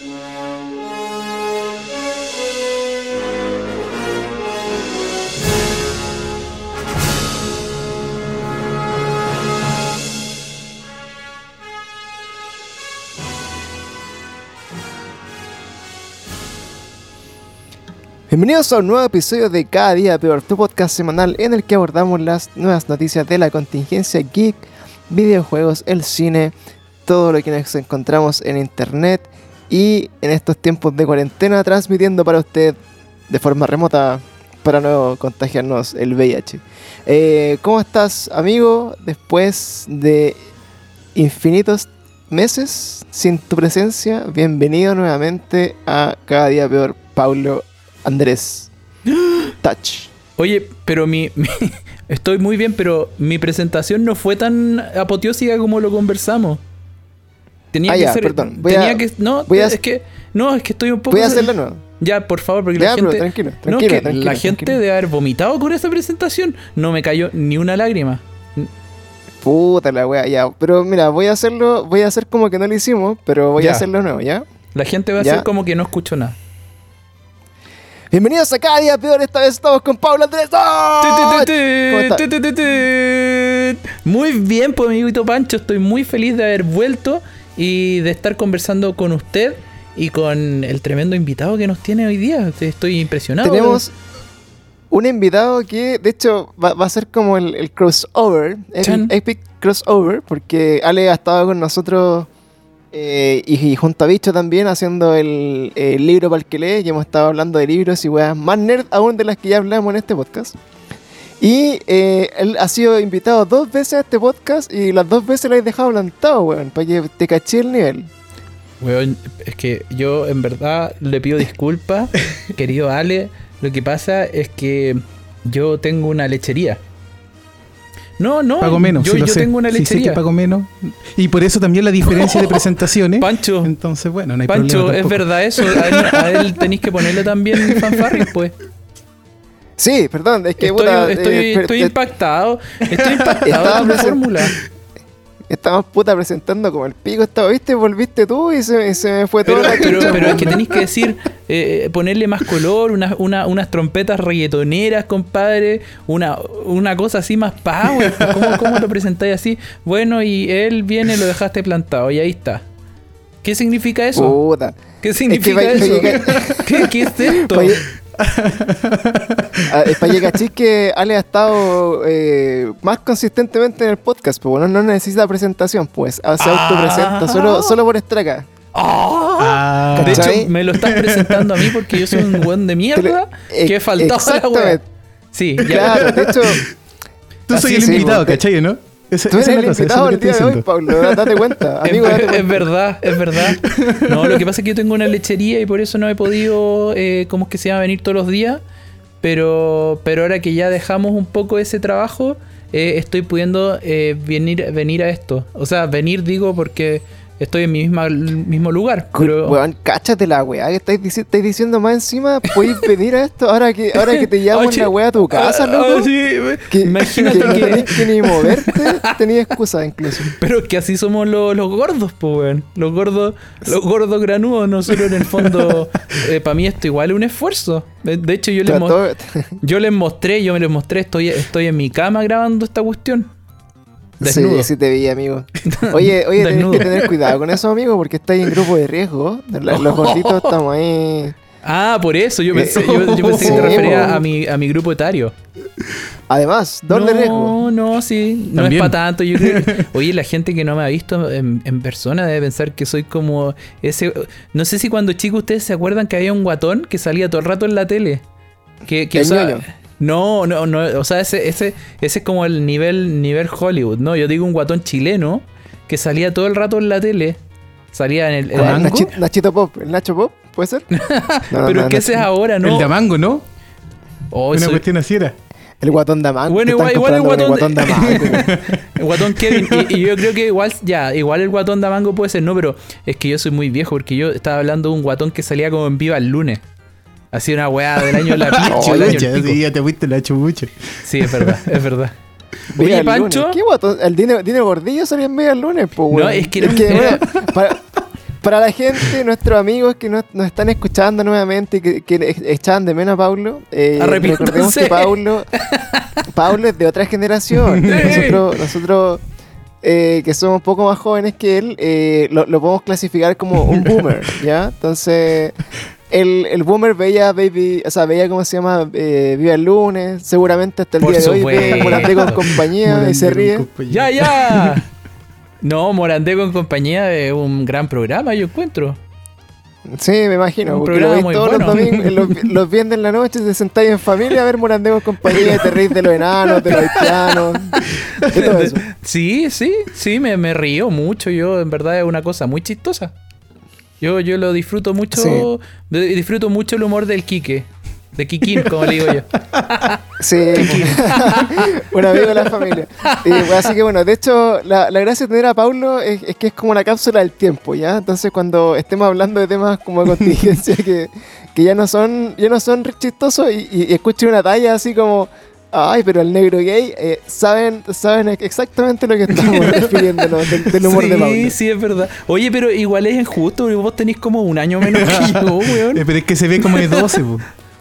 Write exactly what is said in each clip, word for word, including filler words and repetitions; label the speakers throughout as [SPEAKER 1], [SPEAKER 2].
[SPEAKER 1] Bienvenidos a un nuevo episodio de Cada Día Peor, tu podcast semanal en el que abordamos las nuevas noticias de la contingencia geek, videojuegos, el cine, todo lo que nos encontramos en internet y en estos tiempos de cuarentena transmitiendo para usted de forma remota para no contagiarnos el V I H. Eh, ¿Cómo estás, amigo? Después de infinitos meses sin tu presencia, bienvenido nuevamente a Cada Día Peor, Paulo Andrés Touch.
[SPEAKER 2] Oye, pero mi, mi estoy muy bien, pero mi presentación no fue tan apoteósica como lo conversamos. Tenía
[SPEAKER 1] ah,
[SPEAKER 2] que
[SPEAKER 1] ya,
[SPEAKER 2] ser,
[SPEAKER 1] perdón. Voy
[SPEAKER 2] tenía
[SPEAKER 1] a,
[SPEAKER 2] que no,
[SPEAKER 1] voy a,
[SPEAKER 2] es que no, es que estoy un poco.
[SPEAKER 1] Voy a hacerlo nuevo.
[SPEAKER 2] Ya, por favor, porque
[SPEAKER 1] ya,
[SPEAKER 2] la
[SPEAKER 1] pero
[SPEAKER 2] gente
[SPEAKER 1] tranquilo, tranquilo,
[SPEAKER 2] no, que
[SPEAKER 1] tranquilo,
[SPEAKER 2] la
[SPEAKER 1] tranquilo.
[SPEAKER 2] gente debe haber vomitado con esa presentación. No me cayó ni una lágrima.
[SPEAKER 1] Puta la wea, ya. Pero mira, voy a hacerlo, voy a hacer como que no lo hicimos, pero voy
[SPEAKER 2] ya.
[SPEAKER 1] a hacerlo nuevo, ¿ya?
[SPEAKER 2] La gente va a
[SPEAKER 1] ¿Ya?
[SPEAKER 2] hacer como que no escuchó nada.
[SPEAKER 1] Bienvenidos a Cada Día Peor, esta vez estamos con Paulo Andrés. ¡Oh!
[SPEAKER 2] Muy bien, pues amiguito Pancho, estoy muy feliz de haber vuelto y de estar conversando con usted y con el tremendo invitado que nos tiene hoy día. Estoy impresionado.
[SPEAKER 1] Tenemos un invitado que de hecho va, va a ser como el, el crossover, el epic crossover, porque Ale ha estado con nosotros Eh, y, y junto a Bicho también haciendo el, el libro para el que lee, y hemos estado hablando de libros y weas más nerd aún de las que ya hablamos en este podcast. Y eh, él ha sido invitado dos veces a este podcast y las dos veces lo he dejado plantado, weón, para que te caché el nivel.
[SPEAKER 2] Weón, es que yo en verdad le pido disculpas, querido Ale. Lo que pasa es que yo tengo una lechería. No, no,
[SPEAKER 3] pago menos,
[SPEAKER 2] yo,
[SPEAKER 3] sí lo
[SPEAKER 2] yo
[SPEAKER 3] sé.
[SPEAKER 2] tengo una lechería.
[SPEAKER 3] Sí, sé que pago menos. Y por eso también la diferencia de presentaciones.
[SPEAKER 2] Pancho,
[SPEAKER 3] entonces, bueno, no hay
[SPEAKER 2] Pancho,
[SPEAKER 3] problema.
[SPEAKER 2] es verdad eso. A él, a él tenéis que ponerle también fanfarris, pues.
[SPEAKER 1] Sí, perdón, es que
[SPEAKER 2] estoy,
[SPEAKER 1] puta,
[SPEAKER 2] estoy,
[SPEAKER 1] eh,
[SPEAKER 2] estoy
[SPEAKER 1] per,
[SPEAKER 2] impactado. Estoy impactado con la fórmula.
[SPEAKER 1] Estamos puta presentando como el pico estaba, ¿viste? Volviste tú y se, se me fue
[SPEAKER 2] pero,
[SPEAKER 1] toda la
[SPEAKER 2] Pero,
[SPEAKER 1] chucha,
[SPEAKER 2] pero es que tenéis que decir, eh, ponerle más color, una, una, unas trompetas reggaetoneras, compadre, una, una cosa así más power. ¿Cómo, cómo lo presentáis así? Bueno, y él viene, lo dejaste plantado y ahí está. ¿Qué significa eso?
[SPEAKER 1] Puta.
[SPEAKER 2] ¿Qué significa
[SPEAKER 1] es que
[SPEAKER 2] eso?
[SPEAKER 1] pa,
[SPEAKER 2] ¿Qué, ¿Qué es esto?
[SPEAKER 1] Pa, para que cachis que Ale ha estado eh, más consistentemente en el podcast, pues bueno, no necesita presentación, pues se ah. autopresenta solo, solo por estar acá.
[SPEAKER 2] Oh, ah. De hecho, me lo estás presentando a mí porque yo soy un buen de mierda le, que he faltado a la wea. Sí, ya.
[SPEAKER 1] Claro, de hecho.
[SPEAKER 3] Tú soy el
[SPEAKER 1] sí,
[SPEAKER 3] invitado,
[SPEAKER 1] sí,
[SPEAKER 3] ¿cachai, no?
[SPEAKER 1] Esa, Tú eres el cosa, invitado el día de hoy, Pablo, date cuenta, amigo,
[SPEAKER 2] es,
[SPEAKER 1] date cuenta.
[SPEAKER 2] Es verdad, es verdad. No, lo que pasa es que yo tengo una lechería y por eso no he podido, eh, ¿cómo es que se llama? Venir todos los días. Pero, pero ahora que ya dejamos un poco ese trabajo, eh, estoy pudiendo eh, venir, venir a esto. O sea, venir digo porque estoy en mi misma, mismo lugar. Pero...
[SPEAKER 1] Weón, cáchate la weá que estáis, dici- estáis diciendo más encima. ¿Podéis venir a esto ahora que, ahora que te llamo en la weá a tu casa, loco?
[SPEAKER 2] Oh, sí.
[SPEAKER 1] que,
[SPEAKER 2] Imagínate
[SPEAKER 1] que no
[SPEAKER 2] que...
[SPEAKER 1] tenés que ni moverte, tenías excusa incluso.
[SPEAKER 2] Pero es que así somos los, los gordos, pues, weón. Los gordos, los gordos granudos. Nosotros en el fondo, eh, para mí esto igual es un esfuerzo. De, de hecho, yo les, mo- yo les mostré, yo me les mostré, estoy, estoy en mi cama grabando esta cuestión. Desnudo.
[SPEAKER 1] Sí, sí te vi, amigo. Oye, oye, tenés que tener cuidado con eso, amigo, porque estáis en grupo de riesgo. Los gorditos estamos ahí.
[SPEAKER 2] Ah, por eso. Yo pensé, yo, yo pensé sí, que te refería a mi, a mi grupo etario.
[SPEAKER 1] Además, doble
[SPEAKER 2] no,
[SPEAKER 1] riesgo.
[SPEAKER 2] No, no, sí. No También. Es para tanto. Yo creo que, oye, la gente que no me ha visto en, en persona debe pensar que soy como ese... No sé si cuando chicos ustedes se acuerdan que había un guatón que salía todo el rato en la tele. Que, que
[SPEAKER 1] el
[SPEAKER 2] usaba,
[SPEAKER 1] ñoño.
[SPEAKER 2] No, no, no, o sea, ese, ese, ese es como el nivel, nivel Hollywood, ¿no? Yo digo un guatón chileno que salía todo el rato en la tele. Salía en el...
[SPEAKER 1] el Nachito, Nachito Pop, el Nacho Pop, ¿puede ser?
[SPEAKER 2] No, pero no, es que ese es ahora, ¿no?
[SPEAKER 3] El de Amango, ¿no?
[SPEAKER 2] Oh,
[SPEAKER 3] Una
[SPEAKER 2] soy...
[SPEAKER 3] cuestión así era.
[SPEAKER 1] El guatón de Amango.
[SPEAKER 2] Bueno, igual, igual el guatón,
[SPEAKER 1] el guatón de Amango.
[SPEAKER 2] El guatón Kevin. Y, y yo creo que igual, ya, igual el guatón de Amango puede ser, no, pero es que yo soy muy viejo porque yo estaba hablando de un guatón que salía como en Viva el lunes. Así una weá del año la pinche.
[SPEAKER 3] Oh, ya, sí, ya te fuiste la chubucha.
[SPEAKER 2] Sí, es verdad, es verdad.
[SPEAKER 1] Oye, Pancho. ¿Qué guatón? El Dino, Dino Gordillo salía en medio el lunes, pues,
[SPEAKER 2] no, es que era,
[SPEAKER 1] es que,
[SPEAKER 2] era...
[SPEAKER 1] Bueno, para, para la gente, nuestros amigos que nos, nos están escuchando nuevamente, que, que echaban de menos a Paulo, eh, recordemos que Paulo, Paulo es de otra generación. Nosotros, nosotros eh, que somos un poco más jóvenes que él, eh, lo, lo podemos clasificar como un boomer, ¿ya? Entonces, el, el boomer veía Baby, o sea, veía cómo se llama, eh, Viva el Lunes, seguramente hasta el
[SPEAKER 2] Por
[SPEAKER 1] día de hoy
[SPEAKER 2] supuesto.
[SPEAKER 1] ve Morandé con compañía
[SPEAKER 3] Morandé
[SPEAKER 1] y se
[SPEAKER 3] con
[SPEAKER 1] ríe.
[SPEAKER 3] compañía.
[SPEAKER 2] ¡Ya, ya! No, Morandé con compañía es un gran programa, yo encuentro.
[SPEAKER 1] Sí, me imagino,
[SPEAKER 2] Un
[SPEAKER 1] porque lo
[SPEAKER 2] programa
[SPEAKER 1] veis
[SPEAKER 2] muy
[SPEAKER 1] todos
[SPEAKER 2] bueno.
[SPEAKER 1] los domingos, los, los viernes en la noche, te sentáis en familia a ver Morandé con compañía y te reís de los enanos, de los haitianos, de todo eso.
[SPEAKER 2] Sí, sí, sí, me, me río mucho. Yo, en verdad, es una cosa muy chistosa. Yo, yo lo disfruto mucho.
[SPEAKER 1] Sí.
[SPEAKER 2] de- Disfruto mucho el humor del Quique. De Kikín, como le digo yo.
[SPEAKER 1] Sí, un amigo de la familia. Y, pues, así que bueno, de hecho, la, la gracia de tener a Paulo es, es que es como una cápsula del tiempo, ¿ya? Entonces cuando estemos hablando de temas como de contingencia que, que ya no son ya no son chistosos y, y, y escuchen una talla así como, ay, pero el negro gay, eh, saben, saben exactamente lo que estamos refiriéndonos del, del humor
[SPEAKER 2] sí,
[SPEAKER 1] de Paulo.
[SPEAKER 2] sí, es verdad. Oye, pero igual es injusto, porque vos tenés como un año menos que yo, weón.
[SPEAKER 3] Eh, pero es que se ve como de doce, po.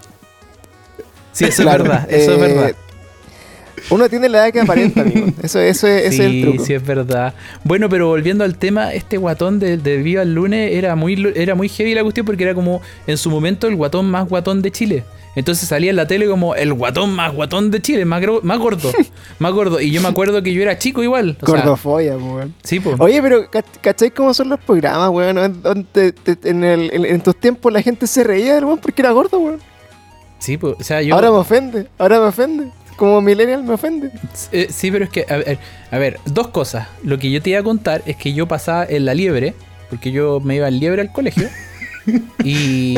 [SPEAKER 2] Sí, eso
[SPEAKER 1] Claro,
[SPEAKER 2] es verdad, eso
[SPEAKER 1] eh,
[SPEAKER 2] es verdad.
[SPEAKER 1] Uno tiene la edad que aparenta, amigo. Eso, eso es, ese
[SPEAKER 2] Sí,
[SPEAKER 1] es el truco.
[SPEAKER 2] sí, es verdad. Bueno, pero volviendo al tema, este guatón de, de Viva el Lunes era muy, era muy heavy la cuestión porque era como en su momento el guatón más guatón de Chile. Entonces salía en la tele como el guatón más guatón de Chile, más, gro- más gordo, más gordo. Y yo me acuerdo que yo era chico igual. O sea,
[SPEAKER 1] Gordofobia, pues, weón.
[SPEAKER 2] sí, pues.
[SPEAKER 1] Oye, pero ¿cach- ¿cachai cómo son los programas, weón? En, donde te- en, el- en- en tus tiempos la gente se reía del weón porque era gordo, weón.
[SPEAKER 2] Sí, pues. O sea, yo.
[SPEAKER 1] Ahora me ofende, ahora me ofende. Como millennial me ofende.
[SPEAKER 2] Eh, sí, pero es que, a ver, a ver, dos cosas. Lo que yo te iba a contar es que yo pasaba en la Liebre, porque yo me iba en Liebre al colegio, y,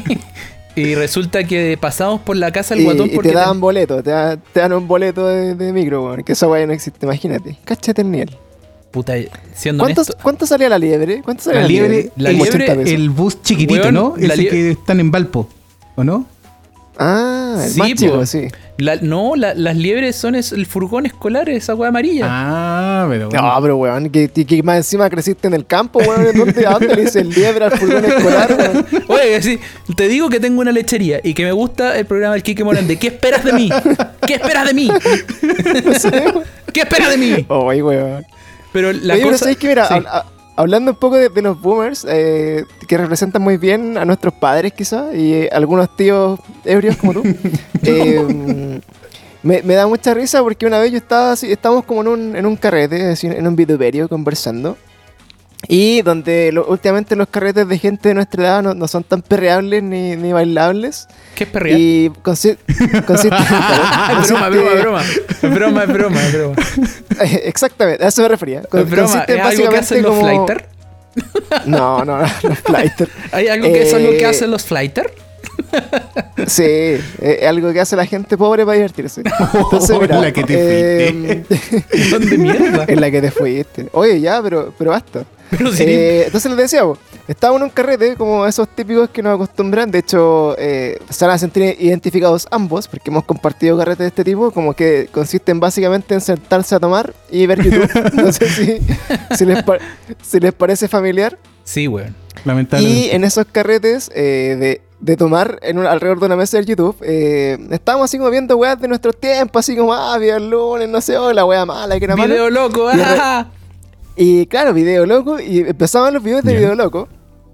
[SPEAKER 2] y resulta que pasamos por la casa del
[SPEAKER 1] Y,
[SPEAKER 2] guatón
[SPEAKER 1] y
[SPEAKER 2] porque
[SPEAKER 1] te daban
[SPEAKER 2] ten-
[SPEAKER 1] boleto, te, da- te dan un boleto de, de micro, weón. Que esa weá no existe, imagínate. Cáchate el nivel.
[SPEAKER 2] puta, siendo
[SPEAKER 1] ¿Cuánto,
[SPEAKER 2] honesto,
[SPEAKER 1] ¿Cuánto salía la liebre? ¿Cuánto salía
[SPEAKER 3] La
[SPEAKER 1] la,
[SPEAKER 3] liebre,
[SPEAKER 2] La
[SPEAKER 3] el,
[SPEAKER 1] Como ochenta
[SPEAKER 2] liebre-
[SPEAKER 1] pesos.
[SPEAKER 3] el bus chiquitito,
[SPEAKER 2] Weón,
[SPEAKER 3] ¿no?
[SPEAKER 2] la
[SPEAKER 3] Ese
[SPEAKER 2] lie-
[SPEAKER 3] que están en Valpo, ¿o no?
[SPEAKER 1] Ah, el
[SPEAKER 2] Sí,
[SPEAKER 1] más
[SPEAKER 2] po.
[SPEAKER 1] chico, sí.
[SPEAKER 2] la- no, la- las liebres son es- el furgón escolar, esa weá amarilla.
[SPEAKER 3] Ah, pero bueno.
[SPEAKER 1] No, pero weón, que, que- que más encima creciste en el campo, weón. ¿En dónde, ¿A dónde le dice el liebre al furgón escolar, weón?
[SPEAKER 2] Oye, sí, te digo que tengo una lechería y que me gusta el programa del Quique Morandé. ¿Qué esperas de mí? ¿Qué esperas de mí?
[SPEAKER 1] No sé, weón.
[SPEAKER 2] ¿Qué esperas de mí?
[SPEAKER 1] Oye, weón.
[SPEAKER 2] Pero la
[SPEAKER 1] Oye, pero
[SPEAKER 2] cosa...
[SPEAKER 1] ¿sabes qué? Mira,
[SPEAKER 2] sí.
[SPEAKER 1] hab- a- hablando un poco de, de los boomers, eh, que representan muy bien a nuestros padres quizás, y eh, algunos tíos ebrios como tú, eh, me, me da mucha risa porque una vez yo estaba así, estábamos como en un, en un carrete, es decir, en un vituperio conversando, y donde lo- últimamente los carretes de gente de nuestra edad no, no son tan perreables ni, ni bailables.
[SPEAKER 2] ¿Qué es perrear?
[SPEAKER 1] Y consi- consiste...
[SPEAKER 2] Ah, es broma, es broma, es broma. Es broma, es broma, es broma.
[SPEAKER 1] Exactamente, a eso me refería. Con-
[SPEAKER 2] Es broma,
[SPEAKER 1] consiste
[SPEAKER 2] ¿es algo que hacen los
[SPEAKER 1] como-
[SPEAKER 2] flighter?
[SPEAKER 1] No, no, no, los flighters.
[SPEAKER 2] ¿Hay algo que es algo que
[SPEAKER 1] Eh,
[SPEAKER 2] hacen los flighter?
[SPEAKER 1] Sí, es algo que hace la gente pobre para divertirse. Entonces,
[SPEAKER 3] Oh,
[SPEAKER 1] mira,
[SPEAKER 3] la que te
[SPEAKER 1] eh,
[SPEAKER 2] ¿Dónde mierda?
[SPEAKER 1] en la que te fuiste. Oye, ya, pero, pero basta.
[SPEAKER 2] Pero si
[SPEAKER 1] Eh, entonces les decía, po, estábamos en un carrete como esos típicos que nos acostumbran. De hecho, eh, se van a sentir identificados ambos porque hemos compartido carretes de este tipo, como que consisten básicamente en sentarse a tomar y ver YouTube. No sé si, si, les, pa- si les parece familiar.
[SPEAKER 2] sí, weón.
[SPEAKER 1] Y
[SPEAKER 3] Lamentablemente.
[SPEAKER 1] en esos carretes eh, de, de tomar en un- alrededor de una mesa de YouTube, eh, estábamos así como viendo weas de nuestros tiempos, así como, ah, Viva el Lunes, no sé, oh, la wea mala que era mala.
[SPEAKER 2] Video loco,
[SPEAKER 1] Y de re-
[SPEAKER 2] ah.
[SPEAKER 1] Y claro, video loco, y empezaban los videos de
[SPEAKER 3] Ya.
[SPEAKER 1] video loco.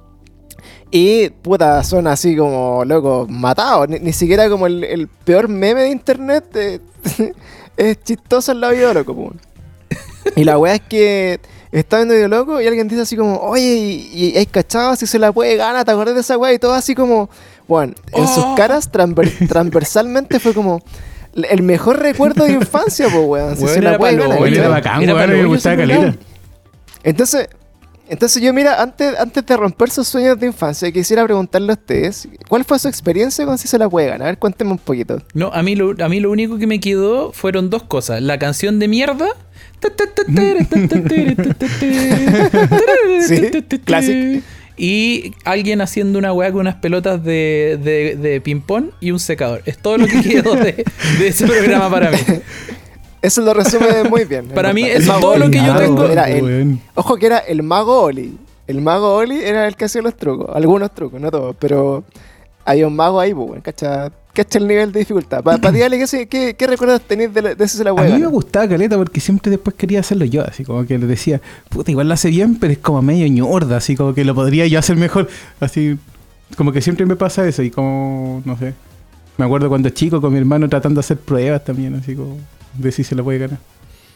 [SPEAKER 1] Y puta, son así como locos matados. Ni, ni siquiera como el, el peor meme de internet eh, es chistoso el lado de video loco, po. Y la wea es que está viendo video loco y alguien dice así como, oye, y, y hay cachado si se la puede ganar, ¿te acordás de esa wea? Y todo así como, bueno, en sus
[SPEAKER 2] Oh.
[SPEAKER 1] caras transver- transversalmente fue como el mejor recuerdo de infancia, pues weón. Si
[SPEAKER 2] Weón,
[SPEAKER 1] se la
[SPEAKER 2] era
[SPEAKER 1] puede
[SPEAKER 2] palo,
[SPEAKER 1] ganar.
[SPEAKER 3] Bueno, era
[SPEAKER 1] ¿cachai?
[SPEAKER 3] bacán,
[SPEAKER 2] Era
[SPEAKER 3] weón,
[SPEAKER 2] palo,
[SPEAKER 3] me
[SPEAKER 2] yo
[SPEAKER 3] gustaba
[SPEAKER 2] ese
[SPEAKER 3] caleta.
[SPEAKER 2] programa.
[SPEAKER 1] Entonces, entonces yo mira, antes, antes de romper sus sueños de infancia, quisiera preguntarle a ustedes, ¿cuál fue su experiencia con si se la puede ganar? A ver, cuéntenme un poquito.
[SPEAKER 2] No, a mí, lo, a mí lo único que me quedó fueron dos cosas. La canción de mierda.
[SPEAKER 1] Sí, clásico.
[SPEAKER 2] Y alguien haciendo una weá con unas pelotas de, de, de ping-pong y un secador. Es todo lo que quedó de, de ese programa para mí.
[SPEAKER 1] Eso lo resume muy bien.
[SPEAKER 2] Para
[SPEAKER 1] en
[SPEAKER 2] mí
[SPEAKER 1] verdad.
[SPEAKER 2] eso
[SPEAKER 1] El
[SPEAKER 2] es todo
[SPEAKER 1] mago
[SPEAKER 2] lo que yo
[SPEAKER 1] Oli.
[SPEAKER 2] tengo.
[SPEAKER 1] Era el-
[SPEAKER 3] Weón.
[SPEAKER 1] ojo que era el mago Oli. el mago Oli era el que hacía los trucos. Algunos trucos, no todos, pero había un mago ahí, pues, weón, ¿cacha? ¿Cacha el nivel de dificultad? Para pa, ti, Ale, ¿qué, qué, ¿qué recuerdos tenés de, la, de ese se la
[SPEAKER 3] A mí me gustaba caleta porque siempre después quería hacerlo yo, así como que le decía, puta, igual lo hace bien, pero es como medio ñorda, así como que lo podría yo hacer mejor. Así, como que siempre me pasa eso y como, no sé. Me acuerdo cuando chico con mi hermano tratando de hacer pruebas también, así como de si se la puede ganar.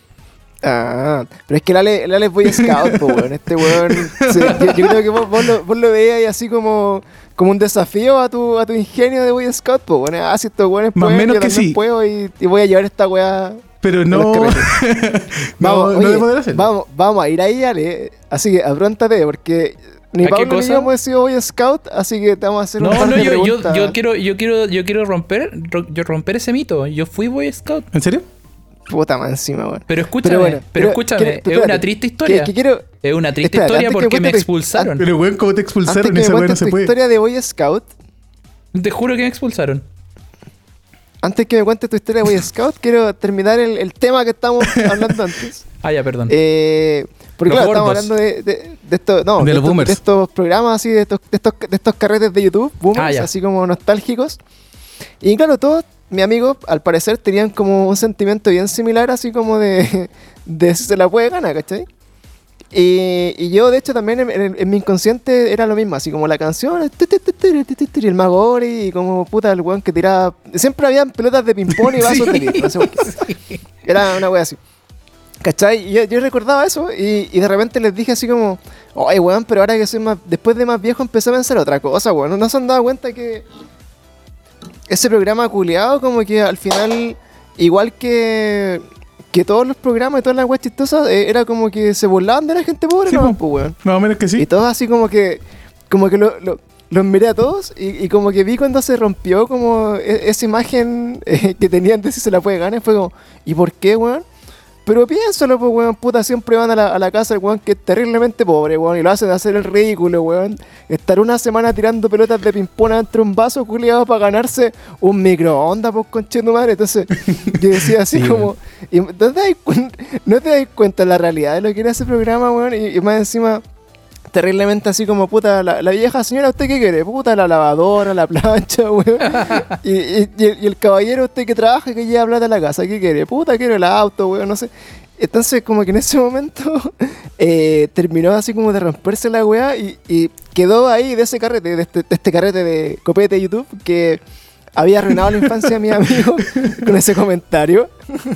[SPEAKER 1] Ah, pero es que el Ale, el Ale es Boy Scout, po, weón. Este weón, sí, yo, yo creo que vos, vos, lo, vos lo veías así como, como un desafío a tu, a tu ingenio de Boy Scout, po, weón. Ah, si estos weones
[SPEAKER 3] Más
[SPEAKER 1] pueden,
[SPEAKER 3] menos
[SPEAKER 1] yo
[SPEAKER 3] que
[SPEAKER 1] también
[SPEAKER 3] sí.
[SPEAKER 1] puedo y, y voy a llevar esta weá.
[SPEAKER 3] Pero
[SPEAKER 1] a
[SPEAKER 3] no,
[SPEAKER 1] los carretes.
[SPEAKER 3] no,
[SPEAKER 1] Vamos,
[SPEAKER 3] no
[SPEAKER 1] oye,
[SPEAKER 3] de poder hacerlo.
[SPEAKER 1] vamos, vamos a ir ahí, Ale. Así que apróntate, porque ni
[SPEAKER 2] ¿A qué
[SPEAKER 1] Pablo ni
[SPEAKER 2] cosa?
[SPEAKER 1] yo hemos sido Boy Scout, así que te vamos a hacer un
[SPEAKER 2] No,
[SPEAKER 1] par
[SPEAKER 2] no,
[SPEAKER 1] de
[SPEAKER 2] yo, yo,
[SPEAKER 1] preguntas.
[SPEAKER 2] yo quiero, yo quiero, yo quiero romper, ro- yo romper ese mito. Yo fui Boy Scout.
[SPEAKER 3] ¿En serio?
[SPEAKER 1] Puta más encima, weón.
[SPEAKER 2] Pero escúchame,
[SPEAKER 1] Pero
[SPEAKER 2] pero,
[SPEAKER 1] bueno, pero-
[SPEAKER 2] escúchame,
[SPEAKER 1] quiero-
[SPEAKER 2] es
[SPEAKER 1] espérate,
[SPEAKER 2] una triste historia.
[SPEAKER 1] Que, que quiero,
[SPEAKER 2] Es una triste
[SPEAKER 1] Espérate,
[SPEAKER 2] historia
[SPEAKER 1] antes que
[SPEAKER 2] porque me
[SPEAKER 1] cuente tu-
[SPEAKER 2] expulsaron.
[SPEAKER 3] Pero weón, ¿cómo te
[SPEAKER 1] antes
[SPEAKER 3] expulsaron?
[SPEAKER 1] que me
[SPEAKER 3] Esa weá no
[SPEAKER 1] cuentes
[SPEAKER 3] se
[SPEAKER 1] tu
[SPEAKER 3] puede.
[SPEAKER 1] historia de Boy Scout,
[SPEAKER 2] Te juro que me expulsaron.
[SPEAKER 1] antes que me cuentes tu historia de Boy Scout, quiero terminar el, el tema que estábamos hablando antes.
[SPEAKER 2] Ah, ya, perdón.
[SPEAKER 1] Eh, porque
[SPEAKER 2] Los
[SPEAKER 1] claro, estamos
[SPEAKER 2] gordos.
[SPEAKER 1] hablando de, de, de estos, no,
[SPEAKER 3] De
[SPEAKER 1] de,
[SPEAKER 3] los
[SPEAKER 1] estos,
[SPEAKER 3] boomers.
[SPEAKER 1] de estos programas así, de estos, de estos, de estos carretes de YouTube, boomers,
[SPEAKER 2] Ah, ya.
[SPEAKER 1] así como nostálgicos. Y claro, todos mis amigos, al parecer, tenían como un sentimiento bien similar, así como de, de si se la puede ganar, ¿cachai? Y, y yo, de hecho, también en, en- en mi inconsciente era lo mismo, así como la canción, tu, tu, tu, tu, tu, tu, tu, y el mago Ori, y como puta el weón que tiraba. Siempre habían pelotas de ping-pong y vasos de litro, no sé por qué. Era una wea así. ¿Cachai? Y yo, yo recordaba eso y, y de repente les dije así como, oye, weón, pero ahora que soy más, después de más viejo empecé a pensar otra cosa, weón. ¿No se han dado cuenta que ese programa culiado como que al final, igual que, que todos los programas y todas las weas chistosas, eh, era como que se burlaban de la gente pobre,
[SPEAKER 3] Sí,
[SPEAKER 1] ¿no?
[SPEAKER 3] po.
[SPEAKER 1] Pues, weón.
[SPEAKER 3] Más o menos que
[SPEAKER 1] Y
[SPEAKER 3] sí.
[SPEAKER 1] todos así como que, como que lo, lo- los miré a todos y, y como que vi cuando se rompió como e- esa imagen eh, que tenían de si se la puede ganar, fue como, ¿y por qué, weón? Pero piénsalo, pues, weón, puta, siempre van a la, a la casa del weón que es terriblemente pobre, weón, y lo hacen hacer el ridículo, weón. Estar una semana tirando pelotas de ping-pong entre un vaso culiado para ganarse un microondas, pues, conchetumadre. Entonces, yo decía así
[SPEAKER 3] Sí,
[SPEAKER 1] como, y ¿no te, das cuen- no te das cuenta de la realidad de lo que era ese programa, weón? Y, y más encima, terriblemente así como, puta, la, la vieja señora, ¿usted qué quiere? Puta, la lavadora, la plancha, weón. y, y- y el, y el caballero, usted que trabaja, que lleva plata a la casa, ¿qué quiere? Puta, quiero el auto, weón, no sé. Entonces, como que en ese momento eh, terminó así como de romperse la weá y, y quedó ahí de ese carrete, de este, de este carrete de copete de YouTube que había arruinado la infancia de mi amigo con ese comentario.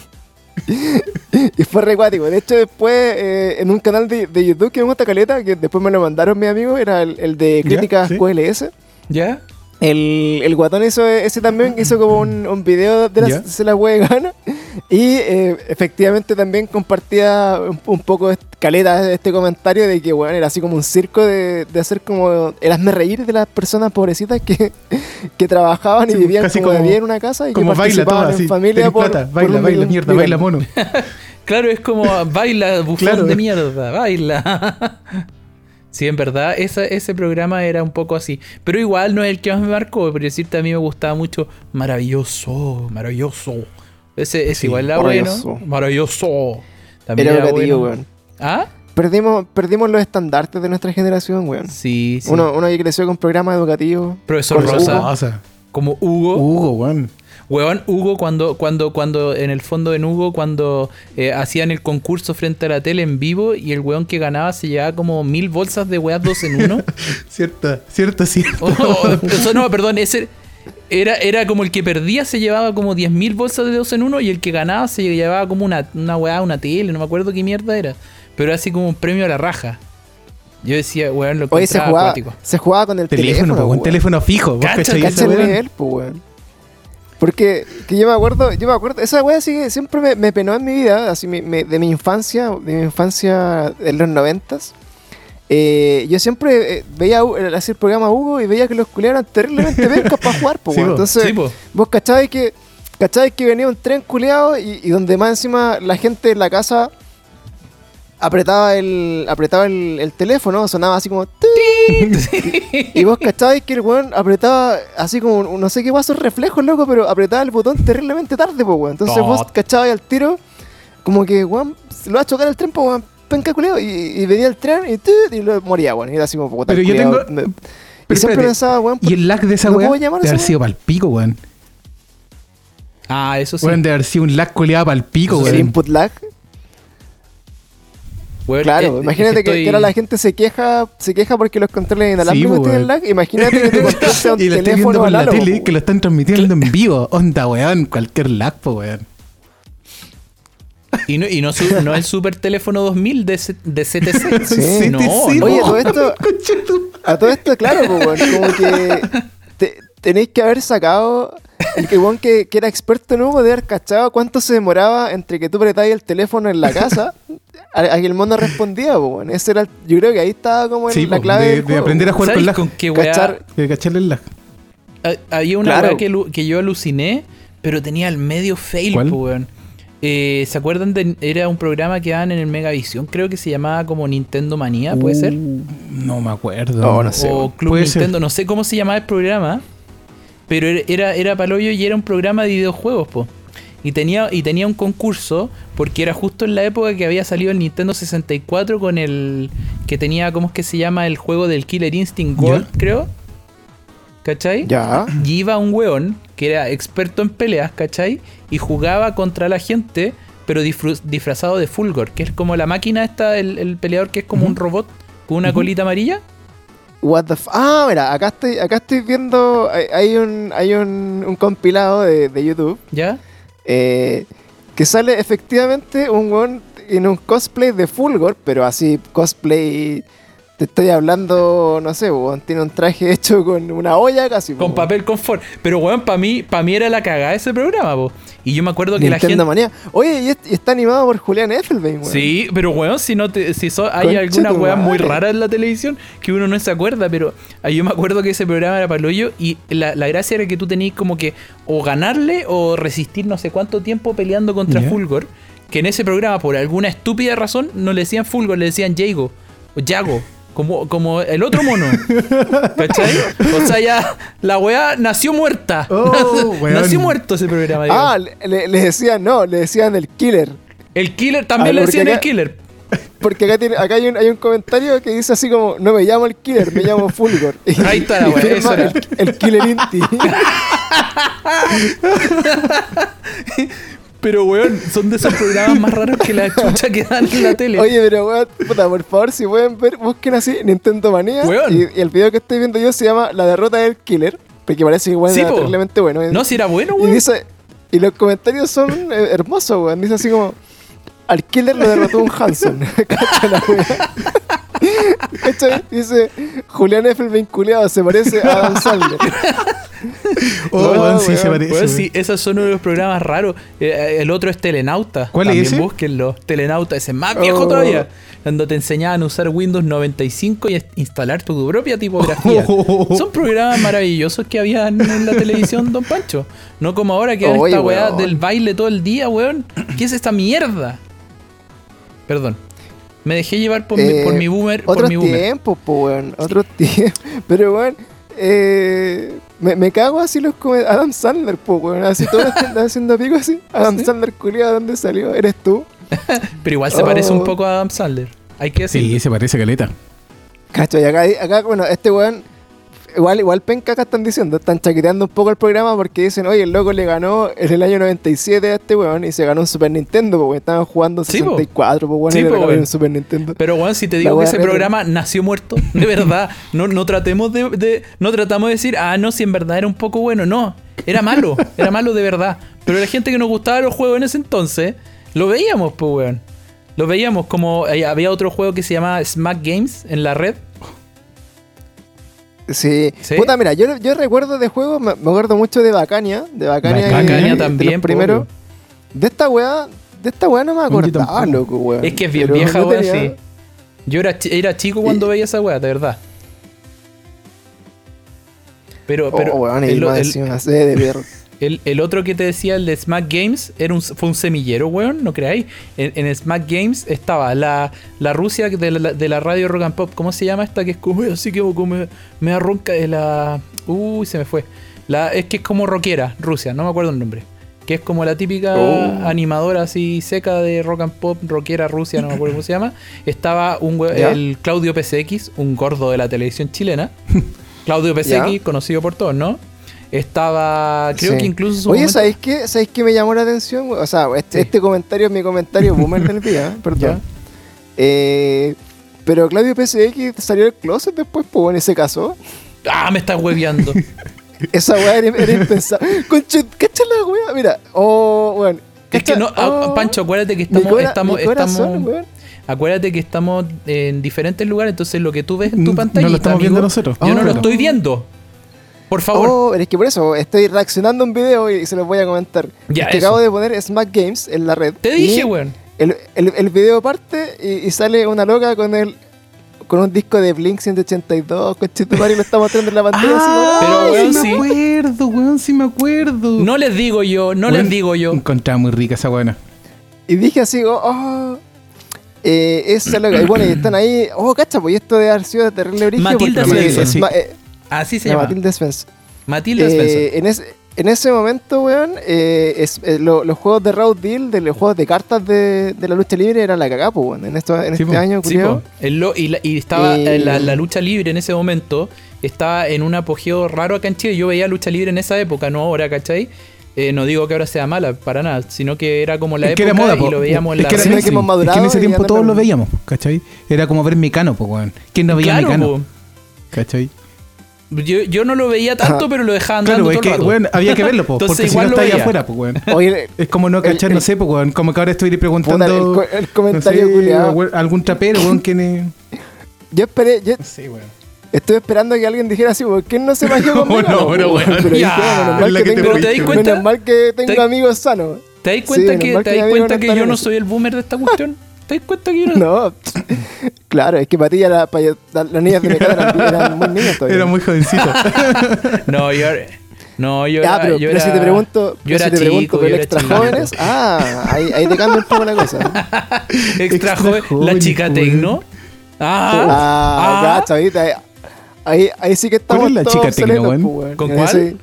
[SPEAKER 1] Y fue re cuático. De hecho, después, eh, en un canal de, de YouTube que me gusta caleta, que después me lo mandaron mis amigos, era el, el de
[SPEAKER 3] ¿Ya?
[SPEAKER 1] críticas
[SPEAKER 3] ¿Sí?
[SPEAKER 1] Q L S.
[SPEAKER 2] ¿Ya?
[SPEAKER 1] El, el guatón hizo ese también, hizo como un, un video de la
[SPEAKER 3] ¿Ya?
[SPEAKER 1] se la wea gana. Y eh, efectivamente también compartía un, un poco de caleta de este comentario de que, bueno, era así como un circo de, de hacer como el hazme reír de las personas pobrecitas que, que trabajaban y
[SPEAKER 3] Sí,
[SPEAKER 1] vivían
[SPEAKER 3] casi
[SPEAKER 1] como, de
[SPEAKER 3] como-
[SPEAKER 1] día en una casa y
[SPEAKER 3] Como
[SPEAKER 1] que
[SPEAKER 3] baila
[SPEAKER 1] participaban
[SPEAKER 3] toda
[SPEAKER 1] en
[SPEAKER 3] así.
[SPEAKER 1] familia
[SPEAKER 3] tenés
[SPEAKER 1] por,
[SPEAKER 3] plata,
[SPEAKER 1] por
[SPEAKER 3] baila,
[SPEAKER 1] un
[SPEAKER 3] baila,
[SPEAKER 1] millón-
[SPEAKER 3] mierda,
[SPEAKER 1] millón.
[SPEAKER 3] baila mono.
[SPEAKER 2] Claro, es como baila, bufón
[SPEAKER 3] Claro.
[SPEAKER 2] de mierda, baila. Sí, en verdad, esa, ese programa era un poco así. Pero igual no es el que más me marcó. Por decirte, a mí me gustaba mucho Maravilloso, Maravilloso. Ese, ese
[SPEAKER 3] Sí,
[SPEAKER 2] igual era
[SPEAKER 1] maravilloso.
[SPEAKER 2] bueno. Maravilloso. También
[SPEAKER 1] Era
[SPEAKER 2] era
[SPEAKER 1] educativo,
[SPEAKER 2] bueno.
[SPEAKER 1] weón.
[SPEAKER 2] ¿Ah?
[SPEAKER 1] Perdimos, perdimos los estandartes de nuestra generación, weón.
[SPEAKER 2] Sí, sí.
[SPEAKER 1] Uno, uno que creció con programas educativos.
[SPEAKER 2] Profesor
[SPEAKER 1] con
[SPEAKER 2] Rosa.
[SPEAKER 1] Hugo.
[SPEAKER 3] Rosa.
[SPEAKER 2] Como Hugo.
[SPEAKER 3] Hugo, weón.
[SPEAKER 2] Weón, Hugo, cuando, cuando, cuando, en el fondo en Hugo, cuando eh, hacían el concurso frente a la tele en vivo y el weón que ganaba se llevaba como mil bolsas de weas dos en uno.
[SPEAKER 3] Cierto, cierto, cierto.
[SPEAKER 2] Oh, oh, eso no, perdón, ese era, era como el que perdía se llevaba como diez mil bolsas de dos en uno y el que ganaba se llevaba como una, una weá, una tele, no me acuerdo qué mierda era. Pero era así como un premio a la raja. Yo decía, weón, lo
[SPEAKER 1] Oye, se
[SPEAKER 2] encontraba
[SPEAKER 1] jugaba,
[SPEAKER 2] acuático.
[SPEAKER 1] se jugaba con el
[SPEAKER 3] Teléfono,
[SPEAKER 1] teléfono,
[SPEAKER 3] po, un
[SPEAKER 1] weón.
[SPEAKER 3] teléfono fijo. ¿Vos
[SPEAKER 2] Cacha,
[SPEAKER 3] cachai
[SPEAKER 2] cacha
[SPEAKER 3] esa
[SPEAKER 1] Cacha el
[SPEAKER 3] weá?
[SPEAKER 1] nivel, pues, weón. Porque que yo me acuerdo, yo me acuerdo, esa wea sí que siempre me, me penó en mi vida, así me- me- de mi infancia, de mi infancia en los noventas. Eh, yo siempre eh, veía a Hu- eh, así el programa Hugo y veía que los culiados eran terriblemente pencas para jugar, pues,
[SPEAKER 3] Sí,
[SPEAKER 1] weón.
[SPEAKER 3] po.
[SPEAKER 1] Entonces,
[SPEAKER 2] Sí, po.
[SPEAKER 1] vos cachabais que, cachabais que venía un tren culiado y, y donde más encima la gente en la casa apretaba el apretaba el, el teléfono, sonaba así como "Ti". Y vos cachabais que el weón apretaba así como un- no sé qué guasos reflejos, loco, pero apretaba el botón terriblemente tarde, pues, weón. Entonces
[SPEAKER 2] No.
[SPEAKER 1] vos cachabais al tiro como que, weón, se lo va a chocar el tren, pues, weón. penca culiao. Y, y venía el tren y, tu, y lo moría, weón. Y era así como puta.
[SPEAKER 3] Pero yo
[SPEAKER 1] culiao,
[SPEAKER 3] tengo-
[SPEAKER 1] me-
[SPEAKER 3] Pero
[SPEAKER 1] y siempre
[SPEAKER 3] espérate,
[SPEAKER 1] pensaba, weón.
[SPEAKER 3] Y el lag de esa
[SPEAKER 1] ¿no
[SPEAKER 3] weá
[SPEAKER 1] puedo llamar a
[SPEAKER 3] de
[SPEAKER 1] esa
[SPEAKER 3] haber
[SPEAKER 1] weá?
[SPEAKER 3] sido pa'l pico, weón.
[SPEAKER 2] Ah, eso sí.
[SPEAKER 3] Weón, de haber sido un lag culiado pa'l pico,
[SPEAKER 1] El
[SPEAKER 3] weón.
[SPEAKER 1] input lag.
[SPEAKER 2] Weón,
[SPEAKER 1] Claro,
[SPEAKER 2] eh,
[SPEAKER 1] imagínate que,
[SPEAKER 2] estoy-
[SPEAKER 1] que ahora la gente se queja se queja porque los controles inalámbricos
[SPEAKER 3] Sí,
[SPEAKER 1] tienen
[SPEAKER 3] weón.
[SPEAKER 1] lag. Imagínate que tu control sea un
[SPEAKER 3] Y lo estoy viendo
[SPEAKER 1] teléfono
[SPEAKER 3] por la
[SPEAKER 1] análogo.
[SPEAKER 3] tele, que lo están transmitiendo en vivo. Onda, weón, cualquier lag, po, weón.
[SPEAKER 2] Y no, y no, su- no el super teléfono dos mil de, C- de C T C.
[SPEAKER 1] Sí.
[SPEAKER 2] No,
[SPEAKER 3] Sí,
[SPEAKER 2] no.
[SPEAKER 1] Oye, todo esto, a todo esto, claro, pues, weón, como que te- tenéis que haber sacado el que weón que, que era experto en humo de haber cachado cuánto se demoraba entre que tú apretabas el teléfono en la casa a, a que el mono respondía, pues, weón. Ese era el- yo creo que ahí estaba como en
[SPEAKER 3] Sí,
[SPEAKER 1] la
[SPEAKER 3] po,
[SPEAKER 1] clave
[SPEAKER 3] de,
[SPEAKER 1] del
[SPEAKER 3] de
[SPEAKER 1] juego,
[SPEAKER 3] aprender a jugar con
[SPEAKER 2] ¿Sabes
[SPEAKER 3] lag.
[SPEAKER 2] con qué weá?
[SPEAKER 1] Cachar-
[SPEAKER 3] De cacharle el lag.
[SPEAKER 2] Ha- Había una
[SPEAKER 1] Claro.
[SPEAKER 2] weá que, lu- que yo aluciné, pero tenía el medio fail,
[SPEAKER 3] ¿Cuál?
[SPEAKER 2] po, weón. Eh, ¿Se acuerdan de era un programa que daban en el Megavisión? Creo que se llamaba como Nintendo Manía, ¿puede ser?
[SPEAKER 3] Uh, No me acuerdo.
[SPEAKER 1] No, no sé.
[SPEAKER 2] O Club
[SPEAKER 3] Puede
[SPEAKER 2] Nintendo,
[SPEAKER 3] ser.
[SPEAKER 2] no sé cómo se llamaba el programa, pero era, era, era paloyo y era un programa de videojuegos, po. Y tenía, y tenía un concurso, porque era justo en la época que había salido el Nintendo sesenta y cuatro con el que tenía, ¿cómo es que se llama? El juego del Killer Instinct Gold,
[SPEAKER 3] ¿Ya?
[SPEAKER 2] creo. ¿Cachai?
[SPEAKER 1] Ya.
[SPEAKER 2] Y iba un weón que era experto en peleas, ¿cachai? Y jugaba contra la gente, pero disfru- disfrazado de Fulgor, que es como la máquina esta, el, el peleador que es como un robot con una colita amarilla.
[SPEAKER 1] What the f ah, mira, acá estoy, acá estoy viendo. Hay, hay un, hay un, un compilado de, de YouTube
[SPEAKER 2] ¿Ya?
[SPEAKER 1] eh, que sale efectivamente un weón en un cosplay de Fulgor, pero así cosplay. Te estoy hablando, no sé, weón, tiene un traje hecho con una olla casi.
[SPEAKER 2] Con
[SPEAKER 1] po,
[SPEAKER 2] papel confort. Pero weón, para mí, para mí era la cagada ese programa, po. Y yo me acuerdo que la
[SPEAKER 1] Nintendo
[SPEAKER 2] gente.
[SPEAKER 1] Manía. Oye, y, es- y está animado por Julián Effelbein, weón.
[SPEAKER 2] Sí, pero weón, si no te, si so- hay
[SPEAKER 1] Concha
[SPEAKER 2] algunas
[SPEAKER 1] tu
[SPEAKER 2] weas muy
[SPEAKER 1] madre.
[SPEAKER 2] raras en la televisión que uno no se acuerda, pero ahí yo me acuerdo que ese programa era para el hoyo y la, la gracia era que tú tenías como que o ganarle o resistir no sé cuánto tiempo peleando contra
[SPEAKER 3] Ya.
[SPEAKER 2] Fulgor, que en ese programa por alguna estúpida razón no le decían Fulgor, le decían Jago o Yago. Como, como el otro mono. ¿Cachai? O sea, ya la weá nació muerta.
[SPEAKER 3] Oh, weón.
[SPEAKER 2] Nació muerto ese programa.
[SPEAKER 1] Ah,
[SPEAKER 2] digamos.
[SPEAKER 1] le, le- le decían, no, le decían el killer.
[SPEAKER 2] El killer también
[SPEAKER 1] Ah,
[SPEAKER 2] le
[SPEAKER 1] porque
[SPEAKER 2] decían el
[SPEAKER 1] acá-
[SPEAKER 2] killer.
[SPEAKER 1] Porque acá, tiene, acá hay, un, hay un comentario que dice así como, no me llamo el killer, me llamo Fulgor. Y,
[SPEAKER 2] Ahí está la
[SPEAKER 1] y
[SPEAKER 2] wea,
[SPEAKER 1] firma
[SPEAKER 2] eso era.
[SPEAKER 1] el, el killer Inti.
[SPEAKER 2] Pero weón, son de esos programas más raros que la chucha que dan en la tele.
[SPEAKER 1] Oye, pero weón, puta, por favor, si pueden ver, busquen así Nintendo Manía.
[SPEAKER 2] Weón.
[SPEAKER 1] Y, y el video que estoy viendo yo se llama La derrota del killer, porque parece que igual
[SPEAKER 2] Sí,
[SPEAKER 1] era
[SPEAKER 2] po.
[SPEAKER 1] terriblemente bueno.
[SPEAKER 2] No, si era bueno,
[SPEAKER 1] y
[SPEAKER 2] weón.
[SPEAKER 1] dice, y los comentarios son eh, hermosos, weón. Dice así como, al killer lo derrotó un Hanson. Cacha la wea. ¿Cachai? Dice, Julián Effelbein culiado, se parece a Adam Sandler.
[SPEAKER 3] Oh,
[SPEAKER 1] No,
[SPEAKER 3] weón, sí
[SPEAKER 1] weón.
[SPEAKER 3] se parece.
[SPEAKER 2] Weón,
[SPEAKER 3] weón.
[SPEAKER 2] sí, esos son uno de los programas raros. Eh, el otro es Telenauta.
[SPEAKER 3] ¿Cuál es
[SPEAKER 2] También
[SPEAKER 3] ese?
[SPEAKER 2] búsquenlo. Telenauta, ese es más viejo
[SPEAKER 1] Oh.
[SPEAKER 2] todavía. Cuando te enseñaban a usar Windows noventa y cinco y a instalar tu propia tipografía.
[SPEAKER 3] Oh.
[SPEAKER 2] Son programas maravillosos que habían en la televisión, don Pancho. No como ahora que hay
[SPEAKER 1] Oye,
[SPEAKER 2] esta weá
[SPEAKER 1] weón.
[SPEAKER 2] del baile todo el día, weón. ¿Qué es esta mierda? Perdón. Me dejé llevar por, mi,
[SPEAKER 1] Eh,
[SPEAKER 2] por mi boomer. Por
[SPEAKER 1] Otros
[SPEAKER 2] mi boomer.
[SPEAKER 1] tiempos, po, weón. Otros tiempos. Pero, weón, eh, me, me cago así los come- Adam Sandler, po, weón. Así todos están haciendo pico así. Adam
[SPEAKER 2] ¿Sí?
[SPEAKER 1] Sandler, culiado, ¿dónde salió? ¿Eres tú?
[SPEAKER 2] Pero igual se
[SPEAKER 1] Oh.
[SPEAKER 2] parece un poco a Adam Sandler. Hay que decirlo.
[SPEAKER 3] Sí, se parece caleta.
[SPEAKER 1] Cacho, y acá, acá, bueno, este weón, igual, igual penca acá están diciendo, están chaqueteando un poco el programa porque dicen, oye, el loco le ganó en el año noventa y siete a este weón y se ganó un Super Nintendo, porque estaban jugando
[SPEAKER 2] Sí, po.
[SPEAKER 1] sesenta y cuatro, pues weón,
[SPEAKER 2] Sí,
[SPEAKER 1] y le
[SPEAKER 2] po,
[SPEAKER 1] regalaron
[SPEAKER 2] weón.
[SPEAKER 1] un Super Nintendo.
[SPEAKER 2] Pero weón, si te
[SPEAKER 1] La
[SPEAKER 2] digo que
[SPEAKER 1] wea
[SPEAKER 2] ese
[SPEAKER 1] retro.
[SPEAKER 2] programa nació muerto, de verdad, no, no tratemos de, de- no tratamos de decir, ah, no, si en verdad era un poco bueno, no, era malo, era malo de verdad. Pero la gente que nos gustaba los juegos en ese entonces, lo veíamos, pues weón. Lo veíamos como eh, había otro juego que se llamaba Smack Games en la red.
[SPEAKER 1] Sí.
[SPEAKER 2] ¿Sí?
[SPEAKER 1] Puta, mira, yo, yo recuerdo de juegos, me, me acuerdo mucho de Bacania, de Bacania, y-
[SPEAKER 2] Bacania
[SPEAKER 1] de
[SPEAKER 2] también,
[SPEAKER 1] los
[SPEAKER 2] po,
[SPEAKER 1] primeros.
[SPEAKER 2] obvio.
[SPEAKER 1] De esta weá, de esta weá no me
[SPEAKER 3] yo
[SPEAKER 1] acordaba,
[SPEAKER 3] tampoco.
[SPEAKER 1] loco, weón.
[SPEAKER 2] Es que es bien
[SPEAKER 1] Pero
[SPEAKER 2] vieja,
[SPEAKER 1] no
[SPEAKER 2] weón,
[SPEAKER 1] tenía-
[SPEAKER 2] sí. Yo era, chi- era chico cuando veía esa weá, de verdad. Pero, pero
[SPEAKER 1] oh, weón, y
[SPEAKER 2] el,
[SPEAKER 1] más
[SPEAKER 2] el-
[SPEAKER 1] encima, se de ver.
[SPEAKER 2] El, el otro que te decía, el de Smack Games, era un, fue un semillero, weón, no creáis. En, en Smack Games estaba la, la Rusia de la, de la radio Rock and Pop. ¿Cómo se llama esta? Que es como así que como me, me arronca de la. Uy, se me fue. La, es que es como rockera, Rusia, no me acuerdo el nombre. que es como la típica
[SPEAKER 1] Oh.
[SPEAKER 2] animadora así seca de rock and pop, rockera Rusia, no me acuerdo cómo se llama. Estaba un we-
[SPEAKER 1] ¿Ya?
[SPEAKER 2] el Claudio P C X, un gordo de la televisión chilena. Claudio P C X,
[SPEAKER 1] ¿Ya?
[SPEAKER 2] conocido por todos, ¿no? Estaba, creo
[SPEAKER 1] Sí.
[SPEAKER 2] que incluso en su
[SPEAKER 1] Oye,
[SPEAKER 2] momento-
[SPEAKER 1] ¿sabéis qué? ¿Sabéis qué me llamó la atención? O sea, este,
[SPEAKER 2] Sí.
[SPEAKER 1] este comentario es mi comentario boomer del día, ¿eh? Perdón. Eh, pero Claudio P C X salió del closet después, pues bueno, y se casó.
[SPEAKER 2] Ah, me estás hueveando.
[SPEAKER 1] Esa weá era, era impensable. Conche, cacha la weá, mira. Oh, bueno.
[SPEAKER 2] Es que no, ah, Pancho, acuérdate que estamos,
[SPEAKER 1] mi cora-
[SPEAKER 2] estamos,
[SPEAKER 1] mi corazón,
[SPEAKER 2] estamos,
[SPEAKER 1] weón.
[SPEAKER 2] acuérdate que estamos en diferentes lugares, entonces lo que tú ves en tu
[SPEAKER 3] No
[SPEAKER 2] pantalla,
[SPEAKER 3] lo estamos viendo nosotros.
[SPEAKER 2] yo no
[SPEAKER 1] Oh.
[SPEAKER 2] lo estoy viendo. Por favor.
[SPEAKER 1] Oh, pero es que por eso estoy reaccionando a un video y se los voy a comentar.
[SPEAKER 2] Ya,
[SPEAKER 1] Es que
[SPEAKER 2] eso.
[SPEAKER 1] acabo de poner Smack Games en la red.
[SPEAKER 2] Te
[SPEAKER 1] y
[SPEAKER 2] dije, weón.
[SPEAKER 1] El, el, el video parte y, y sale una loca con el con un disco de Blink ciento ochenta y dos, con Chetumare, y lo está mostrando en la pantalla. así,
[SPEAKER 3] Ah,
[SPEAKER 2] Pero,
[SPEAKER 1] ¡ay!
[SPEAKER 2] weón,
[SPEAKER 3] sí
[SPEAKER 2] sí.
[SPEAKER 3] me acuerdo, weón, sí me acuerdo.
[SPEAKER 2] No les digo yo, no
[SPEAKER 3] Weón,
[SPEAKER 2] les digo yo.
[SPEAKER 3] Encontraba muy rica esa buena.
[SPEAKER 1] Y dije así, oh, oh, eh, esa loca. Y bueno, y están ahí, oh, cacha, pues y esto de haber sido de terrible origen.
[SPEAKER 2] Matilda
[SPEAKER 1] porque
[SPEAKER 3] Svensson.
[SPEAKER 1] es ma- eh,
[SPEAKER 2] Así se
[SPEAKER 1] la
[SPEAKER 2] llama.
[SPEAKER 1] Matilda Svensson.
[SPEAKER 2] Matilda
[SPEAKER 1] Eh,
[SPEAKER 2] Svensson.
[SPEAKER 1] en, ese, en ese momento, weón, eh, es, eh, lo- los juegos de Raw Deal, de los juegos de cartas de, de la lucha libre, eran la cagá, pues, weón. En, esto, en
[SPEAKER 3] Sí,
[SPEAKER 1] este
[SPEAKER 3] po.
[SPEAKER 1] año,
[SPEAKER 2] Sí,
[SPEAKER 1] culiao.
[SPEAKER 2] po. El lo- y, la- y estaba
[SPEAKER 1] Eh,
[SPEAKER 2] eh, la, la lucha libre en ese momento, estaba en un apogeo raro acá en Chile. Yo veía lucha libre en esa época, no ahora, ¿cachai? Eh, no digo que ahora sea mala, para nada, sino que era como la
[SPEAKER 3] Es que
[SPEAKER 2] época
[SPEAKER 3] era moda,
[SPEAKER 2] y
[SPEAKER 3] po.
[SPEAKER 2] lo veíamos en
[SPEAKER 3] Es
[SPEAKER 2] la
[SPEAKER 3] que era
[SPEAKER 1] Sino
[SPEAKER 2] red.
[SPEAKER 1] que hemos
[SPEAKER 3] sí.
[SPEAKER 1] madurado
[SPEAKER 3] Es que en ese
[SPEAKER 1] y
[SPEAKER 3] tiempo
[SPEAKER 1] anda
[SPEAKER 3] todos
[SPEAKER 1] con-
[SPEAKER 3] lo veíamos, ¿cachai? Era como ver Mecano, pues, weón. ¿Quién no veía
[SPEAKER 2] Claro,
[SPEAKER 3] Mecano?
[SPEAKER 2] po.
[SPEAKER 3] ¿Cachai?
[SPEAKER 2] Yo, yo no lo veía tanto,
[SPEAKER 1] Ajá.
[SPEAKER 2] pero lo dejaba andando
[SPEAKER 3] Claro, es
[SPEAKER 2] todo el
[SPEAKER 3] que,
[SPEAKER 2] rato.
[SPEAKER 3] weón, había que verlo, po,
[SPEAKER 2] Entonces
[SPEAKER 3] porque si
[SPEAKER 2] igual
[SPEAKER 3] no
[SPEAKER 2] lo
[SPEAKER 3] está ahí
[SPEAKER 2] veía.
[SPEAKER 3] afuera, pues, weón.
[SPEAKER 1] Oye,
[SPEAKER 3] Es como no
[SPEAKER 1] El-
[SPEAKER 3] cachar,
[SPEAKER 1] el-
[SPEAKER 3] no sé, pues, weón. Como que ahora estoy
[SPEAKER 1] puta, el,
[SPEAKER 3] preguntando.
[SPEAKER 1] co- el comentario
[SPEAKER 3] no sé,
[SPEAKER 1] culiao.
[SPEAKER 3] weón, algún trapero, weón, que ne...
[SPEAKER 1] Yo esperé, yo
[SPEAKER 3] No sé, weón.
[SPEAKER 1] estoy esperando que alguien dijera así, ¿por qué no se magió
[SPEAKER 3] No,
[SPEAKER 1] conmigo?
[SPEAKER 3] no, pero weón,
[SPEAKER 1] Pero
[SPEAKER 2] ya,
[SPEAKER 1] dije, menos
[SPEAKER 3] es
[SPEAKER 1] mal
[SPEAKER 3] la
[SPEAKER 1] que
[SPEAKER 3] que te
[SPEAKER 1] tengo,
[SPEAKER 2] Pero te das cuenta-
[SPEAKER 1] menos mal que tengo
[SPEAKER 2] te-
[SPEAKER 1] amigos sanos.
[SPEAKER 2] ¿Te das cuenta
[SPEAKER 1] Sí,
[SPEAKER 2] que,
[SPEAKER 1] normal
[SPEAKER 2] te
[SPEAKER 1] que
[SPEAKER 2] das
[SPEAKER 1] mi amigo
[SPEAKER 2] cuenta
[SPEAKER 1] no
[SPEAKER 2] que
[SPEAKER 1] está
[SPEAKER 2] yo
[SPEAKER 1] en
[SPEAKER 2] no
[SPEAKER 1] eso.
[SPEAKER 2] soy el boomer de esta cuestión? ¿Te das cuenta que yo no?
[SPEAKER 1] No, claro, es que para ti ya la- para- la- las niñas de mi casa eran, eran muy niñas todavía.
[SPEAKER 3] Era muy jovencito.
[SPEAKER 2] No, yo, no, yo
[SPEAKER 1] Ah,
[SPEAKER 2] era,
[SPEAKER 1] pero,
[SPEAKER 2] yo
[SPEAKER 1] pero
[SPEAKER 2] era-
[SPEAKER 1] si te pregunto,
[SPEAKER 2] yo
[SPEAKER 1] pero
[SPEAKER 2] era
[SPEAKER 1] si te pregunto
[SPEAKER 2] chico,
[SPEAKER 1] por
[SPEAKER 2] yo
[SPEAKER 1] el
[SPEAKER 2] era
[SPEAKER 1] extra
[SPEAKER 2] chico.
[SPEAKER 1] jóvenes, ah, ahí, ahí te cambia un poco la cosa.
[SPEAKER 2] extra
[SPEAKER 3] Extra
[SPEAKER 2] joven,
[SPEAKER 3] joven,
[SPEAKER 2] la chica
[SPEAKER 3] weón.
[SPEAKER 2] tecno. Ah,
[SPEAKER 1] Ah,
[SPEAKER 2] ah.
[SPEAKER 1] gacha, ahorita, ahí, ahí, ahí sí que estamos
[SPEAKER 3] ¿Cuál es la
[SPEAKER 1] todos
[SPEAKER 3] chica
[SPEAKER 1] obsoletos,
[SPEAKER 3] tecno, weón?
[SPEAKER 1] pues, weón.
[SPEAKER 2] ¿Con
[SPEAKER 1] En
[SPEAKER 2] cuál?
[SPEAKER 1] ese-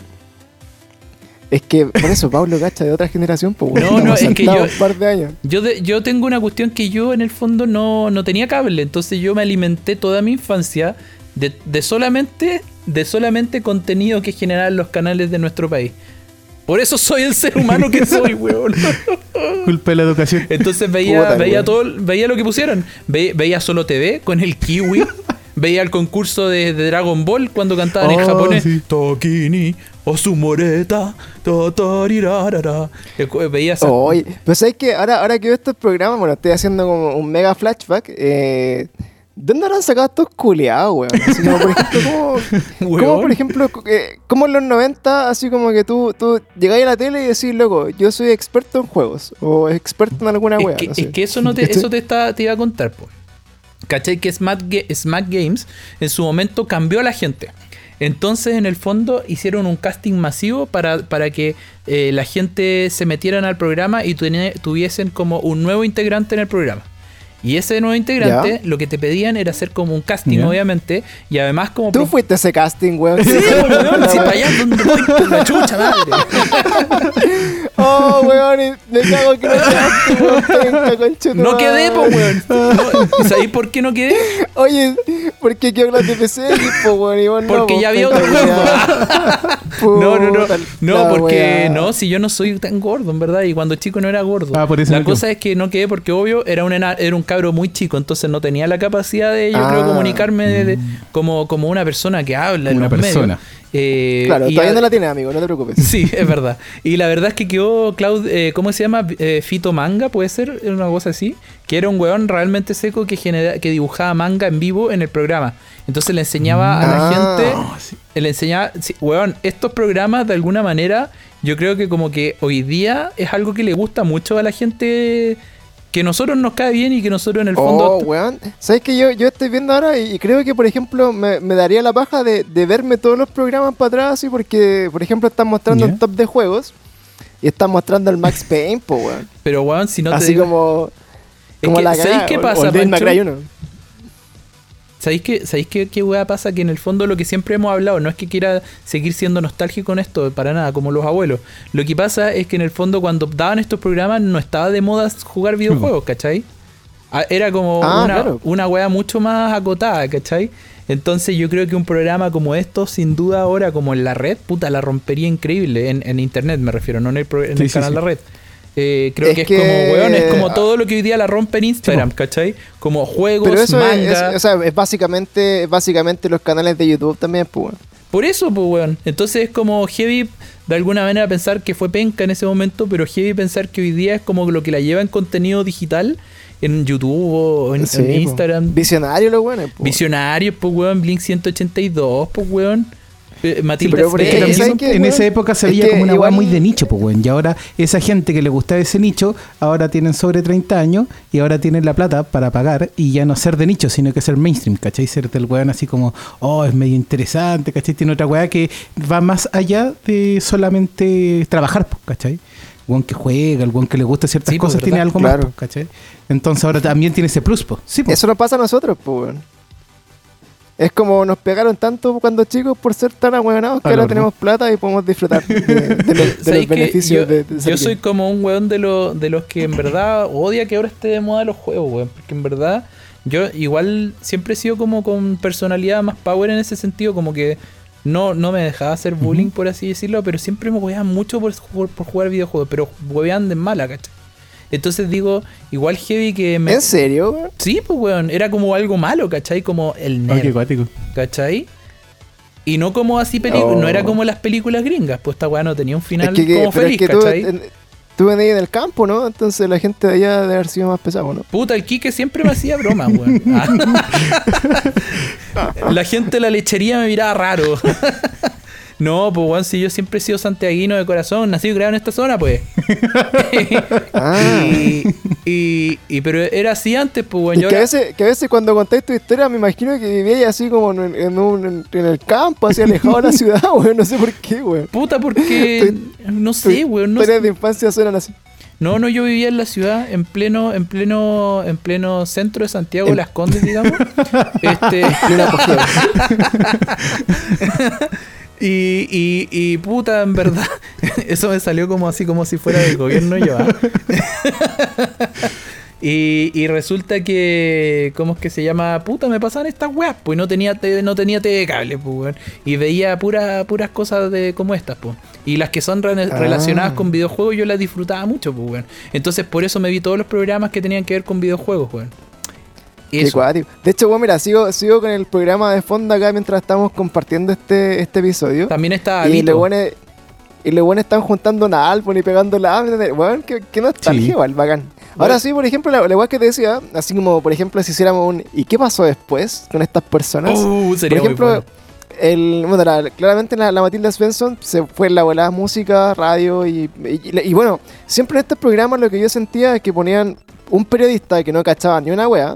[SPEAKER 1] Es que, por eso, Pablo gacha de otra generación, pues, weón.
[SPEAKER 2] No, no,
[SPEAKER 1] Estamos
[SPEAKER 2] es que
[SPEAKER 1] saltados
[SPEAKER 2] yo-
[SPEAKER 1] un par de años.
[SPEAKER 2] Yo, de- yo tengo una cuestión que yo en el fondo no, no tenía cable, entonces yo me alimenté toda mi infancia de, de solamente de solamente contenido que generaban los canales de nuestro país. Por eso soy el ser humano que soy, weón.
[SPEAKER 3] Culpa de la educación.
[SPEAKER 2] Entonces veía,
[SPEAKER 1] Puta,
[SPEAKER 2] veía
[SPEAKER 1] weón.
[SPEAKER 2] todo, veía lo que pusieron. Ve- veía Solo T V con el Kiwi. Veía el concurso de, de Dragon Ball cuando cantaban en
[SPEAKER 3] Oh,
[SPEAKER 2] japonés.
[SPEAKER 3] sí.
[SPEAKER 2] Tokini, Osumoreta, totorirarara. Eh, Veía esa-
[SPEAKER 1] Oye, pero sabes que ahora, ahora que veo estos programas, bueno, estoy haciendo como un mega flashback. Eh, ¿De dónde habrán sacado estos culiados, weón? Así como, por ejemplo, como, como,
[SPEAKER 2] Weón.
[SPEAKER 1] por ejemplo, eh, como en los noventa, así como que tú, tú llegáis a la tele y decís, loco, yo soy experto en juegos, o experto en alguna
[SPEAKER 2] Es
[SPEAKER 1] wea.
[SPEAKER 2] que,
[SPEAKER 1] no
[SPEAKER 2] es
[SPEAKER 1] sé.
[SPEAKER 2] que eso no te,
[SPEAKER 1] ¿Cachai?
[SPEAKER 2] eso te, está, te iba a contar, po. ¿Cachai? Que Smack, Ga- Smack Games en su momento cambió a la gente. Entonces, en el fondo, hicieron un casting masivo para, para que eh, la gente se metieran al programa y tuvie- tuviesen como un nuevo integrante en el programa. Y ese nuevo integrante, lo que te pedían era hacer como un casting,
[SPEAKER 3] Ya.
[SPEAKER 2] obviamente, y además como...
[SPEAKER 1] Tú
[SPEAKER 2] pro-
[SPEAKER 1] fuiste a ese casting, weón.
[SPEAKER 2] Sí, weón, si para allá donde voy, por la chucha, madre.
[SPEAKER 1] Oh, weón, y me cago que no quedaste, weón. Penca, concha tu
[SPEAKER 2] No quedé, po,
[SPEAKER 1] madre.
[SPEAKER 2] weón. No, ¿y sabéis por qué no quedé?
[SPEAKER 1] Oye, ¿por qué quedó la T P C, po, weón? Y vos no,
[SPEAKER 2] Porque
[SPEAKER 1] po,
[SPEAKER 2] ya había
[SPEAKER 1] penca,
[SPEAKER 2] otro
[SPEAKER 1] culiao.
[SPEAKER 2] No, no, no.
[SPEAKER 1] Puta
[SPEAKER 2] No,
[SPEAKER 1] la
[SPEAKER 2] porque
[SPEAKER 1] weá.
[SPEAKER 2] no, si yo no soy tan gordo, en verdad. Y cuando chico no era gordo.
[SPEAKER 3] Ah, por eso
[SPEAKER 2] la
[SPEAKER 3] no
[SPEAKER 2] cosa es que no quedé porque, obvio, era un, ena- era un cabro muy chico. Entonces no tenía la capacidad de, yo
[SPEAKER 1] Ah.
[SPEAKER 2] creo, comunicarme de- de- como, como una persona que habla en
[SPEAKER 3] Una
[SPEAKER 2] los medios.
[SPEAKER 3] persona.
[SPEAKER 2] Eh,
[SPEAKER 1] Claro,
[SPEAKER 2] y
[SPEAKER 1] todavía
[SPEAKER 2] a-
[SPEAKER 1] no la tienes, amigo, no te preocupes.
[SPEAKER 2] Sí, es verdad. Y la verdad es que quedó Claud, eh, ¿cómo se llama? Eh, Fito Manga, puede ser, era una cosa así. Que era un weón realmente seco que, genera, que dibujaba manga en vivo en el programa. Entonces le enseñaba a la
[SPEAKER 1] Ah.
[SPEAKER 2] gente,
[SPEAKER 3] No, sí.
[SPEAKER 2] le enseñaba, sí, weón, estos programas de alguna manera, yo creo que como que hoy día es algo que le gusta mucho a la gente, que nosotros nos cae bien y que nosotros en el fondo...
[SPEAKER 1] Oh, weón. ¿Sabes que yo, yo estoy viendo ahora y, y creo que, por ejemplo, me, me daría la paja de, de verme todos los programas para atrás, así porque, por ejemplo, están mostrando
[SPEAKER 3] Ya.
[SPEAKER 1] un top de juegos y están mostrando el Max Payne, po, weón.
[SPEAKER 2] pero weón, si no te
[SPEAKER 1] así
[SPEAKER 2] digo-
[SPEAKER 1] como...
[SPEAKER 2] Es
[SPEAKER 1] Como
[SPEAKER 2] que,
[SPEAKER 1] la
[SPEAKER 2] ¿sabéis
[SPEAKER 1] cagada,
[SPEAKER 2] qué
[SPEAKER 1] o-
[SPEAKER 2] pasa,
[SPEAKER 1] o el Devil May
[SPEAKER 2] Pancho?
[SPEAKER 1] Cry uno.
[SPEAKER 2] ¿Sabéis qué, ¿sabéis qué, qué weá pasa? Que en el fondo lo que siempre hemos hablado, no es que quiera seguir siendo nostálgico con esto, para nada, como los abuelos. Lo que pasa es que en el fondo cuando daban estos programas no estaba de moda jugar videojuegos, ¿cachai? Era como
[SPEAKER 1] Ah,
[SPEAKER 2] una,
[SPEAKER 1] claro.
[SPEAKER 2] una weá mucho más acotada, ¿cachai? Entonces yo creo que un programa como esto, sin duda ahora, como en la red, puta, la rompería increíble. En, en internet me refiero, no en el, pro- en
[SPEAKER 3] Sí,
[SPEAKER 2] el
[SPEAKER 3] sí,
[SPEAKER 2] canal
[SPEAKER 3] sí.
[SPEAKER 2] La Red. Eh, creo
[SPEAKER 1] Es
[SPEAKER 2] que es
[SPEAKER 1] que-
[SPEAKER 2] como, weón, es como todo lo que hoy día la rompe en Instagram, ¿cachai? Como juegos,
[SPEAKER 1] Pero eso es,
[SPEAKER 2] manga.
[SPEAKER 1] es- o sea, es básicamente, es básicamente los canales de YouTube también, pues. weón.
[SPEAKER 2] Por eso, pues, weón. Entonces es como heavy, de alguna manera, pensar que fue penca en ese momento, pero heavy pensar que hoy día es como lo que la lleva en contenido digital, en YouTube o en,
[SPEAKER 1] Sí,
[SPEAKER 2] en
[SPEAKER 1] po.
[SPEAKER 2] Instagram.
[SPEAKER 1] Visionario los buenos, pues.
[SPEAKER 2] Visionarios, pues, weón. Blink ciento ochenta y dos, pues, weón. Eh, Matilda
[SPEAKER 1] pero por
[SPEAKER 3] Es que
[SPEAKER 1] ejemplo,
[SPEAKER 2] Spencer.
[SPEAKER 1] ¿sabes
[SPEAKER 3] también
[SPEAKER 1] qué,
[SPEAKER 3] en
[SPEAKER 1] weón?
[SPEAKER 3] esa época se
[SPEAKER 1] Es
[SPEAKER 3] veía
[SPEAKER 1] que
[SPEAKER 3] como una weá
[SPEAKER 1] igual-
[SPEAKER 3] muy de nicho, pues, weón. Y ahora esa gente que le gustaba ese nicho, ahora tienen sobre treinta años y ahora tienen la plata para pagar y ya no ser de nicho, sino que ser mainstream, ¿cachai? Ser del weón así como, oh, es medio interesante, ¿cachai? Tiene otra weá que va más allá de solamente trabajar, pues, ¿cachai? El weón que juega, el weón que le gusta ciertas
[SPEAKER 2] Sí, pues,
[SPEAKER 3] cosas, tiene
[SPEAKER 2] ¿verdad?
[SPEAKER 3] algo
[SPEAKER 1] Claro.
[SPEAKER 3] más, pues, ¿cachai? Entonces ahora también tiene ese plus, pues. Sí, pues.
[SPEAKER 1] Eso nos pasa a nosotros, pues, weón. Es como nos pegaron tanto cuando chicos por ser tan ahueonados que
[SPEAKER 3] Al
[SPEAKER 1] ahora
[SPEAKER 3] horno.
[SPEAKER 1] tenemos plata y podemos disfrutar de, de los, de
[SPEAKER 2] ¿Sabéis
[SPEAKER 1] los
[SPEAKER 2] qué?
[SPEAKER 1] beneficios
[SPEAKER 2] yo,
[SPEAKER 1] de, de ser
[SPEAKER 2] yo soy
[SPEAKER 1] bien.
[SPEAKER 2] como un weón de, lo- de los que en verdad odia que ahora esté de moda los juegos, weón. Porque en verdad yo igual siempre he sido como con personalidad más power en ese sentido, como que no, no me dejaba hacer bullying, por así decirlo, pero siempre me hueveaban mucho por, por, por jugar videojuegos, pero hueveaban de mala, ¿cachai? Entonces digo, igual heavy que me...
[SPEAKER 1] ¿En serio, weón?
[SPEAKER 2] Sí, pues weón, era como algo malo, ¿cachai? Como el
[SPEAKER 3] Oh,
[SPEAKER 2] nerd.
[SPEAKER 3] qué cuático.
[SPEAKER 2] ¿Cachai? Y no como así películas,
[SPEAKER 1] Oh.
[SPEAKER 2] no era como las películas gringas, pues esta weá no tenía un final
[SPEAKER 1] Es que, que-
[SPEAKER 2] como
[SPEAKER 1] pero
[SPEAKER 2] feliz,
[SPEAKER 1] es que tú,
[SPEAKER 2] ¿cachai?
[SPEAKER 1] en- tú venís en el campo, ¿no? Entonces la gente de allá debe haber sido más pesado, ¿no?
[SPEAKER 2] Puta, el Quique siempre me hacía bromas, weón. Ah. La gente de la lechería me miraba raro. No, pues weón, si yo siempre he sido santiaguino de corazón, nacido y criado en esta zona, pues.
[SPEAKER 1] Ah.
[SPEAKER 2] y, y, y- pero era así antes, pues weón.
[SPEAKER 1] Y
[SPEAKER 2] yo
[SPEAKER 1] que a,
[SPEAKER 2] ahora-
[SPEAKER 1] veces, que a veces cuando contáis tu historia me imagino que vivíais así como en, en un, en el campo, así alejado de la ciudad, weón. No sé por qué, weón.
[SPEAKER 2] Puta, porque... No sé, weón. No,
[SPEAKER 1] Historias de infancia suenan así.
[SPEAKER 2] no, no, yo vivía en la ciudad, en pleno, en pleno, en pleno centro de Santiago,
[SPEAKER 1] En-
[SPEAKER 2] Las Condes, digamos. este...
[SPEAKER 1] Pleno apogeo.
[SPEAKER 2] Y, y, y puta, en verdad, eso me salió como así, como si fuera del gobierno yo. ¿ah? y, y resulta que, ¿cómo es que se llama? Puta, me pasaban estas weas, pues no tenía T V, no tenía T V de cable, pues, weón. Y veía puras puras cosas de como estas, pues. Y las que son re-
[SPEAKER 1] Ah.
[SPEAKER 2] relacionadas con videojuegos yo las disfrutaba mucho, pues, weón. Entonces por eso me vi todos los programas que tenían que ver con videojuegos, weón.
[SPEAKER 1] Qué
[SPEAKER 2] Eso.
[SPEAKER 1] cuático. De hecho, bueno, mira, sigo, sigo con el programa de fondo acá mientras estamos compartiendo este, este episodio.
[SPEAKER 2] También está
[SPEAKER 1] Y
[SPEAKER 2] Vito.
[SPEAKER 1] los buenos y los buenos están juntando una álbum y pegando la álbum. Weón, qué, qué nostalgia,
[SPEAKER 3] Sí.
[SPEAKER 1] igual, bacán. Ahora sí, por ejemplo, la, la weá que te decía, así como, por ejemplo, si hiciéramos un ¿y qué pasó después con estas personas?
[SPEAKER 2] Uh, sería
[SPEAKER 1] por ejemplo,
[SPEAKER 2] muy bueno.
[SPEAKER 1] el, bueno, la- claramente la, la Matilda Svensson se fue en la volada música, radio y, y, y bueno, siempre en estos programas lo que yo sentía es que ponían un periodista que no cachaba ni una wea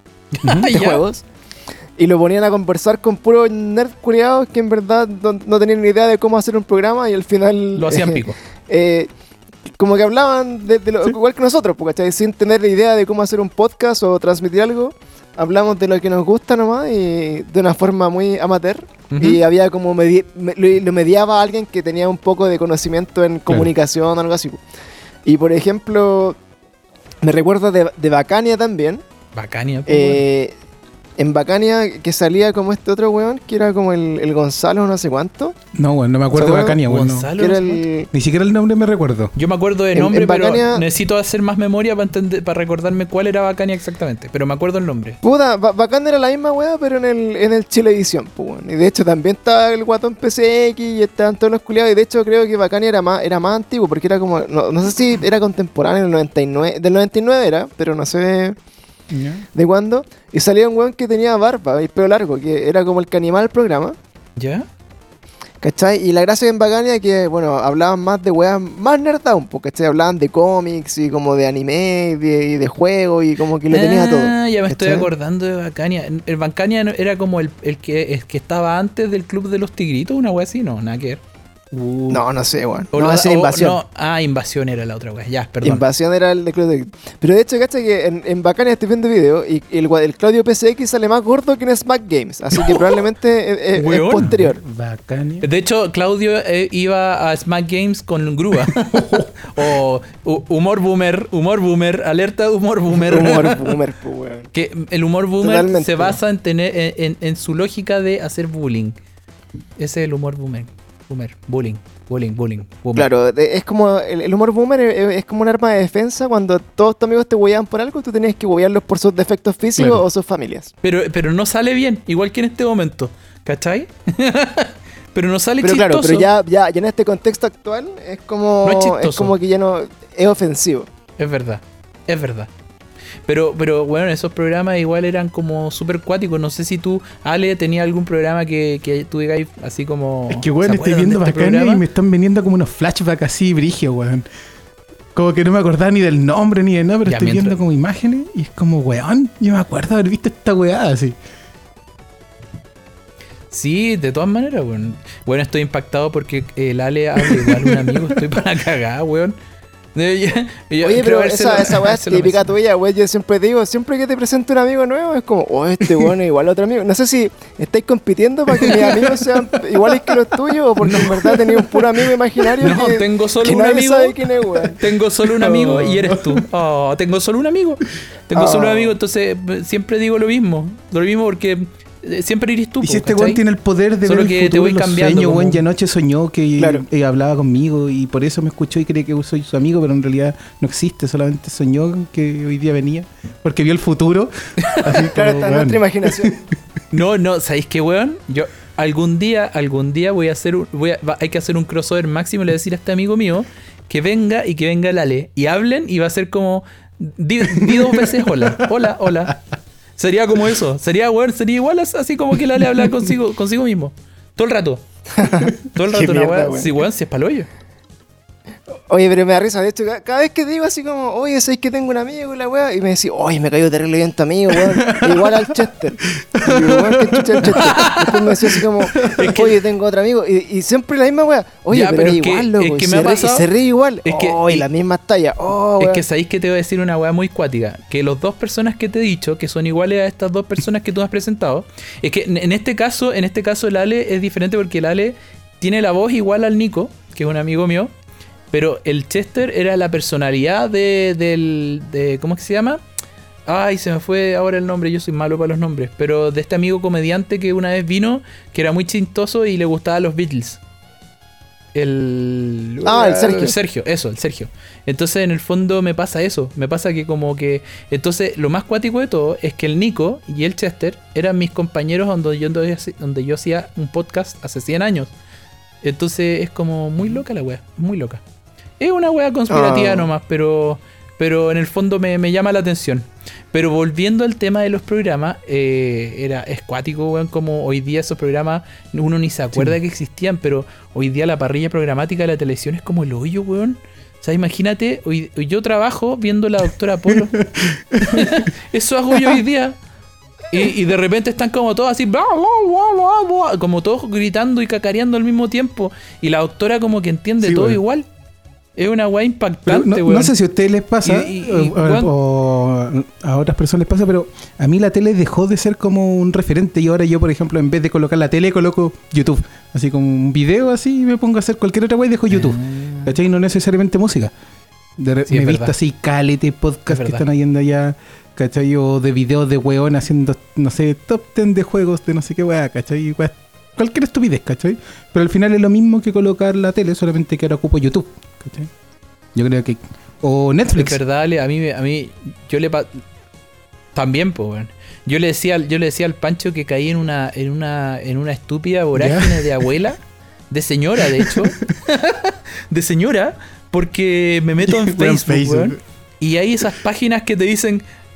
[SPEAKER 1] de
[SPEAKER 2] Ya.
[SPEAKER 1] juegos y lo ponían a conversar con puros nerd culiados que en verdad no, no tenían ni idea de cómo hacer un programa y al final
[SPEAKER 2] Lo hacían
[SPEAKER 1] eh,
[SPEAKER 2] pico.
[SPEAKER 1] eh, como que hablaban de, de lo,
[SPEAKER 3] Sí.
[SPEAKER 1] igual que nosotros, pues, ¿cachai? Sin tener idea de cómo hacer un podcast o transmitir algo. Hablamos de lo que nos gusta nomás y de una forma muy amateur.
[SPEAKER 2] Ujú.
[SPEAKER 1] Y había como medi- me- lo, lo mediaba alguien que tenía un poco de conocimiento en comunicación o algo así. pues. Y por ejemplo, me recuerdo de, de Bacania también.
[SPEAKER 2] Bacania, pues, weón.
[SPEAKER 1] Eh, en Bacania que salía como este otro weón, que era como el, el Gonzalo no sé cuánto.
[SPEAKER 3] No, weón, no me acuerdo de
[SPEAKER 1] ¿Seguro?
[SPEAKER 3] Bacania, weón. no.
[SPEAKER 2] Gonzalo.
[SPEAKER 1] Que era
[SPEAKER 2] no sé
[SPEAKER 1] el,
[SPEAKER 3] Ni siquiera el nombre me recuerdo.
[SPEAKER 2] Yo me acuerdo de
[SPEAKER 1] En-
[SPEAKER 2] nombre,
[SPEAKER 1] en
[SPEAKER 2] pero
[SPEAKER 1] Bacania-
[SPEAKER 2] necesito hacer más memoria para entender, para recordarme cuál era Bacania exactamente. Pero me acuerdo el nombre.
[SPEAKER 1] Puta, Ba- Bacán era la misma weá, pero en el, en el Chilevisión, pues, weón. Y de hecho también estaba el guatón P C X y estaban todos los culiados. Y de hecho creo que Bacán era más, era más antiguo, porque era como, no, no sé si era contemporáneo, del noventa y nueve, del noventa y nueve era, pero no sé de, de cuándo. Y salía un weón que tenía barba y pelo largo, que era como el que animaba el programa.
[SPEAKER 2] ¿Ya?
[SPEAKER 1] ¿Cachai? Y la gracia en Bacania es que, bueno, hablaban más de weas más nerdown, porque ¿cachai? Hablaban de cómics y como de anime y de, y de juegos y como que lo tenía todo.
[SPEAKER 2] Ah, ya me estoy
[SPEAKER 1] ¿cachai?
[SPEAKER 2] acordando de Bacania. El Bacania no- era como el, el que el que estaba antes del Club de los Tigritos, una wea así, no, nada que ver. Uh.
[SPEAKER 1] No, no sé, weón.
[SPEAKER 2] O
[SPEAKER 1] No,
[SPEAKER 2] lo-
[SPEAKER 1] ese
[SPEAKER 2] o-
[SPEAKER 1] invasión.
[SPEAKER 2] no, ah, invasión era la otra, weón. Ya, perdón.
[SPEAKER 1] Invasión era el de Claudio. Pero de hecho, cacha que en, en Bacania estoy viendo video y el, gua- el Claudio P C X sale más gordo que en Smack Games. Así que probablemente es, es- es
[SPEAKER 2] Weón.
[SPEAKER 1] posterior.
[SPEAKER 3] Bacania.
[SPEAKER 2] De hecho, Claudio eh, iba a Smack Games con grúa. o hu- humor boomer, humor boomer, alerta de humor boomer.
[SPEAKER 1] Humor boomer, pues, weón.
[SPEAKER 2] Que el humor boomer
[SPEAKER 1] Totalmente.
[SPEAKER 2] se basa en tener en, en- en su lógica de hacer bullying. Ese es el humor boomer. Boomer, bullying, bullying, bullying. Boomer.
[SPEAKER 1] Claro, de- es como el, el humor boomer es, es como un arma de defensa cuando todos tus amigos te huevean por algo, tú tenías que huevearlos por sus defectos físicos
[SPEAKER 3] Claro.
[SPEAKER 1] o sus familias.
[SPEAKER 2] Pero, pero no sale bien, igual que en este momento. ¿Cachai? pero no sale
[SPEAKER 1] Pero
[SPEAKER 2] chistoso.
[SPEAKER 1] claro, pero ya, ya, ya en este contexto actual es como,
[SPEAKER 2] No es chistoso.
[SPEAKER 1] es como que ya no es ofensivo.
[SPEAKER 2] Es verdad, es verdad. Pero, pero bueno, esos programas igual eran como súper cuáticos. No sé si tú, Ale, tenías algún programa que, que tú digáis así como...
[SPEAKER 3] Es que, weón,
[SPEAKER 2] ¿se
[SPEAKER 3] estoy
[SPEAKER 2] acuerdan
[SPEAKER 3] viendo
[SPEAKER 2] de este
[SPEAKER 3] Bacania y
[SPEAKER 2] programa?
[SPEAKER 3] me están viniendo como unos flashbacks así, brigio, weón. Como que no me acordaba ni del nombre ni de nada, pero
[SPEAKER 2] Ya,
[SPEAKER 3] estoy
[SPEAKER 2] mientras-
[SPEAKER 3] viendo como imágenes y es como, weón, yo me acuerdo haber visto esta weá así.
[SPEAKER 2] Sí, de todas maneras, weón. Bueno, estoy impactado porque el Ale habla igual un amigo. Estoy para cagar, weón. Eh, ya- ya,
[SPEAKER 1] Oye,
[SPEAKER 2] creo
[SPEAKER 1] pero
[SPEAKER 2] habérselo-
[SPEAKER 1] esa, esa weá es
[SPEAKER 2] habérselo
[SPEAKER 1] típica
[SPEAKER 2] mencionado.
[SPEAKER 1] tuya, weón. Yo siempre digo, siempre que te presento un amigo nuevo, es como, oh, este bueno igual a otro amigo. No sé si estáis compitiendo para que mis amigos sean iguales que los tuyos o porque en verdad tenéis un puro amigo imaginario
[SPEAKER 2] No,
[SPEAKER 1] que,
[SPEAKER 2] tengo solo
[SPEAKER 1] que
[SPEAKER 2] un
[SPEAKER 1] nadie
[SPEAKER 2] amigo.
[SPEAKER 1] sabe quién es, weón.
[SPEAKER 2] Tengo solo un amigo
[SPEAKER 1] Oh.
[SPEAKER 2] y eres tú. Oh, tengo solo un amigo. Tengo solo un
[SPEAKER 1] Oh.
[SPEAKER 2] amigo, entonces eh, siempre digo lo mismo. Lo mismo porque eh, siempre eres tú.
[SPEAKER 3] Y
[SPEAKER 2] po,
[SPEAKER 3] si este
[SPEAKER 2] ¿cachai?
[SPEAKER 3] weón tiene el poder de
[SPEAKER 2] Solo
[SPEAKER 3] ver
[SPEAKER 2] que
[SPEAKER 3] el
[SPEAKER 2] te
[SPEAKER 3] futuro
[SPEAKER 2] voy
[SPEAKER 3] en los
[SPEAKER 2] cambiando
[SPEAKER 3] sueños, weón,
[SPEAKER 2] como-
[SPEAKER 3] y anoche soñó que
[SPEAKER 1] Claro.
[SPEAKER 3] eh, hablaba conmigo y por eso me escuchó y cree que soy su amigo, pero en realidad no existe, solamente soñó que hoy día venía, porque vio el futuro. Así
[SPEAKER 1] Claro,
[SPEAKER 3] como,
[SPEAKER 1] está en
[SPEAKER 3] weón.
[SPEAKER 1] nuestra imaginación.
[SPEAKER 2] No, no, ¿sabéis qué, weón? Yo algún día, algún día voy a hacer un, voy a- va- hay que hacer un crossover máximo y le voy a decir a este amigo mío que venga y que venga el Ale y hablen y va a ser como di, di dos veces hola, hola, hola. Sería como eso, sería weón, sería igual as- así como que el Ale habla consigo, consigo mismo. Todo el rato. Todo el
[SPEAKER 1] Qué
[SPEAKER 2] rato una
[SPEAKER 1] mierda,
[SPEAKER 2] weá.
[SPEAKER 1] weón.
[SPEAKER 2] Sí, weón, si es paloyo.
[SPEAKER 1] Oye, pero me da risa. De hecho, ca- cada vez que digo así como, oye, ¿sabes que tengo un amigo y la weá? Y me decís, oye, me cayó terrible bien tu amigo, weón. Igual al Chester. Y digo, weón, ¿qué chucha el Chester? Después me decía así como, oye, tengo otro amigo. Y, y siempre la misma weá. Oye,
[SPEAKER 2] Ya,
[SPEAKER 1] pero,
[SPEAKER 2] pero
[SPEAKER 1] es
[SPEAKER 2] es que-
[SPEAKER 1] igual, loco.
[SPEAKER 2] es que
[SPEAKER 1] y
[SPEAKER 2] me
[SPEAKER 1] se
[SPEAKER 2] ha
[SPEAKER 1] ríe-
[SPEAKER 2] pasado-
[SPEAKER 1] y se ríe igual.
[SPEAKER 2] es que-
[SPEAKER 1] oh, y
[SPEAKER 2] y-
[SPEAKER 1] las mismas tallas. Oh,
[SPEAKER 2] Es
[SPEAKER 1] weón.
[SPEAKER 2] que sabéis que te voy a decir una weá muy cuática. Que las dos personas que te he dicho, que son iguales a estas dos personas que tú has presentado, es que en en este caso, en este caso el Ale es diferente porque el Ale tiene la voz igual al Nico, que es un amigo mío, pero el Chester era la personalidad de, del, de ¿cómo es que se llama? Ay, se me fue ahora el nombre, yo soy malo para los nombres, pero de este amigo comediante que una vez vino, que era muy chistoso y le gustaban los Beatles. El...
[SPEAKER 1] Ah, el Sergio.
[SPEAKER 2] El Sergio, eso, el Sergio. Entonces, en el fondo me pasa eso. Me pasa que como que... Entonces, lo más cuático de todo es que el Nico y el Chester eran mis compañeros donde yo, donde yo hacía un podcast hace cien años. Entonces, es como muy loca la wea. Muy loca. Es una wea conspirativa
[SPEAKER 1] Ah.
[SPEAKER 2] nomás, pero... Pero en el fondo me, me llama la atención. Pero volviendo al tema de los programas, eh, era es cuático, weón, como hoy día esos programas uno ni se acuerda
[SPEAKER 3] Sí.
[SPEAKER 2] que existían, pero hoy día la parrilla programática de la televisión es como el hoyo, weón. O sea, imagínate, hoy, hoy yo trabajo viendo la doctora Polo. Eso hago yo hoy día. Y, y de repente están como todos así, bla, bla, bla, bla, bla, como todos gritando y cacareando al mismo tiempo. Y la doctora como que entiende
[SPEAKER 3] Sí,
[SPEAKER 2] todo
[SPEAKER 3] weón.
[SPEAKER 2] igual. Es una weá
[SPEAKER 3] Pero
[SPEAKER 2] impactante,
[SPEAKER 3] no,
[SPEAKER 2] weón.
[SPEAKER 3] no sé si a ustedes les pasa
[SPEAKER 2] Y- y-
[SPEAKER 3] o-
[SPEAKER 2] y-
[SPEAKER 3] o,
[SPEAKER 2] weón.
[SPEAKER 3] o a otras personas les pasa, pero a mí la tele dejó de ser como un referente y ahora yo, por ejemplo, en vez de colocar la tele, coloco YouTube. Así como un video así y me pongo a hacer cualquier otra wea y dejo YouTube.
[SPEAKER 2] Ah.
[SPEAKER 3] ¿Cachai? No necesariamente música. De re-
[SPEAKER 2] Sí,
[SPEAKER 3] me
[SPEAKER 2] es
[SPEAKER 3] he visto
[SPEAKER 2] verdad.
[SPEAKER 3] así calete, podcast
[SPEAKER 2] Es
[SPEAKER 3] que
[SPEAKER 2] verdad.
[SPEAKER 3] están yendo allá, ¿cachai? O de videos de weón haciendo, no sé, top ten de juegos de no sé qué wea, ¿cachai? Wea- cualquier estupidez, ¿cachai? Pero al final es lo mismo que colocar la tele, solamente que ahora ocupo YouTube, ¿cachai? Yo creo que... O Netflix.
[SPEAKER 2] Es verdad, Ale, a mí, me- a mí, yo le pa- también, pues, weón. Yo le decía, al- yo le decía al Pancho que caí en una, en una, en una estúpida vorágine de abuela, de señora, de hecho, de señora, porque me meto en
[SPEAKER 3] Weón,
[SPEAKER 2] Facebook,
[SPEAKER 3] Facebook.
[SPEAKER 2] weón, y hay esas páginas que te dicen,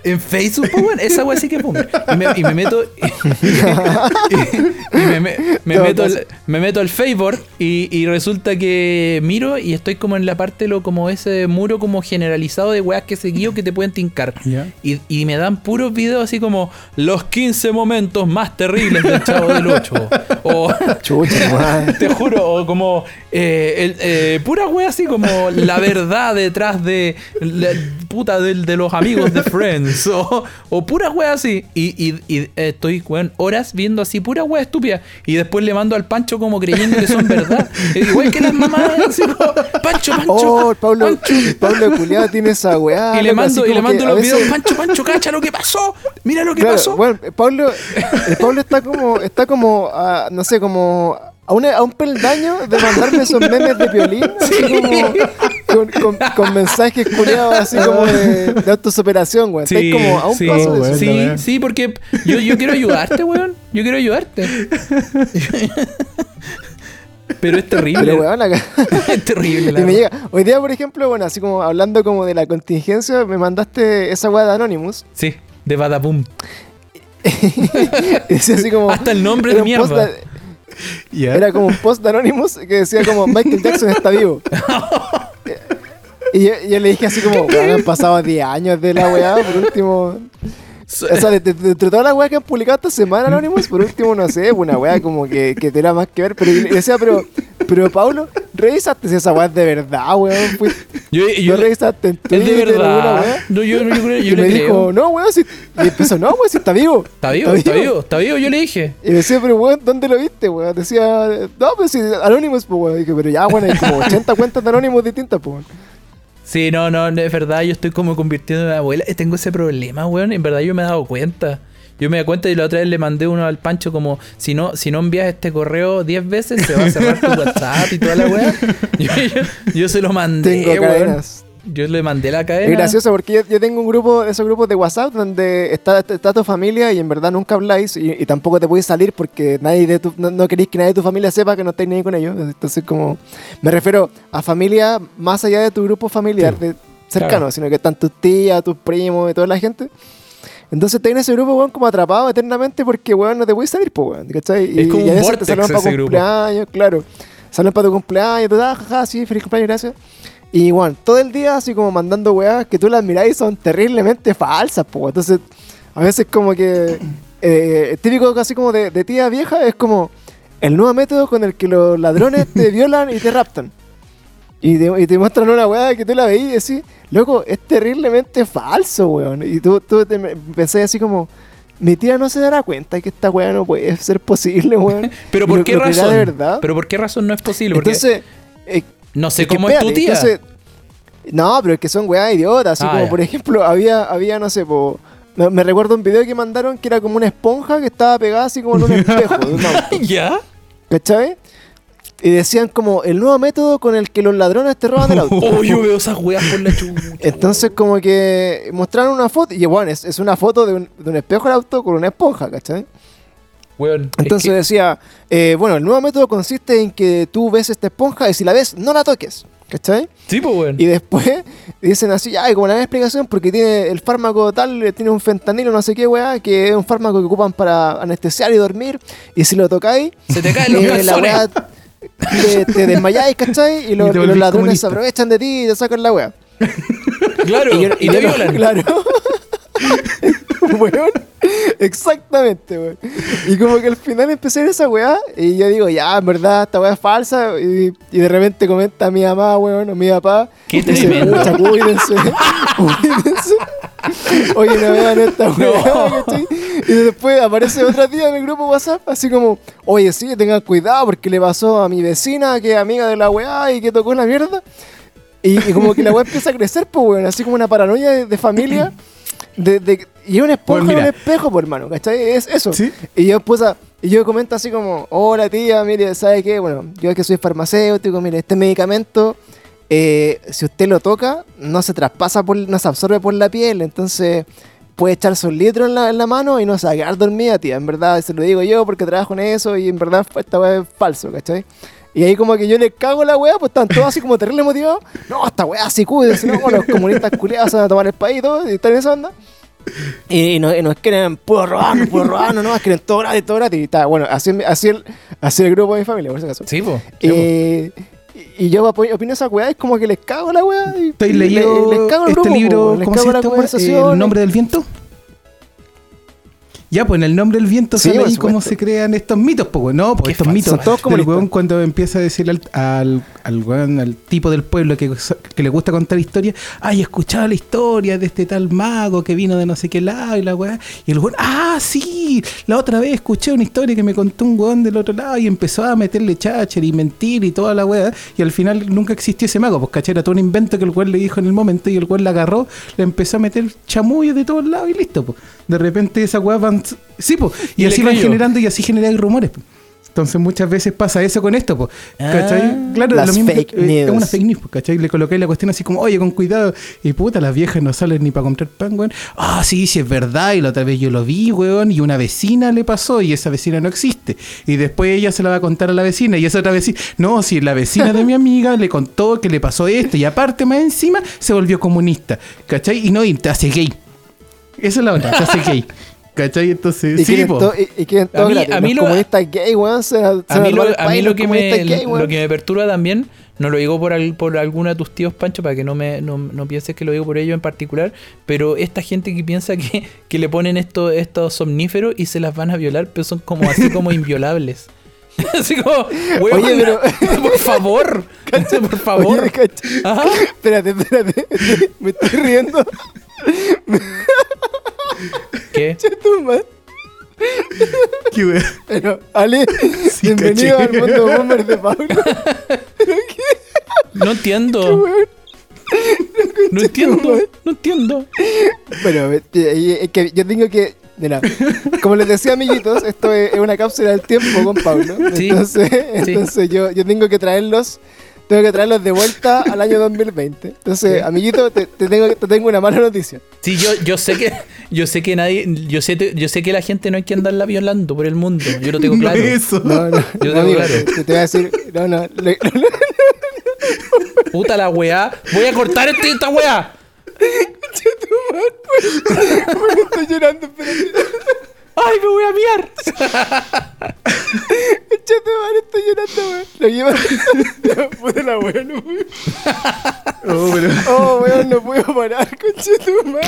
[SPEAKER 2] En Facebook, pues, weón, esa weá sí que es boomer. Y me, y me meto. Y, y- y me, me- me
[SPEAKER 1] Todo
[SPEAKER 2] meto
[SPEAKER 1] caso.
[SPEAKER 2] al, me meto al Facebook y, y resulta que miro y estoy como en la parte, lo, como ese muro como generalizado de weas que seguido que te pueden tincar.
[SPEAKER 3] Ya.
[SPEAKER 2] Y, y me dan puros videos así como los quince momentos más terribles del Chavo del ocho. O.
[SPEAKER 1] Chucha, madre.
[SPEAKER 2] Te juro, o como eh, el, eh, pura wea así como la verdad detrás de la puta de, de los amigos de Friends o, o pura wea así y, y, y eh, estoy weón, horas viendo así pura wea estúpida y después le mando al Pancho como creyendo que son verdad. Eh, igual que las mamás así como Pancho, Pancho,
[SPEAKER 1] Oh, el Pablo,
[SPEAKER 2] Pancho.
[SPEAKER 1] el Pablo culiado tiene esa weá.
[SPEAKER 2] Y le
[SPEAKER 1] loco, así
[SPEAKER 2] mando, y le
[SPEAKER 1] como que
[SPEAKER 2] mando
[SPEAKER 1] a
[SPEAKER 2] los
[SPEAKER 1] veces-
[SPEAKER 2] videos, Pancho, Pancho, cacha lo que pasó, mira lo que
[SPEAKER 1] Claro,
[SPEAKER 2] pasó.
[SPEAKER 1] bueno, Pablo, el Pablo está como, está como, a, no sé, como a, una- a un peldaño de mandarme esos memes de violín, así como con, con, con mensajes culiados así como de, de autosuperación, güey.
[SPEAKER 2] Sí,
[SPEAKER 1] Estáis como a un
[SPEAKER 2] sí,
[SPEAKER 1] paso de eso.
[SPEAKER 3] bueno.
[SPEAKER 2] sí,
[SPEAKER 3] weón.
[SPEAKER 2] sí, porque yo, yo quiero ayudarte, weón. Yo quiero ayudarte. Pero es terrible.
[SPEAKER 1] Pero weón, acá.
[SPEAKER 2] Es terrible. la
[SPEAKER 1] Y me
[SPEAKER 2] verdad.
[SPEAKER 1] llega. Hoy día, por ejemplo, bueno, así como hablando como de la contingencia, me mandaste esa weá de Anonymous.
[SPEAKER 2] Sí, de Badabum.
[SPEAKER 1] Y decía así como.
[SPEAKER 2] Hasta el nombre
[SPEAKER 1] era
[SPEAKER 2] de
[SPEAKER 1] un post
[SPEAKER 2] mierda.
[SPEAKER 1] de-
[SPEAKER 3] Ya.
[SPEAKER 1] Era como un post de Anonymous que decía como Michael Jackson está vivo. Y yo, yo le dije así como, weón, han pasado diez años de la weá, por último. O sea, de, de- de entre todas las weas que han publicado esta semana Anonymous, por último, no sé, una wea como que, que tenga más que ver. Pero yo le decía, pero, pero Paulo, revisaste si esa wea es de verdad, weón. Fui-
[SPEAKER 2] Yo, yo,
[SPEAKER 1] no revisaste en
[SPEAKER 2] es de
[SPEAKER 1] Twitter alguna
[SPEAKER 2] verdad.
[SPEAKER 1] wea.
[SPEAKER 2] No, yo, yo, creo- yo
[SPEAKER 1] Y me
[SPEAKER 2] le
[SPEAKER 1] dijo,
[SPEAKER 2] creo.
[SPEAKER 1] no, weón, si. Y empezó, no, weón, si está vivo.
[SPEAKER 2] Está vivo, está vivo, está vivo. Yo le dije.
[SPEAKER 1] Y me decía, pero weón, ¿dónde lo viste, weón? Decía, no, pues si Anonymous, pues weón. Dije, pero ya, weón, hay como ochenta cuentas de Anonymous distintas, pues weón.
[SPEAKER 2] Sí, no, no, es verdad. Yo estoy como convirtiendo en una abuela. Eh, Tengo ese problema, weón. En verdad, yo me he dado cuenta. Yo me di cuenta y la otra vez le mandé uno al Pancho como si no, si no envías este correo diez veces se va a cerrar tu WhatsApp y toda la weá. Yo, yo, yo se lo mandé,
[SPEAKER 1] Tengo
[SPEAKER 2] weón.
[SPEAKER 1] cadenas.
[SPEAKER 2] Yo le mandé la cadena.
[SPEAKER 1] Es gracioso porque yo, yo tengo un grupo, esos grupos de WhatsApp donde está, está tu familia y en verdad nunca habláis y, y tampoco te podéis salir porque nadie de tu, no, no queréis que nadie de tu familia sepa que no estáis ni con ellos. Entonces como me refiero a familia más allá de tu grupo familiar
[SPEAKER 2] Sí,
[SPEAKER 1] de, cercano,
[SPEAKER 2] claro.
[SPEAKER 1] sino que están tus tías, tus primos y toda la gente. Entonces estás en ese grupo, weón, como atrapado eternamente porque, weón, no te puedes salir, pues, weón, ¿cachai? Y,
[SPEAKER 2] Es como
[SPEAKER 1] y a
[SPEAKER 2] un
[SPEAKER 1] veces
[SPEAKER 2] vortex
[SPEAKER 1] te salen para
[SPEAKER 2] ese grupo.
[SPEAKER 1] cumpleaños, claro. Salen para tu cumpleaños, tú, ah, jaja, sí, feliz cumpleaños, gracias. Y bueno, todo el día así como mandando weas que tú las miráis y son terriblemente falsas, pues. Entonces, a veces como que eh, típico casi como de, de tía vieja es como el nuevo método con el que los ladrones te violan y te raptan. Y te, y te muestran una weá que tú la veís y decís, loco, es terriblemente falso, weón. Y tú, tú te pensás así como, mi tía no se dará cuenta que esta weá no puede ser posible, weón.
[SPEAKER 2] Pero
[SPEAKER 1] Y
[SPEAKER 2] ¿por
[SPEAKER 1] lo-
[SPEAKER 2] qué
[SPEAKER 1] lo creerá
[SPEAKER 2] razón?
[SPEAKER 1] de verdad.
[SPEAKER 2] Pero ¿por qué razón no es posible? Porque
[SPEAKER 1] Entonces, eh,
[SPEAKER 2] no sé
[SPEAKER 1] es que
[SPEAKER 2] cómo es tu
[SPEAKER 1] espérate,
[SPEAKER 2] tía.
[SPEAKER 1] entonces- no, pero es que son weas idiotas. Así
[SPEAKER 2] Ah,
[SPEAKER 1] como,
[SPEAKER 2] ya.
[SPEAKER 1] por ejemplo, había, había no sé, po, me, me recuerdo un video que mandaron que era como una esponja que estaba pegada así como en un espejo de un auto.
[SPEAKER 2] ¿Ya?
[SPEAKER 1] ¿Cachai? Y decían como el nuevo método con el que los ladrones te roban el auto.
[SPEAKER 2] Oh, yo veo esas weas por la chucha.
[SPEAKER 1] Entonces como que mostraron una foto y bueno, es, es una foto de un, de un espejo del auto con una esponja, ¿cachai?
[SPEAKER 2] Weón, es
[SPEAKER 1] Entonces
[SPEAKER 2] que-
[SPEAKER 1] decía, eh, bueno, el nuevo método consiste en que tú ves esta esponja y si la ves, no la toques, ¿cachai?
[SPEAKER 2] sí, pues, weón.
[SPEAKER 1] Y después dicen así, ay, como la explicación, porque tiene el fármaco tal, tiene un fentanilo, no sé qué, weá, que es un fármaco que ocupan para anestesiar y dormir, y si lo tocáis,
[SPEAKER 2] Se te caen los
[SPEAKER 1] eh, la
[SPEAKER 2] calzones.
[SPEAKER 1] weá, te, te desmayáis, ¿cachai? Y, lo-
[SPEAKER 3] Y te
[SPEAKER 1] y los
[SPEAKER 3] volvís
[SPEAKER 1] ladrones
[SPEAKER 3] comunista.
[SPEAKER 1] se aprovechan de ti y te sacan la weá.
[SPEAKER 2] Claro, y,
[SPEAKER 1] yo-
[SPEAKER 2] te
[SPEAKER 1] yo no-
[SPEAKER 2] violan.
[SPEAKER 1] Claro. Weón, exactamente, weón. Y como que al final empecé a ver esa weá y yo digo, ya, en verdad, esta weá es falsa. Y, y de repente comenta mi mamá, weón, o mi papá.
[SPEAKER 2] Qué
[SPEAKER 1] dice,
[SPEAKER 2] tremendo.
[SPEAKER 1] "Pucha, cuídense, cuídense. Oye, no vean esta weá, ¿cachai?" Y después aparece otra tía en el grupo WhatsApp, así como, oye, sí, tengan cuidado porque le pasó a mi vecina que es amiga de la weá y que tocó la mierda. Y, y como que la weá empieza a crecer, pues, weón, así como una paranoia de, de familia. De, de- y es una esponja
[SPEAKER 3] Pues
[SPEAKER 1] en un
[SPEAKER 3] mira.
[SPEAKER 1] espejo, pues, hermano, ¿cachai? Es eso.
[SPEAKER 3] Sí.
[SPEAKER 1] Y yo pues, a- y yo comento así como, hola tía, mire, ¿sabe qué? Bueno, yo que soy farmacéutico, mire, este medicamento, eh, si usted lo toca, no se traspasa, por, no se absorbe por la piel, entonces puede echarse un litro en la, en la mano y no se va a quedar dormida, tía. En verdad, se lo digo yo porque trabajo en eso y en verdad esta weá es falso, ¿cachai? Y ahí como que yo le cago la weá, pues están todos así como terrible motivados. No, esta weá sí cuídense, ¿no? Los comunistas culiados se van a tomar el país y todo, y están en esa onda. Y, y no, y nos quieren puro robando, puro robando, no, quieren todo gratis, todo gratis. Y está, bueno, así, así, el, así el grupo de mi familia, por si acaso.
[SPEAKER 2] Sí, po.
[SPEAKER 1] Eh, y, y yo opino esa weá, es como que les cago la weá. Y,
[SPEAKER 3] ¿Estáis
[SPEAKER 1] y le-
[SPEAKER 3] leyendo
[SPEAKER 1] les cago el
[SPEAKER 3] este
[SPEAKER 1] grupo,
[SPEAKER 3] libro?
[SPEAKER 1] po, les
[SPEAKER 3] ¿Cómo se
[SPEAKER 1] cago la
[SPEAKER 3] llama?
[SPEAKER 1] conversación.
[SPEAKER 3] ¿El nombre del viento? Ya, pues en el nombre del viento
[SPEAKER 1] Sí,
[SPEAKER 3] sale
[SPEAKER 1] por
[SPEAKER 3] ahí cómo
[SPEAKER 1] supuesto.
[SPEAKER 3] se crean estos mitos, pues, weón. No, pues
[SPEAKER 2] Qué
[SPEAKER 3] estos
[SPEAKER 2] falso.
[SPEAKER 3] mitos.
[SPEAKER 1] Son todos
[SPEAKER 3] El
[SPEAKER 1] comunistas.
[SPEAKER 3] weón cuando empieza a decirle al, al, al weón, al tipo del pueblo que, que le gusta contar historias, ay, escuchaba la historia de este tal mago que vino de no sé qué lado y la weá. Y el weón, ah, sí, la otra vez escuché una historia que me contó un weón del otro lado y empezó a meterle chácher y mentir y toda la weá. Y al final nunca existió ese mago, pues caché, era todo un invento que el weón le dijo en el momento y el weón la agarró, le empezó a meter chamullos de todos lados y listo, pues. De repente esa weá van... Sí, pues. Y,
[SPEAKER 2] Y
[SPEAKER 3] así
[SPEAKER 2] le
[SPEAKER 3] van
[SPEAKER 2] creyó.
[SPEAKER 3] generando y así generan rumores, pues. Entonces muchas veces pasa eso con esto, pues. ¿Cachai?
[SPEAKER 2] Ah,
[SPEAKER 3] Claro,
[SPEAKER 1] las
[SPEAKER 3] lo mismo
[SPEAKER 1] fake
[SPEAKER 3] que- eh, es
[SPEAKER 1] news.
[SPEAKER 3] una fake news, pues, ¿cachai? Le coloqué la cuestión así como, oye, con cuidado. Y puta, las viejas no salen ni para comprar pan, weón. Ah, sí, sí, es verdad. Y la otra vez yo lo vi, weón. Y una vecina le pasó y esa vecina no existe. Y después ella se la va a contar a la vecina. Y esa otra vecina, no, si la vecina de mi amiga le contó que le pasó esto. Y aparte, más encima, se volvió comunista. ¿Cachai? Y no, y te hace gay. Esa es la otra, te hace gay. ¿Cachai? Entonces,
[SPEAKER 1] Y
[SPEAKER 3] sí,
[SPEAKER 1] quieren
[SPEAKER 3] po.
[SPEAKER 1] todo, y, y quieren todo
[SPEAKER 2] A mí-
[SPEAKER 1] gratis.
[SPEAKER 2] a mí
[SPEAKER 1] Los
[SPEAKER 2] lo-
[SPEAKER 1] comunistas gay, weón, se, se
[SPEAKER 2] A mí,
[SPEAKER 1] nos
[SPEAKER 2] lo,
[SPEAKER 1] roba el
[SPEAKER 2] a mí
[SPEAKER 1] país,
[SPEAKER 2] lo,
[SPEAKER 1] los
[SPEAKER 2] que me,
[SPEAKER 1] comunistas gay,
[SPEAKER 2] lo
[SPEAKER 1] weón.
[SPEAKER 2] que me perturba también, no lo digo por, al- por alguno de tus tíos, Pancho, para que no me no, no pienses que lo digo por ellos en particular, pero esta gente que piensa que, que le ponen esto, estos somníferos y se las van a violar, pero son como así como inviolables. Así como, weón,
[SPEAKER 1] Oye, pero-
[SPEAKER 2] por favor, por favor.
[SPEAKER 1] Oye, cacha.
[SPEAKER 2] Ajá.
[SPEAKER 1] Espérate, espérate. Me estoy riendo.
[SPEAKER 2] ¿Qué?
[SPEAKER 1] Toma.
[SPEAKER 3] Qué weón.
[SPEAKER 1] Pero, Ale,
[SPEAKER 3] Sí,
[SPEAKER 1] bienvenido
[SPEAKER 3] caché.
[SPEAKER 1] al mundo boomer de Pablo.
[SPEAKER 2] No entiendo. No entiendo, no entiendo.
[SPEAKER 1] Bueno, eh, es que yo tengo que... Mira, como les decía, amiguitos, esto es es una cápsula del tiempo con Pablo.
[SPEAKER 2] Sí,
[SPEAKER 1] Entonces,
[SPEAKER 2] sí.
[SPEAKER 1] entonces yo, yo tengo que traerlos... Tengo que traerlos de vuelta al año dos mil veinte. Entonces,
[SPEAKER 2] Sí.
[SPEAKER 1] amiguito, te, te tengo, te tengo una mala noticia.
[SPEAKER 2] Sí, yo, yo sé que yo sé que nadie, yo sé, yo sé que la gente no hay que andarla violando por el mundo. Yo lo tengo
[SPEAKER 3] No
[SPEAKER 2] claro.
[SPEAKER 3] es eso.
[SPEAKER 1] No, no,
[SPEAKER 2] Yo
[SPEAKER 1] no,
[SPEAKER 2] tengo
[SPEAKER 1] amigo,
[SPEAKER 2] claro.
[SPEAKER 1] te, te voy a decir... No, no, le-
[SPEAKER 2] Puta la weá. Voy a cortar este, esta weá.
[SPEAKER 1] estoy llorando, espérate.
[SPEAKER 2] Ay, me voy a miar.
[SPEAKER 1] Chate, madre, estoy llorando, weón. Lo lleva... Puta la weón, no puedo...
[SPEAKER 3] Oh, pero...
[SPEAKER 1] Oh, weón, no puedo parar, conchetumare.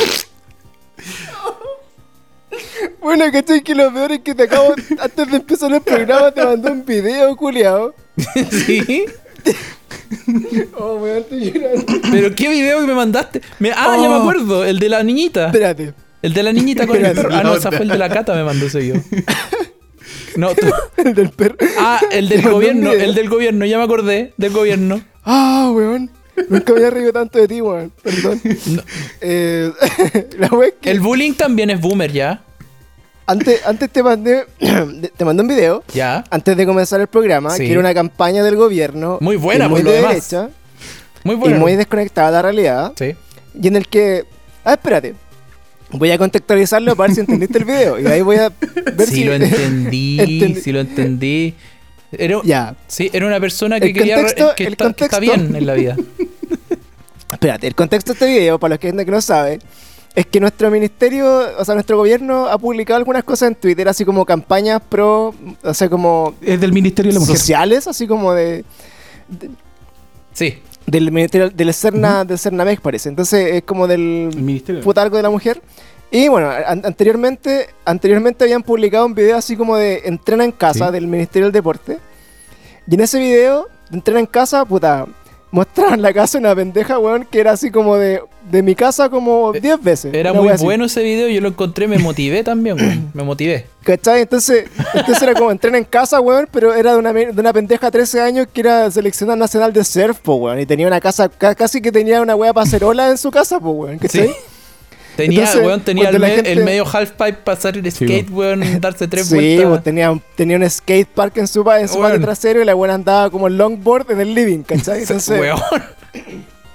[SPEAKER 1] Bueno, ¿cachai? Que lo peor es que te acabo... Antes de empezar el programa te mandé un video, culiao.
[SPEAKER 2] Sí.
[SPEAKER 1] Oh, weón, estoy llorando.
[SPEAKER 2] Pero qué video que me mandaste. Me- ah, ya me
[SPEAKER 1] Oh.
[SPEAKER 2] acuerdo. El de la niñita.
[SPEAKER 1] Espérate.
[SPEAKER 2] El de la niñita con el
[SPEAKER 1] Espérate.
[SPEAKER 2] perro. Ah, no, esa fue el de la Cata, me mandó ese video. No, tú-
[SPEAKER 1] El del perro.
[SPEAKER 2] Ah, el
[SPEAKER 1] Te
[SPEAKER 2] del
[SPEAKER 1] mandó un
[SPEAKER 2] gobierno,
[SPEAKER 1] video.
[SPEAKER 2] el del gobierno, ya me acordé, del gobierno.
[SPEAKER 1] Ah, weón. Nunca me había reído tanto de ti, weón. Perdón.
[SPEAKER 2] No.
[SPEAKER 1] Eh, la weón es que...
[SPEAKER 2] El bullying también es boomer, ya.
[SPEAKER 1] Antes, antes te mandé... te mandé un video.
[SPEAKER 2] Ya.
[SPEAKER 1] Antes de comenzar el programa,
[SPEAKER 2] Sí.
[SPEAKER 1] que era una campaña del gobierno.
[SPEAKER 2] Muy buena,
[SPEAKER 1] y muy
[SPEAKER 2] por lo
[SPEAKER 1] de
[SPEAKER 2] demás.
[SPEAKER 1] derecha.
[SPEAKER 2] Muy bueno.
[SPEAKER 1] Y muy desconectada de la realidad.
[SPEAKER 2] Sí.
[SPEAKER 1] Y en el que... Ah, espérate. Voy a contextualizarlo para ver si entendiste el video. Y ahí voy a ver
[SPEAKER 2] Sí
[SPEAKER 1] si...
[SPEAKER 2] lo entendí,
[SPEAKER 1] Entendí.
[SPEAKER 2] sí lo entendí. Era,
[SPEAKER 1] Ya.
[SPEAKER 2] sí, era una persona que
[SPEAKER 1] El
[SPEAKER 2] quería
[SPEAKER 1] contexto-
[SPEAKER 2] que,
[SPEAKER 1] el
[SPEAKER 2] está, que está
[SPEAKER 1] contexto.
[SPEAKER 2] bien en la vida.
[SPEAKER 1] Espérate, el contexto de este video, para los que, que no saben, es que nuestro ministerio, o sea, nuestro gobierno ha publicado algunas cosas en Twitter, así como campañas pro, o sea, como
[SPEAKER 3] Es del Ministerio de la Mujer.
[SPEAKER 1] sociales, así como de...
[SPEAKER 2] Sí.
[SPEAKER 1] Del ministerio, del Cerna, del Cernamec parece. Entonces es como del...
[SPEAKER 3] El Ministerio.
[SPEAKER 1] puta algo de la mujer. Y bueno, an- anteriormente anteriormente habían publicado un video así como de entrena en casa
[SPEAKER 3] Sí.
[SPEAKER 1] del Ministerio del Deporte. Y en ese video de entrena en casa, puta, mostraban la casa de una pendeja, weón, que era así como de, de mi casa como diez veces.
[SPEAKER 2] Era
[SPEAKER 1] una
[SPEAKER 2] muy
[SPEAKER 1] wea así.
[SPEAKER 2] bueno ese video, yo lo encontré, me motivé también, güey. Me motivé.
[SPEAKER 1] ¿Cachai? Entonces, entonces era como entrena en casa, weón, pero era de una, me- de una pendeja de trece años que era seleccionada nacional de surf, po, weón. Y tenía una casa, ca- casi que tenía una wea para hacer ola en su casa, po, weón. ¿Cachai?
[SPEAKER 2] Sí. Tenía,
[SPEAKER 1] Entonces,
[SPEAKER 2] weón, tenía el,
[SPEAKER 1] cuando la
[SPEAKER 2] me-
[SPEAKER 1] gente-
[SPEAKER 2] el medio halfpipe para hacer el
[SPEAKER 3] Sí,
[SPEAKER 2] skate, weón, darse tres
[SPEAKER 1] Sí,
[SPEAKER 2] vueltas.
[SPEAKER 1] pues tenía, un- tenía un skate park en su, pa- en su
[SPEAKER 2] Weón.
[SPEAKER 1] patio trasero y la buena andaba como longboard en el living, ¿cachai? Entonces,
[SPEAKER 2] Weón.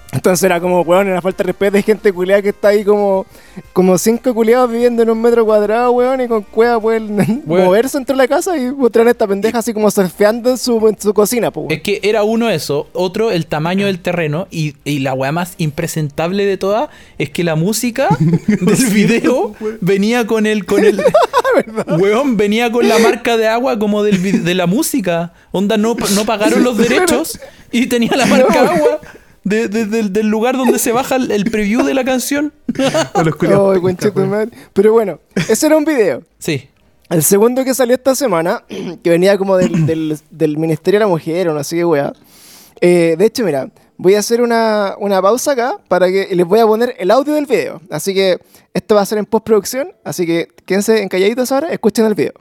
[SPEAKER 1] Entonces era como, weón, en la falta de respeto hay gente culiada que está ahí como como cinco culiados viviendo en un metro cuadrado, weón, y con cueva pueden moverse dentro de la casa y mostrar esta pendeja así como surfeando en su, en su cocina, pues.
[SPEAKER 2] Es que era uno eso, otro el tamaño del terreno y, y la weá más impresentable de todas es que la música del video venía con el, con el weón, venía con la marca de agua como del, de la música. Onda, no, no pagaron los derechos y tenía la marca de agua. De, de, de, del lugar donde se baja el, el preview de la canción.
[SPEAKER 1] Oh, pero bueno, ese era un video.
[SPEAKER 2] Sí.
[SPEAKER 1] El segundo que salió esta semana, que venía como del, del, del Ministerio de la Mujer o no sé qué weá. Eh, de hecho, mira, voy a hacer una, una pausa acá para que les voy a poner el audio del video. Así que esto va a ser en postproducción. Así que quédense encalladitos ahora, escuchen el video.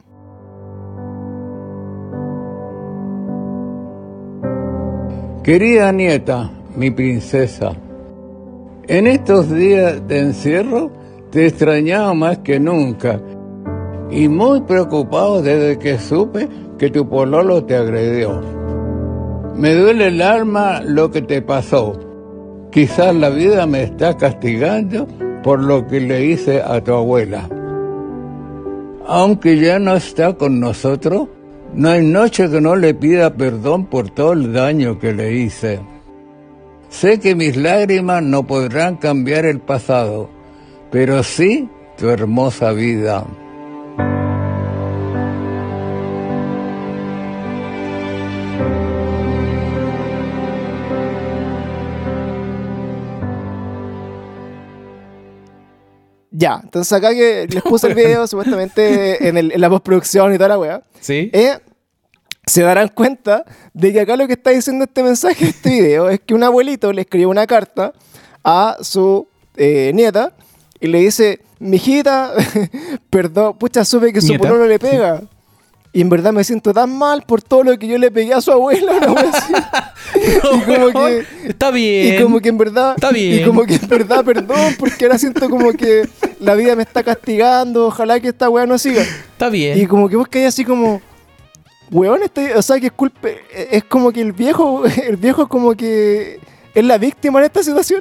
[SPEAKER 4] Querida nieta, mi princesa, en estos días de encierro te extrañaba más que nunca y muy preocupado desde que supe que tu pololo te agredió. Me duele el alma lo que te pasó. Quizás la vida me está castigando por lo que le hice a tu abuela. Aunque ya no está con nosotros, no hay noche que no le pida perdón por todo el daño que le hice. Sé que mis lágrimas no podrán cambiar el pasado, pero sí tu hermosa vida.
[SPEAKER 1] Ya, entonces acá que les puse el video supuestamente en, el, en la postproducción y toda la weá.
[SPEAKER 2] Sí.
[SPEAKER 1] Eh, se darán cuenta de que acá lo que está diciendo este mensaje, este video, es que un abuelito le escribió una carta a su eh, nieta y le dice, mijita, perdón, pucha, supe que su
[SPEAKER 2] ¿Nieta?
[SPEAKER 1] pololo le pega. Y en verdad me siento tan mal por todo lo que yo le pegué a su abuela, ¿no?
[SPEAKER 2] No,
[SPEAKER 1] y como
[SPEAKER 2] weón,
[SPEAKER 1] que,
[SPEAKER 2] está bien.
[SPEAKER 1] y como que en verdad,
[SPEAKER 2] Está bien.
[SPEAKER 1] y como que en verdad, perdón, porque ahora siento como que la vida me está castigando, ojalá que esta weá no siga.
[SPEAKER 2] Está bien.
[SPEAKER 1] Y como que vos caes así como, weón, este, o sea, que es culpa, es como que el viejo, el viejo como que es la víctima en esta situación.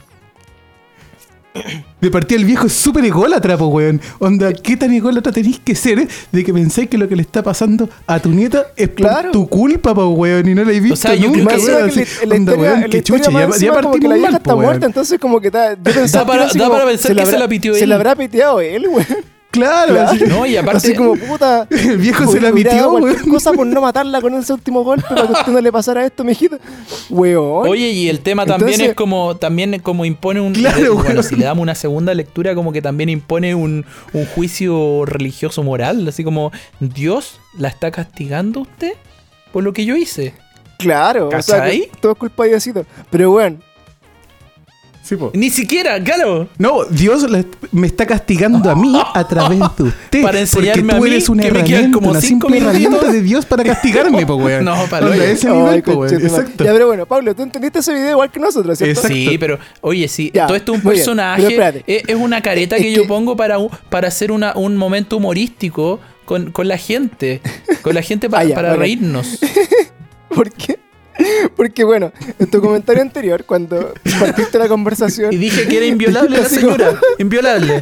[SPEAKER 3] De partida el viejo es súper ególatra, po, weón. Onda, ¿qué tan ególatra tenés que ser de que pensáis que lo que le está pasando a tu nieta es
[SPEAKER 1] Claro.
[SPEAKER 3] por tu culpa, po, weón? Y no la he visto
[SPEAKER 2] O sea, yo
[SPEAKER 3] nunca,
[SPEAKER 2] creo que
[SPEAKER 3] weón.
[SPEAKER 1] sí,
[SPEAKER 3] Así,
[SPEAKER 1] en la
[SPEAKER 3] onda,
[SPEAKER 1] historia-
[SPEAKER 3] weón,
[SPEAKER 1] en la
[SPEAKER 3] qué
[SPEAKER 1] historia
[SPEAKER 3] chucha,
[SPEAKER 1] más
[SPEAKER 3] ya,
[SPEAKER 1] encima
[SPEAKER 3] ya
[SPEAKER 1] como que
[SPEAKER 3] partimos
[SPEAKER 1] la vieja
[SPEAKER 3] mal,
[SPEAKER 1] está
[SPEAKER 3] po, weón.
[SPEAKER 1] muerta, entonces como que está, yo pensaba
[SPEAKER 2] Da
[SPEAKER 1] que
[SPEAKER 2] para-
[SPEAKER 1] era así
[SPEAKER 2] da
[SPEAKER 1] como,
[SPEAKER 2] para pensar que
[SPEAKER 1] habrá-
[SPEAKER 2] se la pitió
[SPEAKER 1] se
[SPEAKER 2] él.
[SPEAKER 1] la habrá piteado él, weón.
[SPEAKER 3] Claro,
[SPEAKER 1] Claro.
[SPEAKER 3] así-
[SPEAKER 2] No, y aparte.
[SPEAKER 1] Así como, puta,
[SPEAKER 3] el viejo se la
[SPEAKER 1] hubiera
[SPEAKER 3] pitió,
[SPEAKER 1] dado cualquier
[SPEAKER 3] weón.
[SPEAKER 1] cosa por no matarla con ese último golpe para que a usted no le pasara esto, mijita. Weón.
[SPEAKER 2] Oye, y el tema también
[SPEAKER 1] Entonces-
[SPEAKER 2] es como también como impone un
[SPEAKER 3] Claro,
[SPEAKER 2] eh, bueno,
[SPEAKER 3] weón.
[SPEAKER 2] si le damos una segunda lectura como que también impone un, un juicio religioso moral, así como Dios la está castigando a usted por lo que yo hice.
[SPEAKER 1] Claro, o sea,
[SPEAKER 2] ¿Cachai?
[SPEAKER 1] que todo es culpa de Diosito. Pero weón,
[SPEAKER 3] Sí, po.
[SPEAKER 2] Ni siquiera, claro.
[SPEAKER 3] No, Dios la- me está castigando a mí a través de usted.
[SPEAKER 2] Para enseñarme
[SPEAKER 3] porque tú
[SPEAKER 2] a mí
[SPEAKER 3] eres una
[SPEAKER 2] que me quedan
[SPEAKER 3] herramienta,
[SPEAKER 2] como
[SPEAKER 3] una
[SPEAKER 2] cinco
[SPEAKER 3] simple
[SPEAKER 2] minutitos.
[SPEAKER 3] herramienta de Dios para castigarme, po, weón.
[SPEAKER 2] No, para
[SPEAKER 3] Onda,
[SPEAKER 2] lo-
[SPEAKER 3] ese
[SPEAKER 1] ay,
[SPEAKER 3] nivel, po, weón.
[SPEAKER 1] conchetumare.
[SPEAKER 3] Exacto.
[SPEAKER 1] Ya, pero bueno, Pablo, tú entendiste ese video igual que nosotros, ¿cierto?
[SPEAKER 3] Exacto.
[SPEAKER 2] Sí, pero oye, sí,
[SPEAKER 1] Ya,
[SPEAKER 2] todo esto es un
[SPEAKER 1] muy bien,
[SPEAKER 2] personaje,
[SPEAKER 1] pero espérate.
[SPEAKER 2] es, es una careta
[SPEAKER 1] Es
[SPEAKER 2] que, yo
[SPEAKER 1] que-
[SPEAKER 2] pongo para, un- para hacer una, un momento humorístico con, con la gente, con la gente pa-
[SPEAKER 1] Ah, ya,
[SPEAKER 2] para
[SPEAKER 1] bueno.
[SPEAKER 2] reírnos.
[SPEAKER 1] ¿Por qué? Porque bueno, en tu comentario anterior, cuando partiste la conversación,
[SPEAKER 2] Y dije que era inviolable la
[SPEAKER 1] Así como-
[SPEAKER 2] señora, inviolable.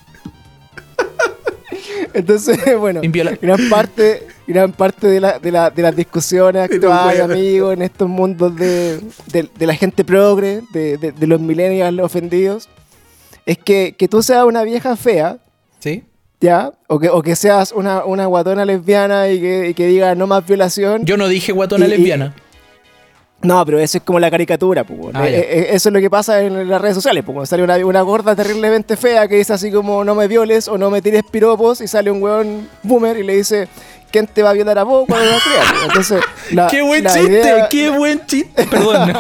[SPEAKER 1] entonces, bueno,
[SPEAKER 2] Inviola-
[SPEAKER 1] gran parte, gran parte de, la, de, la, de las discusiones
[SPEAKER 3] Pero,
[SPEAKER 1] actuales,
[SPEAKER 3] weón.
[SPEAKER 1] amigos, en estos mundos de, de, de la gente progre, de, de, de los millennials ofendidos, es que, que tú seas una vieja fea,
[SPEAKER 2] ¿Sí?
[SPEAKER 1] ¿ya? O que, o que seas una, una guatona lesbiana y que, y que diga no más violación.
[SPEAKER 2] Yo no dije guatona
[SPEAKER 1] Y- y-
[SPEAKER 2] lesbiana.
[SPEAKER 1] No, pero eso es como la caricatura, pues. weón.
[SPEAKER 2] Ah,
[SPEAKER 1] Eh,
[SPEAKER 2] ya.
[SPEAKER 1] eh, eso es lo que pasa en las redes sociales, pues. Sale una, una gorda terriblemente fea que dice así como no me violes o no me tires piropos y sale un weón boomer y le dice ¿quién te va a violar a vos cuando la creas? Pues. Entonces, la,
[SPEAKER 2] ¡Qué buen
[SPEAKER 1] la
[SPEAKER 2] chiste!
[SPEAKER 1] idea-
[SPEAKER 2] ¡Qué buen chiste! Perdón.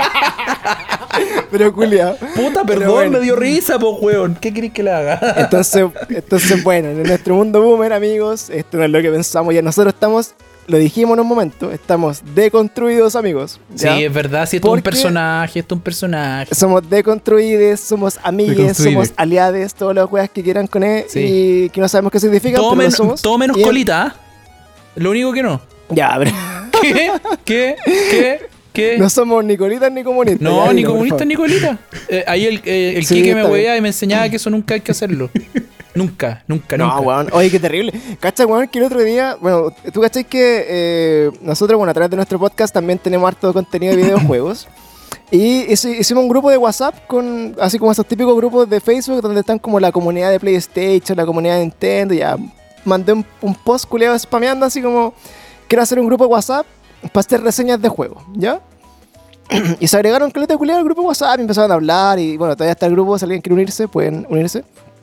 [SPEAKER 1] Pero culia.
[SPEAKER 2] Puta,
[SPEAKER 1] Pero
[SPEAKER 2] perdón,
[SPEAKER 1] bueno.
[SPEAKER 2] me dio risa, po, weón. ¿Qué querés que le haga?
[SPEAKER 1] Entonces, entonces, bueno, en nuestro mundo boomer, amigos, esto no es lo que pensamos. Ya nosotros estamos, lo dijimos en un momento, estamos deconstruidos, amigos.
[SPEAKER 2] Sí,
[SPEAKER 1] ¿ya?
[SPEAKER 2] es verdad, si esto es un
[SPEAKER 1] Porque-
[SPEAKER 2] personaje, esto es un personaje.
[SPEAKER 1] Somos deconstruidos, somos amigues,
[SPEAKER 3] Deconstruides.
[SPEAKER 1] somos aliades, todas las weas que quieran con él
[SPEAKER 2] Sí.
[SPEAKER 1] y que no sabemos qué significan,
[SPEAKER 2] Todo,
[SPEAKER 1] pero
[SPEAKER 2] men-
[SPEAKER 1] lo somos.
[SPEAKER 2] todo menos
[SPEAKER 1] Y-
[SPEAKER 2] colita, ¿ah? Lo único que no.
[SPEAKER 1] Ya, pero...
[SPEAKER 2] ¿Qué? ¿Qué? ¿Qué? ¿Qué?
[SPEAKER 1] No somos ni colitas ni comunistas.
[SPEAKER 2] No,
[SPEAKER 1] ya,
[SPEAKER 2] ni
[SPEAKER 1] dilo, por
[SPEAKER 2] comunista
[SPEAKER 1] favor.
[SPEAKER 2] ni colita. Eh, ahí el, eh, el
[SPEAKER 1] Sí,
[SPEAKER 2] Quique me
[SPEAKER 1] está bien.
[SPEAKER 2] weía y me enseñaba que eso nunca hay que hacerlo. Nunca, nunca,
[SPEAKER 1] No,
[SPEAKER 2] nunca.
[SPEAKER 1] weón. Oye, qué terrible. Cacha, weón, que el otro día... Bueno, tú cachai que eh, nosotros, bueno, a través de nuestro podcast también tenemos harto contenido de videojuegos. Y hici- hicimos un grupo de WhatsApp con... Así como esos típicos grupos de Facebook donde están como la comunidad de PlayStation, la comunidad de Nintendo. Ya mandé un, un post culeado spameando así como... Quiero hacer un grupo de WhatsApp para hacer reseñas de juegos, ¿ya? Y se agregaron caleta de culiado al grupo de WhatsApp y empezaron a hablar. Y bueno, todavía está el grupo, si alguien quiere unirse, pueden unirse.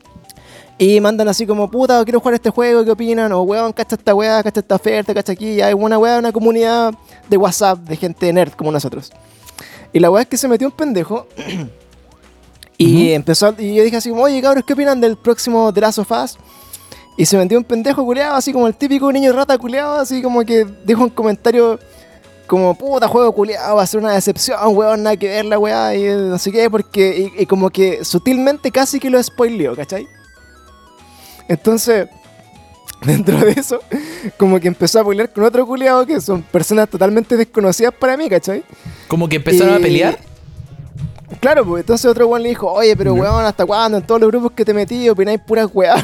[SPEAKER 1] Y mandan así como, puta, quiero jugar este juego, ¿qué opinan? O weón, cacha esta weá, cacha esta oferta, cacha aquí. Y hay una weá, una comunidad de WhatsApp de gente nerd como nosotros. Y la weá es que se metió un pendejo. Y empezó, a- y yo dije así como, oye cabros, ¿qué opinan del próximo The Last of Us? Y se metió un pendejo culeado, así como el típico niño rata culeado, así como que dijo un comentario como, puta, juego culeado, va a ser una decepción, weón, nada que ver la weá, y eh, no sé qué, porque, y, y como que sutilmente casi que lo spoileó, ¿cachai? Entonces, dentro de eso, como que empezó a pelear con otro culeado que son personas totalmente desconocidas para mí, ¿cachai?
[SPEAKER 2] Como que empezaron
[SPEAKER 1] Y-
[SPEAKER 2] a pelear.
[SPEAKER 1] Claro, pues entonces otro weón le dijo, oye, pero weón, ¿hasta cuándo? En todos los grupos que te metí opináis puras weas.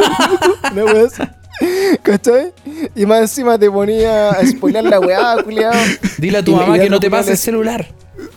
[SPEAKER 1] No weón. ¿Cachai? Y más encima te ponía a spoilear la weá, culiado.
[SPEAKER 2] Dile a tu
[SPEAKER 1] Y-
[SPEAKER 2] mamá
[SPEAKER 1] y
[SPEAKER 2] que
[SPEAKER 1] otro
[SPEAKER 2] no te
[SPEAKER 1] culiao
[SPEAKER 2] pase
[SPEAKER 1] le-
[SPEAKER 2] el celular.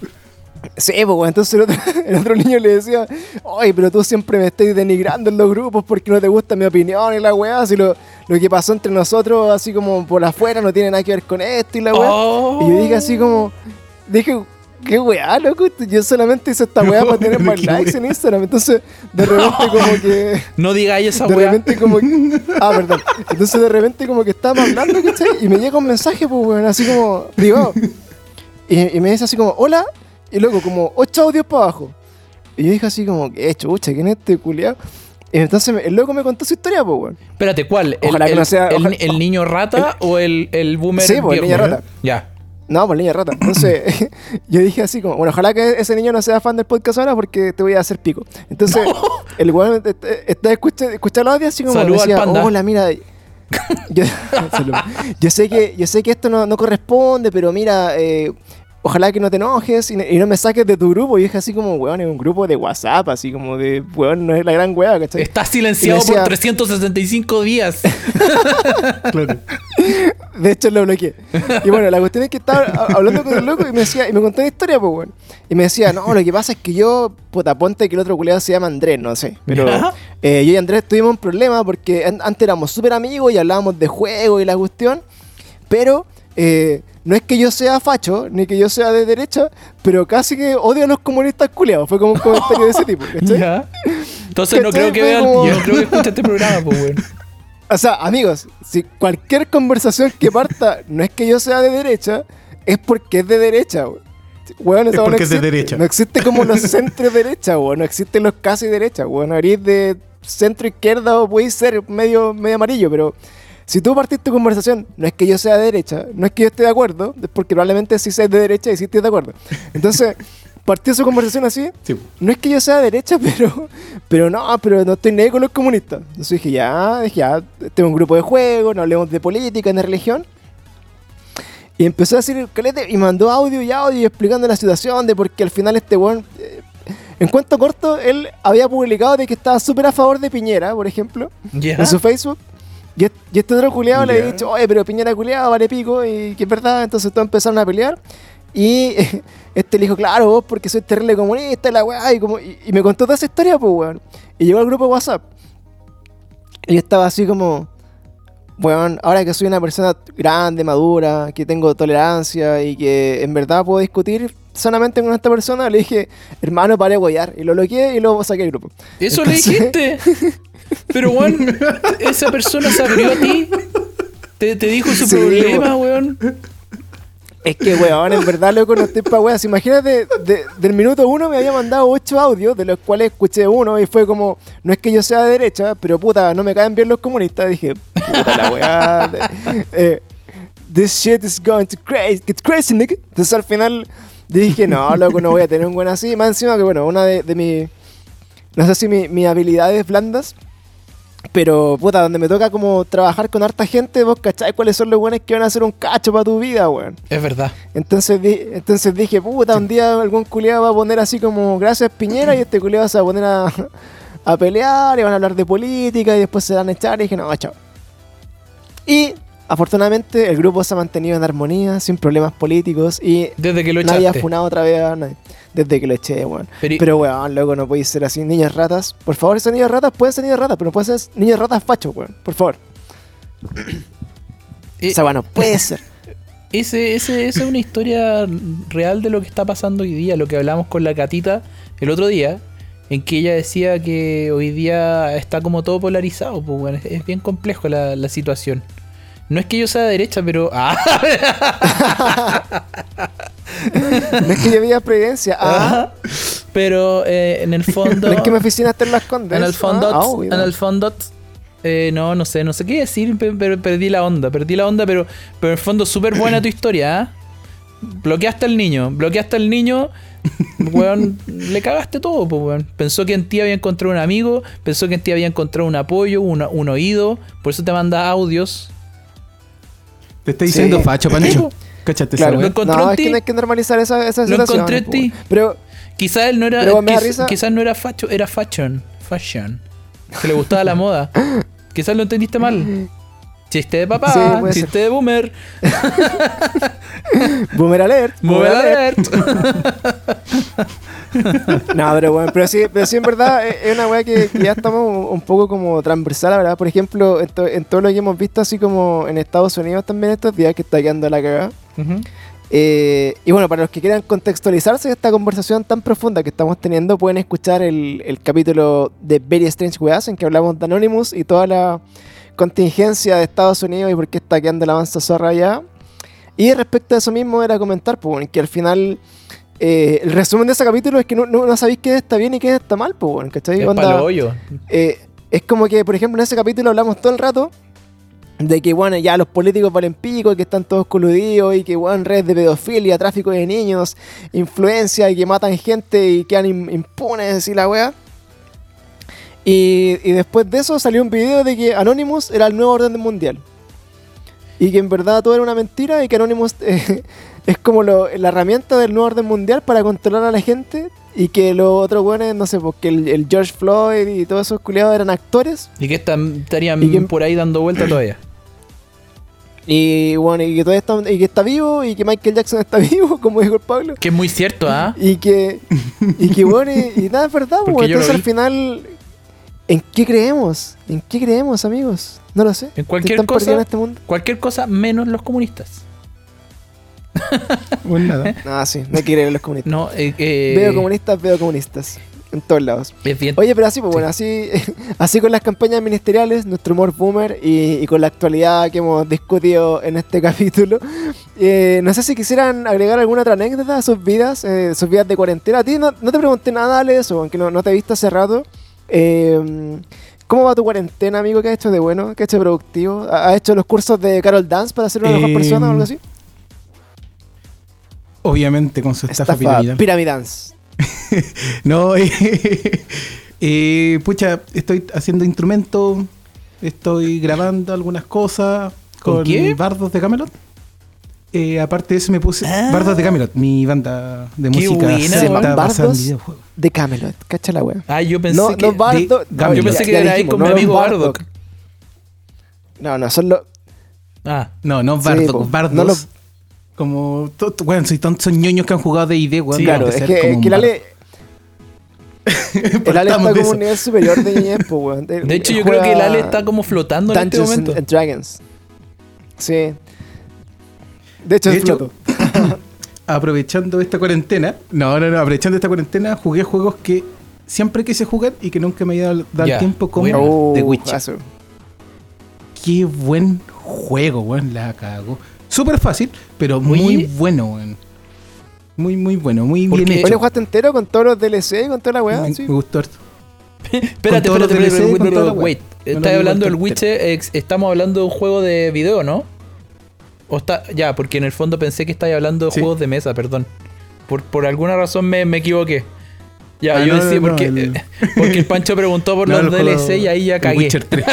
[SPEAKER 1] Sí, pues weón, entonces el otro, el otro niño le decía, oye, pero tú siempre me estás denigrando en los grupos porque no te gusta mi opinión y la weá, si lo, lo que pasó entre nosotros así como por afuera no tiene nada que ver con esto y la weá.
[SPEAKER 2] Oh.
[SPEAKER 1] Y yo dije así como, dije, qué weá, loco, yo solamente hice esta weá para tener
[SPEAKER 3] No,
[SPEAKER 1] más
[SPEAKER 3] qué
[SPEAKER 1] likes
[SPEAKER 3] weá.
[SPEAKER 1] en Instagram, entonces de repente como que...
[SPEAKER 2] No digáis esa
[SPEAKER 1] De
[SPEAKER 2] weá.
[SPEAKER 1] repente como que... Ah, perdón. Entonces de repente como que estábamos hablando, ¿cachai? Y me llega un mensaje, pues, weón, así como privado. Y, y me dice así como, hola. Y luego como ocho audios para abajo. Y yo dije así como, ¿qué chucha? ¿Quién es este culiao? Y entonces me- el loco me contó su historia, pues, weón.
[SPEAKER 2] Espérate, ¿cuál? ¿El,
[SPEAKER 1] Ojalá que
[SPEAKER 2] el-
[SPEAKER 1] no sea-
[SPEAKER 2] el-
[SPEAKER 1] ojalá-
[SPEAKER 2] el niño rata o el, el boomer
[SPEAKER 1] Sí, pues, el
[SPEAKER 2] viejo?
[SPEAKER 1] niño rata.
[SPEAKER 2] Ya.
[SPEAKER 1] No, pues niña rata. Entonces yo dije así como, bueno, ojalá que ese niño no sea fan del podcast ahora porque te voy a hacer pico. Entonces el weón eh, eh, está escuchando escucha los audios así como
[SPEAKER 2] Saluda al
[SPEAKER 1] decía,
[SPEAKER 2] panda.
[SPEAKER 1] hola, mira... Yo, salud. yo sé que yo sé que esto no, no corresponde, pero mira, eh, ojalá que no te enojes y, no- y no me saques de tu grupo. Y dije así como, weón, es un grupo de WhatsApp, así como de, weón, no es la gran weá, ¿cachai?
[SPEAKER 2] Estás silenciado
[SPEAKER 1] Y decía-
[SPEAKER 2] por trescientos sesenta y cinco días.
[SPEAKER 3] Claro.
[SPEAKER 1] De hecho lo bloqueé. Y bueno, la cuestión es que estaba a- hablando con el loco y me decía, y me contó una historia, pues weón. Y me decía, no, lo que pasa es que yo, puta, ponte que el otro culiado se llama Andrés, no sé. Pero
[SPEAKER 2] Ya.
[SPEAKER 1] eh, yo y Andrés tuvimos un problema porque an- antes éramos súper amigos y hablábamos de juego y la cuestión. Pero eh, no es que yo sea facho, ni que yo sea de derecha, pero casi que odio a los comunistas culiados. Fue como un comentario de ese tipo, ¿cachai?
[SPEAKER 2] Ya. Entonces no
[SPEAKER 1] ¿Cachai?
[SPEAKER 2] creo que
[SPEAKER 1] Fue
[SPEAKER 2] vea,
[SPEAKER 1] como-
[SPEAKER 2] yo no creo que escuche este programa, pues, weón.
[SPEAKER 1] O sea, amigos, si cualquier conversación que parta no es que yo sea de derecha, es porque es de derecha, weón. Weón, esa
[SPEAKER 3] Es
[SPEAKER 1] weá no
[SPEAKER 3] porque es de
[SPEAKER 1] existe.
[SPEAKER 3] derecha.
[SPEAKER 1] No existe como los centro derecha, weón. No existen los casi derecha, weón. Eres de centro izquierda o podéis ser medio, medio amarillo, pero si tú partiste tu conversación, no es que yo sea de derecha, no es que yo esté de acuerdo, es porque probablemente sí seas de derecha y sí estés de acuerdo. Entonces, partió su conversación así.
[SPEAKER 3] Sí.
[SPEAKER 1] No es que yo sea de derecha, pero, pero no, pero no estoy negro con los comunistas. Entonces dije, ya, dije, ya, tengo un grupo de juego, no hablemos de política, ni de religión. Y empezó a decir calete y mandó audio y audio explicando la situación de por qué al final este weón. eh, en cuento corto, él había publicado de que estaba súper a favor de Piñera, por ejemplo,
[SPEAKER 2] Ya.
[SPEAKER 1] en su Facebook. Y, et- y este otro culiado le
[SPEAKER 3] Ya.
[SPEAKER 1] había dicho, oye, pero Piñera culiado, vale pico, y que es verdad. Entonces todos empezaron a pelear. Y este le dijo, claro, vos porque soy terrible comunista, y la weá, y, como, y, y me contó toda esa historia, pues, weón. Y llegó al grupo de WhatsApp. Y yo estaba así como, weón, ahora que soy una persona grande, madura, que tengo tolerancia y que en verdad puedo discutir sanamente con esta persona, le dije, hermano, para de huear. Y lo bloqueé y luego saqué el grupo.
[SPEAKER 2] Eso
[SPEAKER 1] Entonces-
[SPEAKER 2] le dijiste. Pero, weón, esa persona se abrió a ti. Te, te dijo su
[SPEAKER 1] Sí,
[SPEAKER 2] problema, weón.
[SPEAKER 1] Es que, weón, en verdad, loco, no estoy pa' weas. Imagínate, de- del minuto uno me había mandado ocho audios, de los cuales escuché uno y fue como, no es que yo sea de derecha, pero puta, no me caen bien los comunistas. Dije, puta la weá. eh, this shit is going to crazy, get crazy, nigga. Entonces al final dije, no, loco, no voy a tener un buen así. Más encima que, bueno, una de, de mis, no sé si mi- mis habilidades blandas, Pero, puta, donde me toca como trabajar con harta gente, vos cachai cuáles son los buenos que van a hacer un cacho para tu vida, weón.
[SPEAKER 2] Es verdad.
[SPEAKER 1] Entonces, di- entonces dije, puta, un día algún culiado va a poner así como, gracias Piñera, y este culiado se va a poner a, a pelear, y van a hablar de política, y después se van a echar, y dije, no, chao. Y, afortunadamente, el grupo se ha mantenido en armonía, sin problemas políticos, y
[SPEAKER 2] Desde que lo
[SPEAKER 1] nadie ha
[SPEAKER 2] echaste.
[SPEAKER 1] funado otra vez a nadie. Desde que lo eché, weón.
[SPEAKER 2] Pero,
[SPEAKER 1] Pero, weón, loco, no podéis ser así. Niños ratas. Por favor, esos niños ratas pueden ser niños ratas, pero no pueden ser niños ratas fachos, weón. Por favor.
[SPEAKER 2] eh,
[SPEAKER 1] O sea, bueno, puede ser.
[SPEAKER 2] ese, ese, esa es una historia real de lo que está pasando hoy día. Lo que hablamos con la Catita el otro día, en que ella decía que hoy día está como todo polarizado. Pues, bueno, es, es bien complejo la, la situación. No es que yo sea de derecha, pero... Ah,
[SPEAKER 1] No es que yo viva Providencia. Ah,
[SPEAKER 2] pero eh, en el fondo...
[SPEAKER 1] no es que mi oficina esté en Las Condes.
[SPEAKER 2] En el fondo,
[SPEAKER 1] Ah, ah,
[SPEAKER 2] en el fondo, eh, no, no sé, no sé qué decir, pe- pero perdí la onda, perdí la onda, pero, pero en el fondo súper buena tu historia, ¿ah? Bloqueaste al niño, bloqueaste al niño, weón, le cagaste todo, pues, weón. Pensó que en ti había encontrado un amigo, pensó que en ti había encontrado un apoyo, un, un oído, por eso te manda audios.
[SPEAKER 3] Te está diciendo
[SPEAKER 1] Sí.
[SPEAKER 3] facho, Pancho. Cáchate
[SPEAKER 1] Claro,
[SPEAKER 3] esa
[SPEAKER 2] lo
[SPEAKER 3] weá.
[SPEAKER 2] encontró
[SPEAKER 1] no,
[SPEAKER 2] en
[SPEAKER 1] es
[SPEAKER 2] ti.
[SPEAKER 1] que no hay que normalizar esa, esa
[SPEAKER 2] Lo
[SPEAKER 1] situación.
[SPEAKER 2] encontré en
[SPEAKER 1] pues,
[SPEAKER 2] ti.
[SPEAKER 1] weón. Pero,
[SPEAKER 2] Quizás él no era,
[SPEAKER 1] Pero me da
[SPEAKER 2] quiz-
[SPEAKER 1] risa.
[SPEAKER 2] quizás no era facho, era fashion, fashion, que le gustaba la moda. Quizás lo entendiste mal. Chiste de papá,
[SPEAKER 1] Sí, puede ser.
[SPEAKER 2] chiste de boomer.
[SPEAKER 1] boomer alert.
[SPEAKER 2] Boomer alert.
[SPEAKER 1] No, pero bueno, pero sí, pero sí en verdad es es una weá que, que ya estamos un, un poco como transversal, la verdad. Por ejemplo, en, to- en todo lo que hemos visto, así como en Estados Unidos también estos días, que está quedando la cagada.
[SPEAKER 2] Ujú.
[SPEAKER 1] Eh, y bueno, para los que quieran contextualizarse de esta conversación tan profunda que estamos teniendo, pueden escuchar el, el capítulo de Very Strange Weas, en que hablamos de Anonymous y toda la contingencia de Estados Unidos y por qué está quedando la avanza zorra allá. Y respecto a eso mismo era comentar, pues, bueno, que al final eh, el resumen de ese capítulo es que no, no, no sabéis qué está bien y qué está mal, pues, bueno, ¿cachai?
[SPEAKER 2] Es
[SPEAKER 1] Onda,
[SPEAKER 2] palo hoyo.
[SPEAKER 1] eh, es como que, por ejemplo, en ese capítulo hablamos todo el rato de que, bueno, ya los políticos valen pico, que están todos coludidos y que, bueno, redes de pedofilia, tráfico de niños, influencia y que matan gente y quedan im- impunes y la wea. Y, y después de eso salió un video de que Anonymous era el nuevo orden mundial. Y que en verdad todo era una mentira y que Anonymous eh, es como lo- la herramienta del nuevo orden mundial para controlar a la gente. Y que los otros buenos, no sé, porque el, el George Floyd y todos esos culiados eran actores.
[SPEAKER 2] Y que están, estarían
[SPEAKER 1] Y que-
[SPEAKER 2] por ahí dando vuelta todavía.
[SPEAKER 1] Y bueno, y que todavía está, y que está vivo, y que Michael Jackson está vivo, como dijo el Pablo.
[SPEAKER 2] Que es muy cierto, ¿ah?
[SPEAKER 1] Y que, y que bueno, y, y nada, es verdad,
[SPEAKER 2] Porque
[SPEAKER 1] pues,
[SPEAKER 2] yo lo
[SPEAKER 1] entonces al
[SPEAKER 2] vi.
[SPEAKER 1] final, ¿en qué creemos? ¿En qué creemos, amigos? No lo sé.
[SPEAKER 2] En cualquier
[SPEAKER 1] Están perdidos
[SPEAKER 2] cosa,
[SPEAKER 1] en este mundo.
[SPEAKER 2] cualquier cosa menos los comunistas.
[SPEAKER 3] Bueno, nada.
[SPEAKER 1] Ah, sí, no hay que creer en los comunistas.
[SPEAKER 2] No, eh, eh,
[SPEAKER 1] Veo comunistas, veo comunistas. En todos lados.
[SPEAKER 2] es bien.
[SPEAKER 1] Oye, pero así, pues bueno, así, así con las campañas ministeriales, nuestro humor boomer y, y con la actualidad que hemos discutido en este capítulo. Eh, no sé si quisieran agregar alguna otra anécdota a sus vidas, eh, sus vidas de cuarentena. A ti no, no te pregunté nada de eso, aunque no, no te he visto hace rato. Eh, ¿Cómo va tu cuarentena, amigo? ¿Qué has hecho de bueno? ¿Qué has hecho de productivo? ¿Has hecho los cursos de Carol Dance para ser una mejor
[SPEAKER 3] Eh,
[SPEAKER 1] persona o algo así?
[SPEAKER 3] Obviamente con su estafa,
[SPEAKER 1] Estafa
[SPEAKER 3] piramidal.
[SPEAKER 1] Pyramidance.
[SPEAKER 3] No, eh, eh, pucha, estoy haciendo instrumentos, estoy grabando algunas cosas
[SPEAKER 2] ¿Con
[SPEAKER 3] con,
[SPEAKER 2] qué?
[SPEAKER 3] Bardos de Camelot. Eh, aparte de eso me puse
[SPEAKER 2] Ah.
[SPEAKER 3] Bardos de Camelot, mi banda de
[SPEAKER 2] Qué
[SPEAKER 3] música
[SPEAKER 2] buena,
[SPEAKER 3] celta
[SPEAKER 1] weón.
[SPEAKER 3] basada en
[SPEAKER 1] Bardos
[SPEAKER 3] videojuegos.
[SPEAKER 1] De Camelot. Cacha la wea.
[SPEAKER 2] Ah, yo pensé
[SPEAKER 1] No,
[SPEAKER 2] que.
[SPEAKER 1] no Bardo.
[SPEAKER 3] de Gamelot.
[SPEAKER 2] yo pensé
[SPEAKER 1] ya-
[SPEAKER 2] que
[SPEAKER 1] ya
[SPEAKER 2] era ahí
[SPEAKER 1] dijimos,
[SPEAKER 2] con
[SPEAKER 1] no
[SPEAKER 2] mi
[SPEAKER 1] los
[SPEAKER 2] amigo
[SPEAKER 1] Bardock.
[SPEAKER 2] Bardock.
[SPEAKER 1] No, no, son los.
[SPEAKER 2] Ah,
[SPEAKER 3] No, no
[SPEAKER 1] Sí,
[SPEAKER 3] Bardos,
[SPEAKER 1] po.
[SPEAKER 3] Bardos.
[SPEAKER 1] No los-
[SPEAKER 3] Como, to- to- bueno, soy tan, son ñoños que han jugado de I D, weón.
[SPEAKER 2] Sí,
[SPEAKER 1] Claro,
[SPEAKER 3] de
[SPEAKER 1] es
[SPEAKER 3] ser
[SPEAKER 1] que,
[SPEAKER 3] como
[SPEAKER 1] es
[SPEAKER 3] un
[SPEAKER 1] que el Ale,
[SPEAKER 3] bardo.
[SPEAKER 1] el Ale está
[SPEAKER 3] Partamos de
[SPEAKER 1] como
[SPEAKER 3] eso.
[SPEAKER 1] un nivel superior de niñez, pues, weón.
[SPEAKER 2] de hecho, yo creo que el Ale está como flotando en este
[SPEAKER 1] Dungeons
[SPEAKER 2] momento.
[SPEAKER 1] and, and Dragons. Sí. De hecho,
[SPEAKER 3] De
[SPEAKER 1] es
[SPEAKER 3] hecho,
[SPEAKER 1] floto.
[SPEAKER 3] aprovechando esta cuarentena, no, no, no, aprovechando esta cuarentena, jugué juegos que siempre quise jugar y que nunca me había dado dado
[SPEAKER 2] Ya,
[SPEAKER 3] el tiempo, como
[SPEAKER 2] buena.
[SPEAKER 1] Oh,
[SPEAKER 3] The Witcher.
[SPEAKER 1] eso.
[SPEAKER 3] Qué buen juego, weón, la cago. Súper fácil, pero muy
[SPEAKER 2] Oye.
[SPEAKER 3] bueno, weón. Muy, muy bueno, muy
[SPEAKER 2] Porque-
[SPEAKER 3] bien
[SPEAKER 1] Oye,
[SPEAKER 3] hecho.
[SPEAKER 1] ¿jugaste entero con todos los D L C y con toda la weá?
[SPEAKER 3] me,
[SPEAKER 1] Sí.
[SPEAKER 3] me gustó harto.
[SPEAKER 2] Espérate,
[SPEAKER 3] todos los
[SPEAKER 2] espérate,
[SPEAKER 3] D L C,
[SPEAKER 2] espérate,
[SPEAKER 3] con toda la
[SPEAKER 2] espérate,
[SPEAKER 3] wea.
[SPEAKER 2] wait.
[SPEAKER 3] No lo
[SPEAKER 2] Estás
[SPEAKER 3] digo
[SPEAKER 2] hablando del
[SPEAKER 3] entero.
[SPEAKER 2] Witcher, ex- estamos hablando de un juego de video, ¿no? O está, ya, porque en el fondo pensé que estabas hablando de
[SPEAKER 3] Sí.
[SPEAKER 2] juegos de mesa, perdón. Por, por alguna razón me, me equivoqué. Ya,
[SPEAKER 3] Ah,
[SPEAKER 2] yo
[SPEAKER 3] no,
[SPEAKER 2] decía,
[SPEAKER 3] no,
[SPEAKER 2] porque,
[SPEAKER 3] el-
[SPEAKER 2] porque el Pancho preguntó por
[SPEAKER 3] No,
[SPEAKER 2] los
[SPEAKER 3] el
[SPEAKER 2] D L C
[SPEAKER 3] juego-
[SPEAKER 2] y ahí ya
[SPEAKER 3] el
[SPEAKER 2] cagué.
[SPEAKER 3] Witcher tres.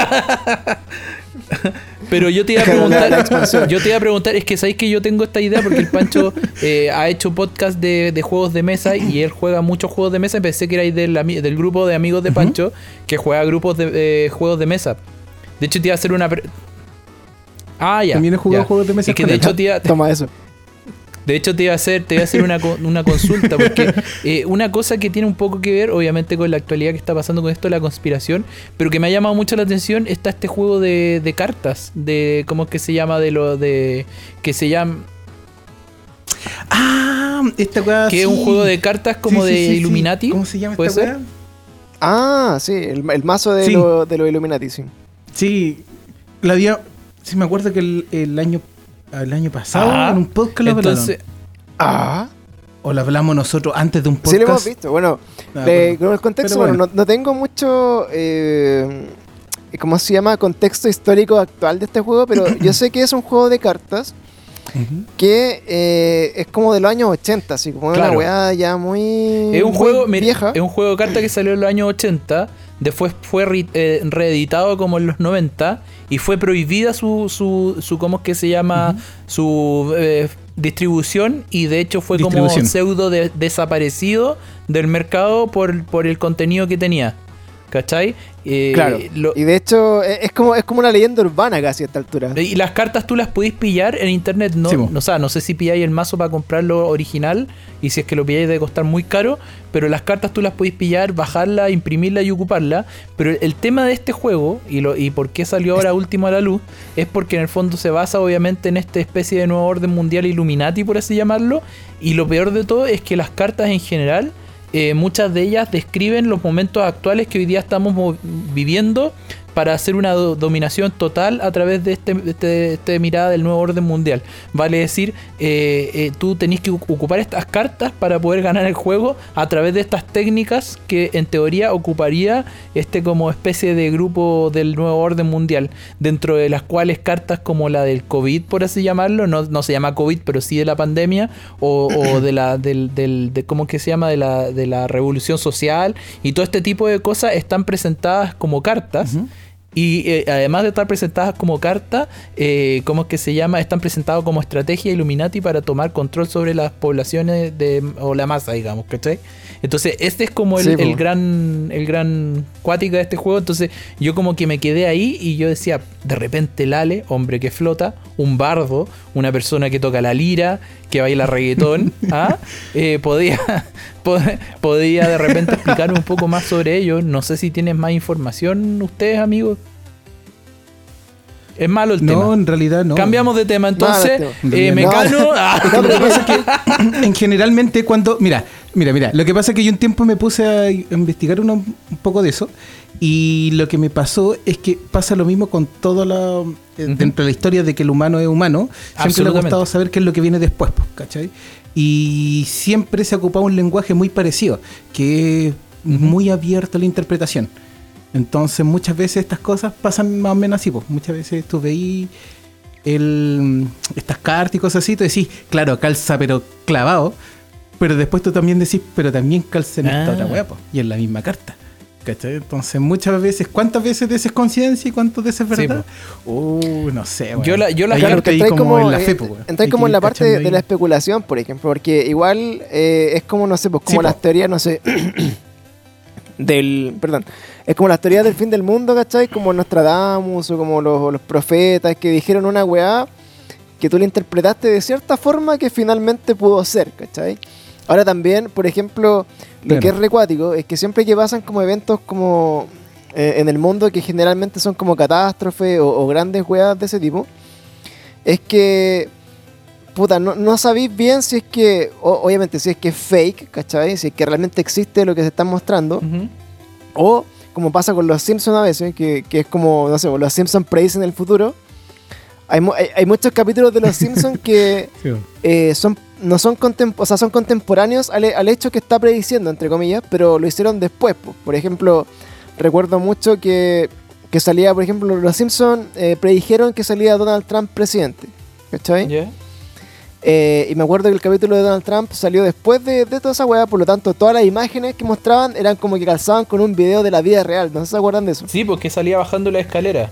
[SPEAKER 2] Pero yo te iba a
[SPEAKER 1] Claro, la- la
[SPEAKER 2] preguntar,
[SPEAKER 1] expansión.
[SPEAKER 2] yo te iba a preguntar, es que sabéis que yo tengo esta idea porque el Pancho eh, ha hecho podcast de, de juegos de mesa y él juega muchos juegos de mesa. Pensé que erais del, ami- del grupo de amigos de
[SPEAKER 3] Ujú.
[SPEAKER 2] Pancho que juega grupos de eh, juegos de mesa. De hecho, te iba a hacer una. pre- Ah, ya.
[SPEAKER 3] También he jugado
[SPEAKER 2] ya.
[SPEAKER 3] juegos de mesa
[SPEAKER 2] Es que
[SPEAKER 3] con
[SPEAKER 2] de
[SPEAKER 3] él.
[SPEAKER 2] hecho te iba,
[SPEAKER 1] Toma eso.
[SPEAKER 2] de hecho, te iba a hacer, te iba a hacer una, co- una consulta, porque eh, una cosa que tiene un poco que ver, obviamente, con la actualidad que está pasando con esto de la conspiración, pero que me ha llamado mucho la atención, está este juego de, de cartas, de ¿cómo es que se llama? De lo de que se llama,
[SPEAKER 3] Ah, esta weá.
[SPEAKER 2] que es un
[SPEAKER 3] sí.
[SPEAKER 2] juego de cartas como
[SPEAKER 3] Sí, sí,
[SPEAKER 2] de
[SPEAKER 3] sí, sí.
[SPEAKER 2] Illuminati.
[SPEAKER 3] ¿Cómo se llama
[SPEAKER 2] ¿Puede
[SPEAKER 3] esta
[SPEAKER 2] ser?
[SPEAKER 3] weá?
[SPEAKER 1] Ah, sí, el, el mazo de,
[SPEAKER 3] Sí.
[SPEAKER 1] lo- de los Illuminati, sí.
[SPEAKER 3] Sí, la había. Sí, me acuerdo que el, el año el año pasado
[SPEAKER 2] Ah,
[SPEAKER 3] en un podcast lo hablaron.
[SPEAKER 2] Entonces,
[SPEAKER 1] Ah,
[SPEAKER 3] O lo hablamos nosotros antes de un
[SPEAKER 1] sí
[SPEAKER 3] podcast.
[SPEAKER 1] lo hemos visto. Bueno,
[SPEAKER 3] Ah,
[SPEAKER 1] le-
[SPEAKER 3] bueno.
[SPEAKER 1] con el contexto,
[SPEAKER 3] Pero
[SPEAKER 1] bueno,
[SPEAKER 3] bueno.
[SPEAKER 1] no, no tengo mucho, eh, ¿cómo se llama? Contexto histórico actual de este juego, pero yo sé que es un juego de cartas
[SPEAKER 3] Ujú.
[SPEAKER 1] que eh, es como de los años ochenta, así como
[SPEAKER 2] Claro.
[SPEAKER 1] una weá ya muy,
[SPEAKER 2] es un
[SPEAKER 1] muy
[SPEAKER 2] juego, mira,
[SPEAKER 1] vieja.
[SPEAKER 2] es un juego de cartas que salió en los años ochenta, después fue re- eh, reeditado como en los noventa y fue prohibida su, su, su ¿cómo es que se llama? Su eh, distribución y de hecho fue como
[SPEAKER 3] Distribución.
[SPEAKER 2] pseudo de- desaparecido del mercado por, por el contenido que tenía. ¿Cachai? Eh,
[SPEAKER 1] Claro.
[SPEAKER 2] lo-
[SPEAKER 1] Y de hecho es, es como es como una leyenda urbana casi a esta altura.
[SPEAKER 2] y las cartas tú las podéis pillar en internet, no,
[SPEAKER 3] Sí, po.
[SPEAKER 2] o sea, no sé si pilláis el mazo para comprarlo original y si es que lo pilláis debe costar muy caro, pero las cartas tú las podéis pillar, bajarlas, imprimirlas y ocuparlas, pero el, el tema de este juego y, lo, y por qué salió ahora último a la luz es porque en el fondo se basa obviamente en esta especie de nuevo orden mundial Illuminati, por así llamarlo, y lo peor de todo es que las cartas en general eh, muchas de ellas describen los momentos actuales que hoy día estamos mo- viviendo para hacer una do- dominación total a través de este, de este, de este mirada del nuevo orden mundial. Vale decir, eh, eh, tú tenés que ocupar estas cartas para poder ganar el juego a través de estas técnicas que en teoría ocuparía este como especie de grupo del nuevo orden mundial, dentro de las cuales cartas como la del COVID, por así llamarlo, no, no se llama COVID, pero sí de la pandemia, o, o de la del, del de cómo es que se llama de la, de la revolución social, y todo este tipo de cosas están presentadas como cartas.
[SPEAKER 3] Ujú.
[SPEAKER 2] Y eh, además de estar presentadas como carta, eh, ¿cómo es que se llama? Están presentados como estrategia Illuminati para tomar control sobre las poblaciones de, o la masa, digamos, ¿cachai? Entonces, este es como el,
[SPEAKER 1] Sí, po.
[SPEAKER 2] el gran el gran cuática de este juego. Entonces, yo como que me quedé ahí y yo decía, de repente Lale, hombre que flota, un bardo, una persona que toca la lira, que baila reggaetón, ¿ah? Eh, podía, pod- podía de repente explicarme un poco más sobre ello. No sé si tienes más información ustedes, amigos. Es malo el
[SPEAKER 3] No,
[SPEAKER 2] tema.
[SPEAKER 3] en realidad no.
[SPEAKER 2] Cambiamos de tema entonces.
[SPEAKER 1] Malo
[SPEAKER 3] el tema.
[SPEAKER 2] Eh,
[SPEAKER 3] No.
[SPEAKER 2] Mecano. ah,
[SPEAKER 1] No, pero
[SPEAKER 3] Lo que pasa es que en generalmente cuando... Mira, mira, mira. Lo que pasa es que yo un tiempo me puse a investigar uno- un poco de eso. Y lo que me pasó es que pasa lo mismo con toda la... eh,
[SPEAKER 2] Ujú.
[SPEAKER 3] Dentro de la historia de que el humano es humano. Siempre le ha
[SPEAKER 2] Absolutamente.
[SPEAKER 3] gustado saber qué es lo que viene después, pues, ¿cachai? Y siempre se ha ocupado un lenguaje muy parecido. Que es muy abierto a la interpretación. Entonces muchas veces estas cosas pasan más o menos así, pues. Muchas veces tú veís el, estas cartas y cosas así, tú decís, claro, calza pero clavado, pero después tú también decís, pero también calza en esta
[SPEAKER 2] Ah.
[SPEAKER 3] otra hueá, pues, y en la misma carta. ¿Cachai? Entonces muchas veces, ¿cuántas veces de eso es conciencia y cuántas veces es
[SPEAKER 2] Sí,
[SPEAKER 3] verdad? Uh, no sé, weón.
[SPEAKER 2] Yo la- yo las
[SPEAKER 3] Ahí
[SPEAKER 2] cartas-
[SPEAKER 3] yo estoy
[SPEAKER 1] entráis
[SPEAKER 3] como,
[SPEAKER 1] como,
[SPEAKER 3] en la
[SPEAKER 1] eh,
[SPEAKER 3] fe, pues, weón.
[SPEAKER 1] entráis
[SPEAKER 3] Hay
[SPEAKER 1] como
[SPEAKER 3] que
[SPEAKER 1] en
[SPEAKER 3] ir
[SPEAKER 1] la parte
[SPEAKER 3] cachando
[SPEAKER 1] de
[SPEAKER 3] ahí.
[SPEAKER 1] la especulación, por ejemplo, porque igual eh, es como, no sé, pues como
[SPEAKER 3] Sí,
[SPEAKER 1] las
[SPEAKER 3] po.
[SPEAKER 1] teorías, no sé, del, perdón, es como las teorías del fin del mundo, ¿cachai? Como Nostradamus o como los, los profetas que dijeron una weá que tú la interpretaste de cierta forma que finalmente pudo ser, ¿cachai? Ahora también, por ejemplo, lo
[SPEAKER 3] Claro.
[SPEAKER 1] que es recuático es que siempre que pasan como eventos como eh, en el mundo que generalmente son como catástrofes o, o grandes weas de ese tipo, es que puta, no, no sabéis bien si es que, o- obviamente si es que es fake, ¿cachai? Si es que realmente existe lo que se está mostrando,
[SPEAKER 2] Ujú.
[SPEAKER 1] o como pasa con los Simpsons a veces, que, que es como, no sé, los Simpsons predicen el futuro. Hay, mu- hay, hay muchos capítulos de los Simpsons que
[SPEAKER 3] Sí, weón.
[SPEAKER 1] eh, son, no son, contem- o sea, son contemporáneos al, al hecho que está prediciendo, entre comillas, pero lo hicieron después. Po. Por ejemplo, recuerdo mucho que, que salía, por ejemplo, los Simpsons eh, predijeron que salía Donald Trump presidente, ¿cachai?
[SPEAKER 2] Ya.
[SPEAKER 1] Eh, y me acuerdo que el capítulo de Donald Trump salió después de, de toda esa weá, por lo tanto todas las imágenes que mostraban eran como que calzaban con un video de la vida real. ¿No se acuerdan de eso?
[SPEAKER 2] Sí, porque salía bajando la escalera.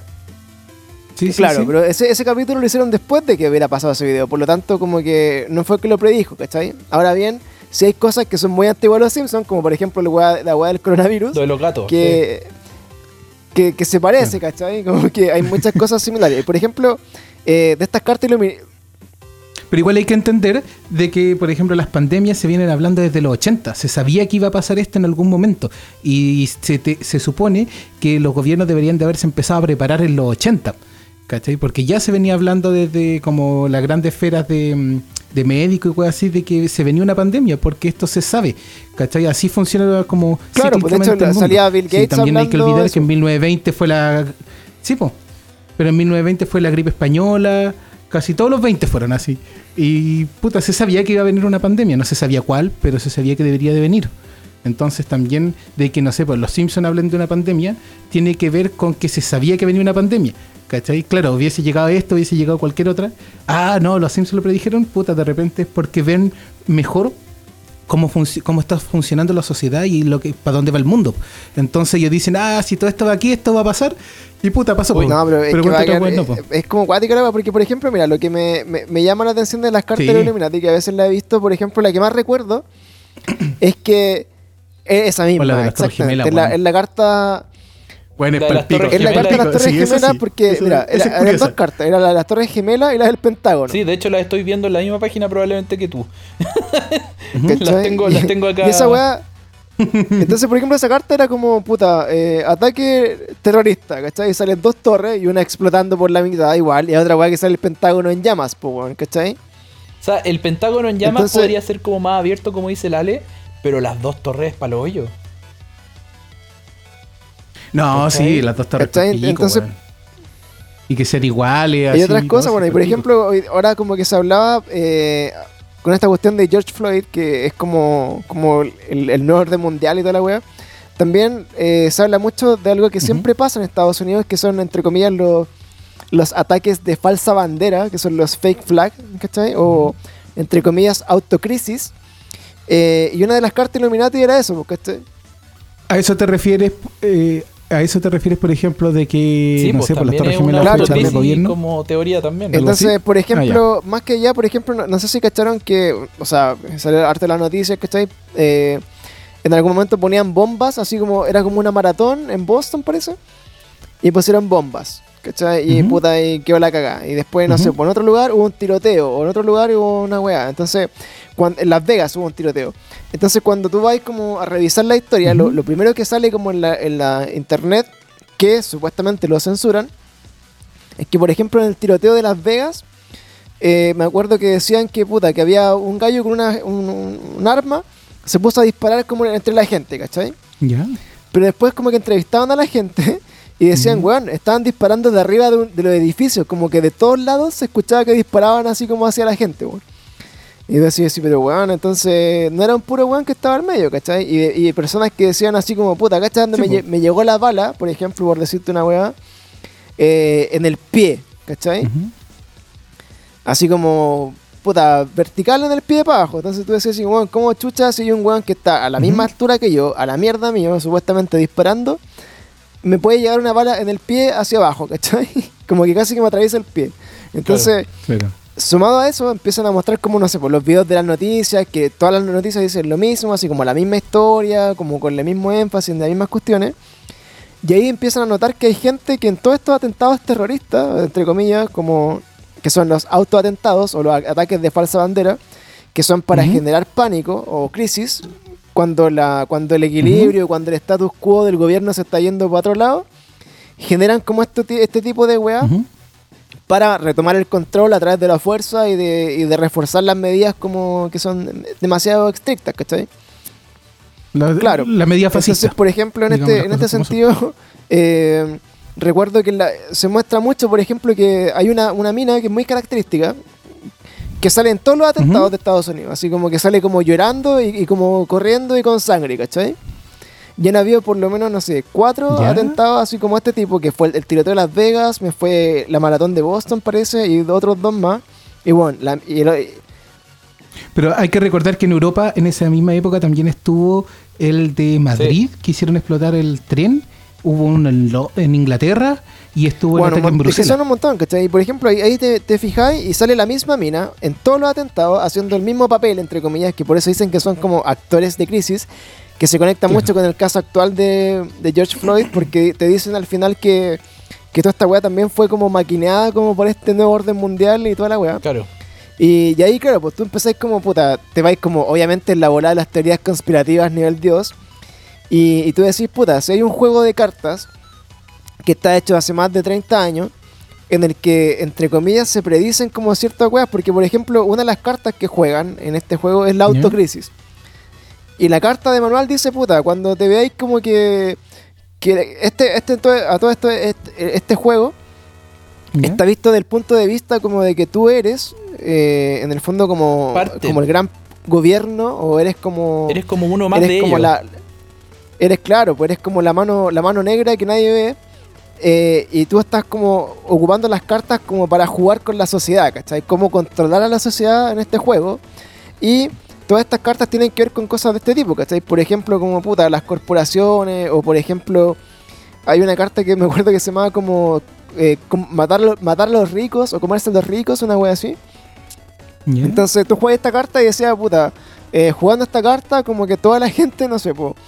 [SPEAKER 3] Sí, sí,
[SPEAKER 1] Claro,
[SPEAKER 3] sí.
[SPEAKER 1] pero ese, ese capítulo lo hicieron después de que hubiera pasado ese video, por lo tanto como que no fue que lo predijo, ¿cachai? Ahora bien, si hay cosas que son muy antiguas de los Simpsons, como por ejemplo la weá, la weá del coronavirus,
[SPEAKER 2] Lo de los gatos.
[SPEAKER 1] que, que, que se parece, ¿cachai? Como que hay muchas cosas similares. Por ejemplo, eh, de estas cartas ilumi-
[SPEAKER 3] Pero igual hay que entender de que, por ejemplo, las pandemias se vienen hablando desde los ochenta. Se sabía que iba a pasar esto en algún momento. Y se, te- se supone que los gobiernos deberían de haberse empezado a preparar en los ochenta. ¿Cachai? Porque ya se venía hablando desde como las grandes esferas de, mm, de médicos y cosas así, de que se venía una pandemia, porque esto se sabe. ¿Cachai? Así funciona como
[SPEAKER 1] Claro, pues de hecho
[SPEAKER 3] cíclicamente el mundo.
[SPEAKER 1] salía Bill
[SPEAKER 3] Sí,
[SPEAKER 1] Gates
[SPEAKER 3] también hay que
[SPEAKER 1] hablando
[SPEAKER 3] olvidar
[SPEAKER 1] eso.
[SPEAKER 3] que en mil novecientos veinte fue la... Sí, pues. Pero en mil novecientos veinte fue la gripe española, casi todos los veinte fueron así. Y puta, se sabía que iba a venir una pandemia, no se sabía cuál, pero se sabía que debería de venir. Entonces también de que, no sé, pues los Simpsons hablen de una pandemia, tiene que ver con que se sabía que venía una pandemia. ¿Cachai? Claro, hubiese llegado esto, hubiese llegado cualquier otra. Ah, no, los Simpsons lo predijeron, puta, de repente es porque ven mejor cómo, func- cómo está funcionando la sociedad y lo que para dónde va el mundo. Entonces ellos dicen, ah, si todo esto va aquí, esto va a pasar. Y puta, pasó.
[SPEAKER 1] Uy,
[SPEAKER 3] po.
[SPEAKER 1] no, pero, es, que
[SPEAKER 3] bueno,
[SPEAKER 1] va a
[SPEAKER 3] otra
[SPEAKER 1] quedar-
[SPEAKER 3] wea no,
[SPEAKER 1] es,
[SPEAKER 3] po.
[SPEAKER 1] es como cuático, la wea, porque por ejemplo, mira, lo que me, me, me llama la atención de las cartas
[SPEAKER 3] Sí.
[SPEAKER 1] de los Illuminati, que a veces la he visto, por ejemplo, la que más recuerdo, es que es esa misma,
[SPEAKER 3] O la de las Torres
[SPEAKER 1] exactamente.
[SPEAKER 3] Gemelas,
[SPEAKER 1] es, la,
[SPEAKER 3] weón.
[SPEAKER 1] es la carta...
[SPEAKER 3] Bueno,
[SPEAKER 2] La
[SPEAKER 3] es
[SPEAKER 2] de las
[SPEAKER 3] palpico.
[SPEAKER 2] Torres
[SPEAKER 1] Es la carta de las
[SPEAKER 2] Gemelas,
[SPEAKER 1] Torres
[SPEAKER 3] Sí, esa
[SPEAKER 1] Gemelas
[SPEAKER 3] sí.
[SPEAKER 1] porque,
[SPEAKER 3] Esa-
[SPEAKER 1] mira,
[SPEAKER 3] esa
[SPEAKER 1] era-
[SPEAKER 3] es
[SPEAKER 1] eran
[SPEAKER 3] curiosa.
[SPEAKER 1] dos cartas. Era la de las Torres Gemelas y la del Pentágono.
[SPEAKER 2] Sí, de hecho las estoy viendo en la misma página probablemente que tú.
[SPEAKER 1] ¿Cachai?
[SPEAKER 2] Las tengo, las tengo acá.
[SPEAKER 1] Y esa weá... Entonces, por ejemplo, esa carta era como, puta, eh, ataque terrorista, ¿cachai? Y salen dos torres y una explotando por la mitad igual, y otra weá que sale el Pentágono en llamas, po, weón, ¿cachai?
[SPEAKER 2] O sea, el Pentágono en llamas
[SPEAKER 1] Entonces-
[SPEAKER 2] podría ser como más abierto, como dice el Ale, pero las dos torres para los hoyos.
[SPEAKER 3] No,
[SPEAKER 2] ¿Cachai?
[SPEAKER 3] sí, las dos torres
[SPEAKER 1] ¿Cachai?
[SPEAKER 3] palpico,
[SPEAKER 1] Entonces-
[SPEAKER 3] weón. Y que ser iguales.
[SPEAKER 1] Hay
[SPEAKER 3] así,
[SPEAKER 1] otras
[SPEAKER 3] no,
[SPEAKER 1] cosas,
[SPEAKER 3] sí,
[SPEAKER 1] bueno, y por
[SPEAKER 3] palpico.
[SPEAKER 1] ejemplo, hoy- ahora como que se hablaba eh, con esta cuestión de George Floyd, que es como, como el, el nuevo orden mundial y toda la weá. También eh, se habla mucho de algo que
[SPEAKER 3] Ujú.
[SPEAKER 1] siempre pasa en Estados Unidos, que son, entre comillas, los, los ataques de falsa bandera, que son los fake flag, ¿cachai? O, entre comillas, autocrisis. Eh, y una de las cartas Illuminati era eso, ¿cachai?
[SPEAKER 3] ¿A eso te refieres? eh, ¿A eso te refieres, por ejemplo, de que,
[SPEAKER 2] Sí,
[SPEAKER 3] no
[SPEAKER 2] pues
[SPEAKER 3] sé, por las
[SPEAKER 2] también
[SPEAKER 3] Torres
[SPEAKER 2] es una
[SPEAKER 3] Gemelas
[SPEAKER 1] Claro,
[SPEAKER 3] fue echarle al
[SPEAKER 2] autotesis
[SPEAKER 3] gobierno?
[SPEAKER 2] como teoría también.
[SPEAKER 3] ¿Algo
[SPEAKER 1] Entonces,
[SPEAKER 3] así?
[SPEAKER 1] por ejemplo,
[SPEAKER 3] Ah,
[SPEAKER 1] más que allá, por ejemplo, no, no sé si cacharon que, o sea, salió harto de las noticias, ¿cachai? Eh, en algún momento ponían bombas, así como, era como una maratón en Boston, parece, y pusieron bombas, ¿cachai? Y
[SPEAKER 3] Ujú.
[SPEAKER 1] puta, y quedó la cagada. Y después, no
[SPEAKER 3] Ujú.
[SPEAKER 1] sé, pues en otro lugar hubo un tiroteo, o en otro lugar hubo una weá. Entonces, cuando, en Las Vegas hubo un tiroteo. Entonces, cuando tú vas como a revisar la historia, lo,
[SPEAKER 3] Ujú.
[SPEAKER 1] lo primero que sale como en la, en la internet, que supuestamente lo censuran, es que, por ejemplo, en el tiroteo de Las Vegas, eh, me acuerdo que decían que puta, que había un gallo con una, un, un- un arma, se puso a disparar como entre la gente, ¿cachai?
[SPEAKER 3] Ya.
[SPEAKER 1] Pero después como que entrevistaban a la gente y decían,
[SPEAKER 3] Ujú.
[SPEAKER 1] weón, estaban disparando de arriba de, un- de los edificios, como que de todos lados se escuchaba que disparaban así como hacia la gente, weón. Y yo decía, sí, pero weón, entonces no era un puro weón que estaba al medio, ¿cachai? Y, y personas que decían así como, puta, ¿cachai? Donde
[SPEAKER 3] Sí,
[SPEAKER 1] me,
[SPEAKER 3] po.
[SPEAKER 1] lle- me llegó la bala, por ejemplo, por decirte una weá, eh, en el pie, ¿cachai?
[SPEAKER 3] Ujú.
[SPEAKER 1] Así como, puta, vertical en el pie para abajo. Entonces tú decías así, weón, ¿cómo chucha si hay un weón que está a la misma
[SPEAKER 3] Ujú.
[SPEAKER 1] altura que yo, a la mierda mío, supuestamente disparando, me puede llegar una bala en el pie hacia abajo, ¿cachai? Como que casi que me atraviesa el pie. Entonces,
[SPEAKER 3] Claro.
[SPEAKER 1] sumado a eso, empiezan a mostrar como, no sé, por los videos de las noticias, que todas las noticias dicen lo mismo, así como la misma historia, como con el mismo énfasis en las mismas cuestiones. Y ahí empiezan a notar que hay gente que en todos estos atentados terroristas, entre comillas, como que son los autoatentados o los a- ataques de falsa bandera, que son para
[SPEAKER 3] Ujú.
[SPEAKER 1] generar pánico o crisis, cuando, la, cuando el equilibrio, cuando el status quo del gobierno se está yendo para otro lado, generan como este, ti- este tipo de weá
[SPEAKER 3] Ujú.
[SPEAKER 1] para retomar el control a través de la fuerza y de, y de reforzar las medidas como que son demasiado estrictas, ¿cachai?
[SPEAKER 3] La,
[SPEAKER 1] Claro.
[SPEAKER 3] La medida fascista.
[SPEAKER 1] Entonces, por ejemplo, en
[SPEAKER 3] Digamos
[SPEAKER 1] este,
[SPEAKER 3] las
[SPEAKER 1] en este
[SPEAKER 3] cosas como
[SPEAKER 1] sentido, eh, recuerdo que la- se muestra mucho, por ejemplo, que hay una, una mina que es muy característica, que sale en todos los atentados
[SPEAKER 3] Ujú.
[SPEAKER 1] de Estados Unidos, así como que sale como llorando y, y como corriendo y con sangre, ¿cachai? Ya han habido por lo menos, no sé, cuatro
[SPEAKER 3] ¿Ya?
[SPEAKER 1] atentados así como este tipo, que fue el, el tiroteo de Las Vegas, me fue la maratón de Boston, parece, y otros dos más. Y bueno, la- y el-
[SPEAKER 3] Pero hay que recordar que en Europa, en esa misma época, también estuvo el de Madrid, sí. que hicieron explotar el tren. Hubo uno en, Lo- en Inglaterra y estuvo
[SPEAKER 1] bueno,
[SPEAKER 3] el ataque en Bruselas.
[SPEAKER 1] Es que son un montón, ¿cachai? Por ejemplo, ahí, ahí te, te fijáis y sale la misma mina en todos los atentados haciendo el mismo papel, entre comillas, que por eso dicen que son como actores de crisis, que se conecta
[SPEAKER 3] Claro.
[SPEAKER 1] mucho con el caso actual de, de George Floyd, porque te dicen al final que, que toda esta weá también fue como maquineada como por este nuevo orden mundial y toda la weá.
[SPEAKER 2] Claro.
[SPEAKER 1] Y, y ahí, claro, pues tú empezáis como, puta, te vais como, obviamente, en la bola de las teorías conspirativas nivel Dios, y, y tú decís, puta, si hay un juego de cartas que está hecho hace más de treinta años, en el que, entre comillas, se predicen como ciertas weas, porque, por ejemplo, una de las cartas que juegan en este juego es la
[SPEAKER 3] ¿Ya?
[SPEAKER 1] autocrisis. Y la carta de manual dice, puta, cuando te veáis como que, que este, este, entonces, a todo esto, este, este juego
[SPEAKER 3] ¿Ya?
[SPEAKER 1] está visto desde el punto de vista como de que tú eres, eh, en el fondo, como,
[SPEAKER 2] Parte.
[SPEAKER 1] como el gran gobierno, o eres como...
[SPEAKER 2] Eres como uno más
[SPEAKER 1] eres
[SPEAKER 2] de
[SPEAKER 1] como
[SPEAKER 2] ellos.
[SPEAKER 1] la Eres claro, pues eres como la mano, la mano negra que nadie ve, eh, y tú estás como ocupando las cartas como para jugar con la sociedad, ¿cachai? Cómo controlar a la sociedad en este juego. Y todas estas cartas tienen que ver con cosas de este tipo, ¿cachai? Por ejemplo, como puta, las corporaciones, o por ejemplo, hay una carta que me acuerdo que se llamaba como eh, com- matar, lo- matar a los ricos o comerse a los ricos, una wea así.
[SPEAKER 3] ¿Ya?
[SPEAKER 1] Entonces tú juegas esta carta y decías, puta, eh, jugando esta carta como que toda la gente, no sé, po,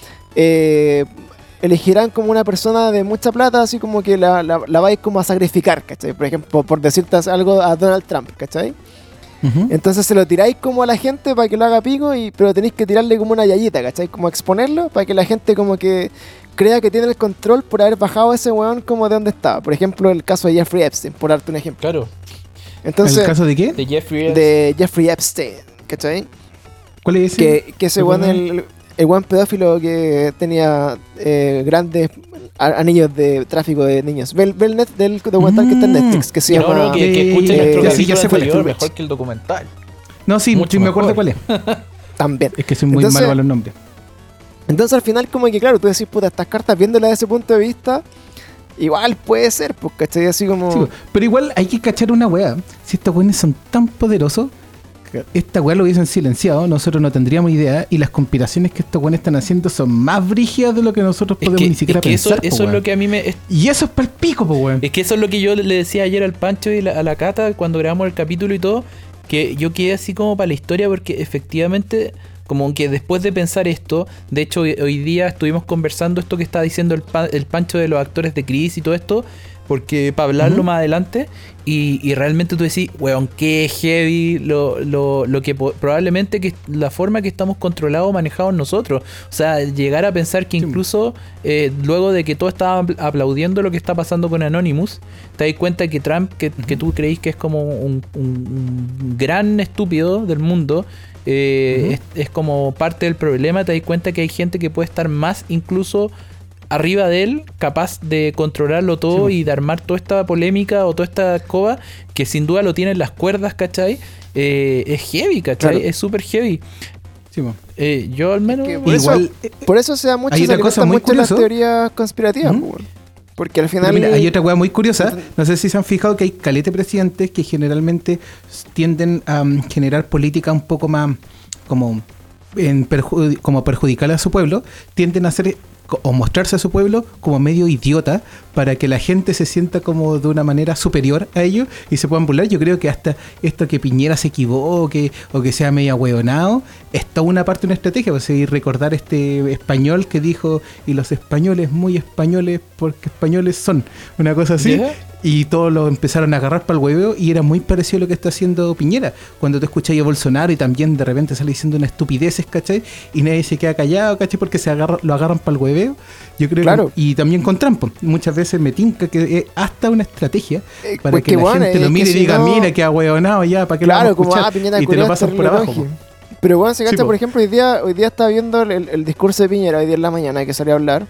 [SPEAKER 1] eh, elegirán como una persona de mucha plata, así como que la, la, la vais como a sacrificar, ¿cachai? Por ejemplo, por decirte algo a Donald Trump, ¿cachai?
[SPEAKER 3] Ujú.
[SPEAKER 1] Entonces se lo tiráis como a la gente para que lo haga pico, y, pero tenéis que tirarle como una yayita, ¿cachai? Como exponerlo para que la gente como que crea que tiene el control por haber bajado a ese weón como de donde estaba. Por ejemplo, el caso de Jeffrey Epstein, por darte un ejemplo.
[SPEAKER 2] Claro.
[SPEAKER 1] Entonces,
[SPEAKER 3] ¿El caso de qué?
[SPEAKER 2] De Jeffrey Epstein.
[SPEAKER 1] de Jeffrey Epstein, ¿cachai?
[SPEAKER 3] ¿Cuál es ese?
[SPEAKER 1] Que, que ese
[SPEAKER 3] ¿El
[SPEAKER 1] weón,
[SPEAKER 3] weón?
[SPEAKER 1] el, el weón pedófilo que tenía eh, grandes a- anillos de tráfico de niños. Ve, el- ve el net del documental que está en
[SPEAKER 3] Mm.
[SPEAKER 1] Netflix, que se
[SPEAKER 2] No,
[SPEAKER 1] llama...
[SPEAKER 2] no, que, que
[SPEAKER 3] Eh,
[SPEAKER 2] escuchen
[SPEAKER 1] eh,
[SPEAKER 2] nuestro
[SPEAKER 1] ya
[SPEAKER 3] sí,
[SPEAKER 2] capítulo
[SPEAKER 3] ya sé cuál es.
[SPEAKER 2] anterior, mejor que el documental.
[SPEAKER 3] No, sí,
[SPEAKER 2] mucho
[SPEAKER 3] sí me acuerdo
[SPEAKER 2] mejor.
[SPEAKER 3] cuál es.
[SPEAKER 1] También.
[SPEAKER 3] Es que soy muy
[SPEAKER 1] Entonces-
[SPEAKER 3] malo con los nombres.
[SPEAKER 1] Entonces al final como que claro, tú decís, puta, estas cartas viéndolas desde ese punto de vista, igual puede ser, pues, ¿cachai? Así como...
[SPEAKER 3] Sí, pero igual hay que cachar una weá. Si estos weones son tan poderosos, esta weá lo hubiesen silenciado, nosotros no tendríamos idea, y las conspiraciones que estos weones están haciendo son más brígidas de lo que nosotros
[SPEAKER 2] Es
[SPEAKER 3] podemos
[SPEAKER 2] que,
[SPEAKER 3] ni siquiera
[SPEAKER 2] es que
[SPEAKER 3] pensar.
[SPEAKER 2] eso,
[SPEAKER 3] po,
[SPEAKER 2] eso es
[SPEAKER 3] weón.
[SPEAKER 2] lo que a mí me... es-
[SPEAKER 3] Y eso es pa'l pico, po, weón.
[SPEAKER 2] Es que eso es lo que yo le decía ayer al Pancho y la- a la Cata cuando grabamos el capítulo y todo, que yo quedé así como para la historia porque efectivamente, como que después de pensar esto, de hecho hoy, hoy día estuvimos conversando esto que está diciendo el, Pa- el Pancho de los actores de Chris y todo esto, porque para hablarlo
[SPEAKER 3] Ujú.
[SPEAKER 2] más adelante, y, y realmente tú decís, weón, qué heavy lo, lo, lo que po- probablemente que la forma que estamos controlados o manejados nosotros. O sea, llegar a pensar que
[SPEAKER 3] Sí.
[SPEAKER 2] incluso eh, luego de que todos estaban apl- aplaudiendo lo que está pasando con Anonymous, te das cuenta que Trump, que, que tú creís que es como un, un- un gran estúpido del mundo, eh,
[SPEAKER 3] Ujú.
[SPEAKER 2] es, es como parte del problema. Te das cuenta que hay gente que puede estar más incluso arriba de él, capaz de controlarlo todo
[SPEAKER 3] Sí.
[SPEAKER 2] y de armar toda esta polémica o toda esta escoba, que sin duda lo tienen las cuerdas, ¿cachai? Eh, es heavy, ¿cachai?
[SPEAKER 1] Claro.
[SPEAKER 2] Es súper heavy.
[SPEAKER 3] Sí, po.
[SPEAKER 2] Eh, yo al menos...
[SPEAKER 1] que por
[SPEAKER 3] Igual,
[SPEAKER 1] eso, por eso se da mucho,
[SPEAKER 3] hay
[SPEAKER 1] se
[SPEAKER 3] otra cosa
[SPEAKER 1] alimentan
[SPEAKER 3] muy
[SPEAKER 1] mucho las
[SPEAKER 3] curioso.
[SPEAKER 1] teorías conspirativas,
[SPEAKER 3] Ujú.
[SPEAKER 1] pues, weón. Porque al
[SPEAKER 3] pero
[SPEAKER 1] final...
[SPEAKER 3] mira, hay otra weá muy curiosa. No sé si se han fijado que hay calete presidentes que generalmente s- tienden a um, generar política un poco más como, en perju- como perjudicar a su pueblo, tienden a hacer co- o mostrarse a su pueblo como medio idiota para que la gente se sienta como de una manera superior a ellos y se puedan burlar. Yo creo que hasta esto que Piñera se equivoque o que sea medio ahueonado es toda una parte de una estrategia. Pues, y recordar este español que dijo, y los españoles muy españoles porque españoles son, una cosa así.
[SPEAKER 2] ¿Ya?
[SPEAKER 3] Y todos lo empezaron a agarrar para el hueveo y era muy parecido a lo que está haciendo Piñera. Cuando tú escuchas a Bolsonaro y también de repente sale diciendo una estupideces, ¿cachai? Y nadie se queda callado, ¿cachai? Porque se agarra, lo agarran para el hueveo. Yo creo
[SPEAKER 1] Claro.
[SPEAKER 3] que... Y también con Trump. Muchas veces me tinca que es hasta una estrategia
[SPEAKER 1] Eh,
[SPEAKER 3] para
[SPEAKER 1] pues
[SPEAKER 3] que
[SPEAKER 1] que
[SPEAKER 3] la
[SPEAKER 1] bueno,
[SPEAKER 3] gente
[SPEAKER 1] es
[SPEAKER 3] lo mire
[SPEAKER 1] que
[SPEAKER 3] y
[SPEAKER 1] si
[SPEAKER 3] diga,
[SPEAKER 1] no-
[SPEAKER 3] mira que ahueonado ya, ¿para qué
[SPEAKER 1] Claro,
[SPEAKER 3] lo vamos a
[SPEAKER 1] como,
[SPEAKER 3] escuchar?
[SPEAKER 1] ah, Piñera
[SPEAKER 3] Y te
[SPEAKER 1] culiao
[SPEAKER 3] lo pasan
[SPEAKER 1] está
[SPEAKER 3] por
[SPEAKER 1] re
[SPEAKER 3] abajo.
[SPEAKER 1] loco.
[SPEAKER 3] po.
[SPEAKER 1] Pero bueno, se
[SPEAKER 3] Sí,
[SPEAKER 1] cacha,
[SPEAKER 3] po.
[SPEAKER 1] por ejemplo, hoy día, hoy día estaba viendo el, el- el discurso de Piñera, hoy día en la mañana, que salió a hablar.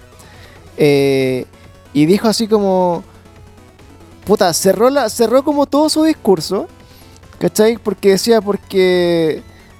[SPEAKER 1] eh, y dijo así como... Puta, cerró, la, cerró como todo su discurso. ¿Cachai? Porque decía, porque...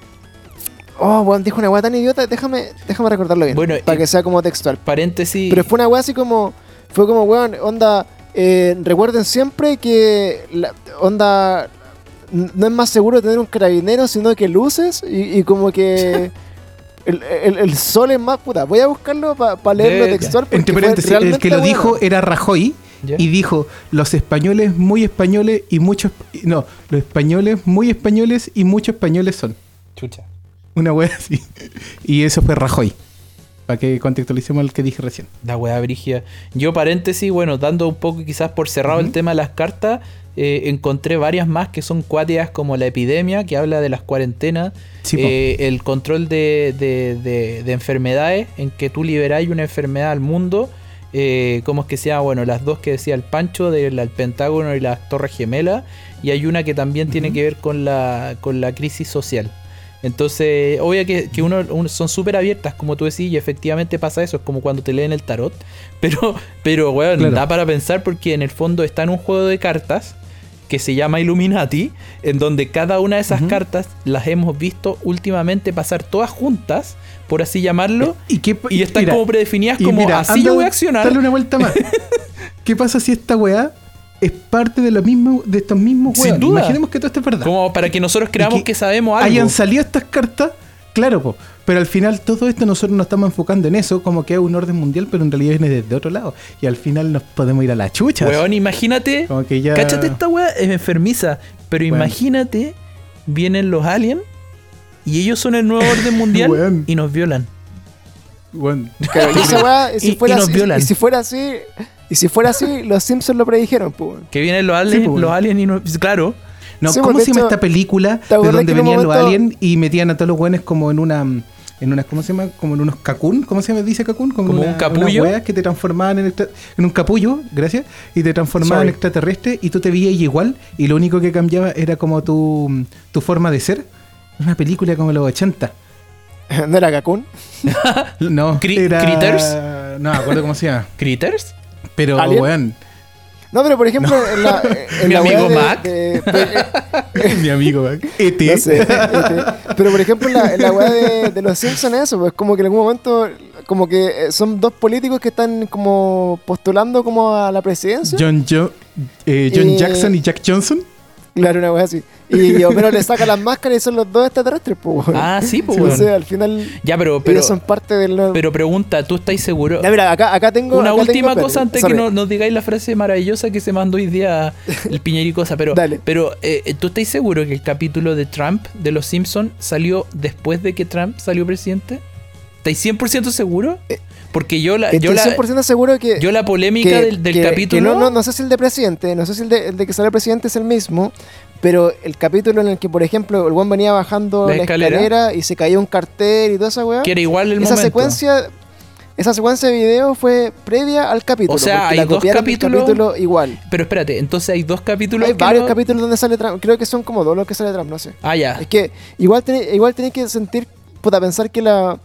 [SPEAKER 1] Oh, weón, dijo una weá tan idiota. Déjame, déjame recordarlo bien.
[SPEAKER 2] Bueno,
[SPEAKER 1] para
[SPEAKER 2] eh,
[SPEAKER 1] que sea como textual.
[SPEAKER 2] Paréntesis...
[SPEAKER 1] Pero fue una weá así como... Fue como, weón, onda... eh, recuerden siempre que... La, onda... no es más seguro tener un carabinero, sino que luces y, y como que el, el, el sol es más puta. Voy a buscarlo para pa leerlo
[SPEAKER 2] De-
[SPEAKER 1] textual. porque
[SPEAKER 3] Entre
[SPEAKER 1] fue
[SPEAKER 3] paréntesis, el
[SPEAKER 1] realmente
[SPEAKER 3] que lo
[SPEAKER 1] bueno.
[SPEAKER 3] dijo era Rajoy
[SPEAKER 2] ¿Ya?
[SPEAKER 3] y dijo los españoles muy españoles y muchos... No, los españoles muy españoles y muchos españoles son.
[SPEAKER 2] Chucha.
[SPEAKER 3] Una wea así. Y eso fue Rajoy. Para que contextualicemos el que dije recién.
[SPEAKER 2] La weá brígida. Yo, paréntesis, bueno, dando un poco quizás por cerrado
[SPEAKER 3] Ujú.
[SPEAKER 2] el tema de las cartas, eh, encontré varias más que son cuáticas, como la epidemia, que habla de las cuarentenas,
[SPEAKER 3] Sí, po.
[SPEAKER 2] eh, el control de, de, de- de enfermedades, en que tú liberáis una enfermedad al mundo, eh, como es que sea, bueno, las dos que decía el Pancho, del el Pentágono y las Torres Gemelas, y hay una que también tiene
[SPEAKER 3] Ujú.
[SPEAKER 2] que ver con la, con la crisis social. Entonces, obvio que, que uno, uno- son súper abiertas, como tú decís, y efectivamente pasa eso, es como cuando te leen el tarot. Pero, pero weón,
[SPEAKER 3] Claro.
[SPEAKER 2] da para pensar porque en el fondo está en un juego de cartas que se llama Illuminati, en donde cada una de esas
[SPEAKER 3] Ujú.
[SPEAKER 2] cartas las hemos visto últimamente pasar todas juntas, por así llamarlo,
[SPEAKER 3] ¿Y, qué,
[SPEAKER 2] y están
[SPEAKER 3] mira,
[SPEAKER 2] como predefinidas
[SPEAKER 3] y
[SPEAKER 2] como
[SPEAKER 3] mira,
[SPEAKER 2] así
[SPEAKER 3] anda,
[SPEAKER 2] yo voy a accionar.
[SPEAKER 3] Dale una vuelta más. ¿Qué pasa si esta weá es parte de, lo mismo, de estos mismos
[SPEAKER 2] Sin
[SPEAKER 3] weones?
[SPEAKER 2] duda.
[SPEAKER 3] Imaginemos que todo esto es verdad.
[SPEAKER 2] Como para que nosotros creamos
[SPEAKER 3] Y
[SPEAKER 2] que,
[SPEAKER 3] que
[SPEAKER 2] sabemos algo.
[SPEAKER 3] Hayan salido estas cartas, claro, po, pero al final todo esto nosotros nos estamos enfocando en eso, como que es un orden mundial, pero en realidad viene desde otro lado. Y al final nos podemos ir a la chucha.
[SPEAKER 2] Weón, imagínate.
[SPEAKER 3] Como que ya...
[SPEAKER 2] Cáchate, esta weá es enfermiza. Pero
[SPEAKER 3] Weón.
[SPEAKER 2] imagínate, vienen los aliens y ellos son el nuevo orden mundial
[SPEAKER 3] Weón.
[SPEAKER 2] y nos violan.
[SPEAKER 3] Bueno,
[SPEAKER 1] Claro, y esa weá, y si
[SPEAKER 2] Y-
[SPEAKER 1] fuera
[SPEAKER 2] y nos
[SPEAKER 1] así-
[SPEAKER 2] violan.
[SPEAKER 1] y si fuera así, y si fuera así, los Simpsons lo predijeron, pues.
[SPEAKER 2] Que vienen los aliens,
[SPEAKER 3] Sí, pues,
[SPEAKER 2] los
[SPEAKER 3] weón.
[SPEAKER 2] aliens y nos. Claro.
[SPEAKER 3] no,
[SPEAKER 1] Sí,
[SPEAKER 3] ¿cómo
[SPEAKER 1] pues,
[SPEAKER 3] se
[SPEAKER 1] de
[SPEAKER 3] llama
[SPEAKER 1] hecho,
[SPEAKER 3] esta película
[SPEAKER 1] ¿te
[SPEAKER 3] de
[SPEAKER 1] acuerdas
[SPEAKER 3] donde
[SPEAKER 1] que en un
[SPEAKER 3] venían los
[SPEAKER 1] momento-
[SPEAKER 3] aliens y metían a todos los buenos como en una... En unas, ¿cómo se llama? Como en unos cacún, ¿cómo se dice cacún?
[SPEAKER 2] ¿Como
[SPEAKER 3] una-
[SPEAKER 2] un capullo?
[SPEAKER 3] unas weas que te transformaban en, extra- en un capullo, gracias, y te transformaban
[SPEAKER 2] Sorry.
[SPEAKER 3] en extraterrestre y tú te veías igual y lo único que cambiaba era como tu, tu forma de ser. Una película como los ochenta.
[SPEAKER 1] ¿No era Cocoon?
[SPEAKER 3] No,
[SPEAKER 2] Cri-
[SPEAKER 3] era...
[SPEAKER 2] Critters?
[SPEAKER 3] No, me acuerdo cómo se llama.
[SPEAKER 2] ¿Critters?
[SPEAKER 3] Pero,
[SPEAKER 1] ¿Alien?
[SPEAKER 3] weón,
[SPEAKER 1] No, pero por ejemplo, en la, en
[SPEAKER 2] Mi
[SPEAKER 1] la
[SPEAKER 2] amigo
[SPEAKER 1] weá de-
[SPEAKER 2] Mac.
[SPEAKER 1] de- de-
[SPEAKER 3] mi amigo, weón. E T.
[SPEAKER 1] no sé, este, pero por ejemplo, en la, en la weá de, de los Simpsons, eso, pues como que en algún momento, como que eh, son dos políticos que están como postulando como a la presidencia.
[SPEAKER 3] John, Jo- eh, John
[SPEAKER 1] Eh,
[SPEAKER 3] Jackson y Jack Johnson.
[SPEAKER 1] Claro, una weá así. Y Homero le saca las máscaras y son los dos extraterrestres, pues. weón.
[SPEAKER 2] Ah, sí, pues,
[SPEAKER 1] Entonces,
[SPEAKER 2] weón.
[SPEAKER 1] al final,
[SPEAKER 2] Ya, pero, pero,
[SPEAKER 1] ellos son parte del.
[SPEAKER 2] pero pregunta, ¿tú estás seguro?
[SPEAKER 1] Ya, mira, acá, acá tengo.
[SPEAKER 2] Una
[SPEAKER 1] acá
[SPEAKER 2] última
[SPEAKER 1] tengo-
[SPEAKER 2] cosa antes
[SPEAKER 1] sorry.
[SPEAKER 2] que no- nos digáis la frase maravillosa que se mandó hoy día el Piñericosa, pero,
[SPEAKER 1] Dale.
[SPEAKER 2] pero eh, ¿tú estás seguro que el capítulo de Trump de Los Simpsons salió después de que Trump salió presidente? ¿Estáis cien por ciento seguro? Porque yo la, yo
[SPEAKER 1] Estoy
[SPEAKER 2] la,
[SPEAKER 1] cien por ciento seguro que.
[SPEAKER 2] yo la polémica
[SPEAKER 1] que-
[SPEAKER 2] del, del
[SPEAKER 1] que-
[SPEAKER 2] capítulo...
[SPEAKER 1] que no, no, no sé si el de presidente, no sé si el de, el de que sale presidente es el mismo, pero el capítulo en el que, por ejemplo, el buen venía bajando
[SPEAKER 2] La
[SPEAKER 1] la,
[SPEAKER 2] escalera.
[SPEAKER 1] escalera. y se cayó un cartel y toda esa weá.
[SPEAKER 2] que era igual el
[SPEAKER 1] Esa
[SPEAKER 2] momento.
[SPEAKER 1] secuencia, esa secuencia de video fue previa al capítulo.
[SPEAKER 2] O sea,
[SPEAKER 1] porque
[SPEAKER 2] hay
[SPEAKER 1] la
[SPEAKER 2] dos
[SPEAKER 1] copiaron del
[SPEAKER 2] capítulos-
[SPEAKER 1] capítulo igual.
[SPEAKER 2] Pero espérate, entonces hay dos capítulos
[SPEAKER 1] Hay
[SPEAKER 2] que
[SPEAKER 1] varios
[SPEAKER 2] lo-
[SPEAKER 1] capítulos donde sale Trump, creo que son como dos los que sale Trump, no sé.
[SPEAKER 2] Ah, ya.
[SPEAKER 1] Es que igual tenéis igual tenéis que sentir, puta, pensar que la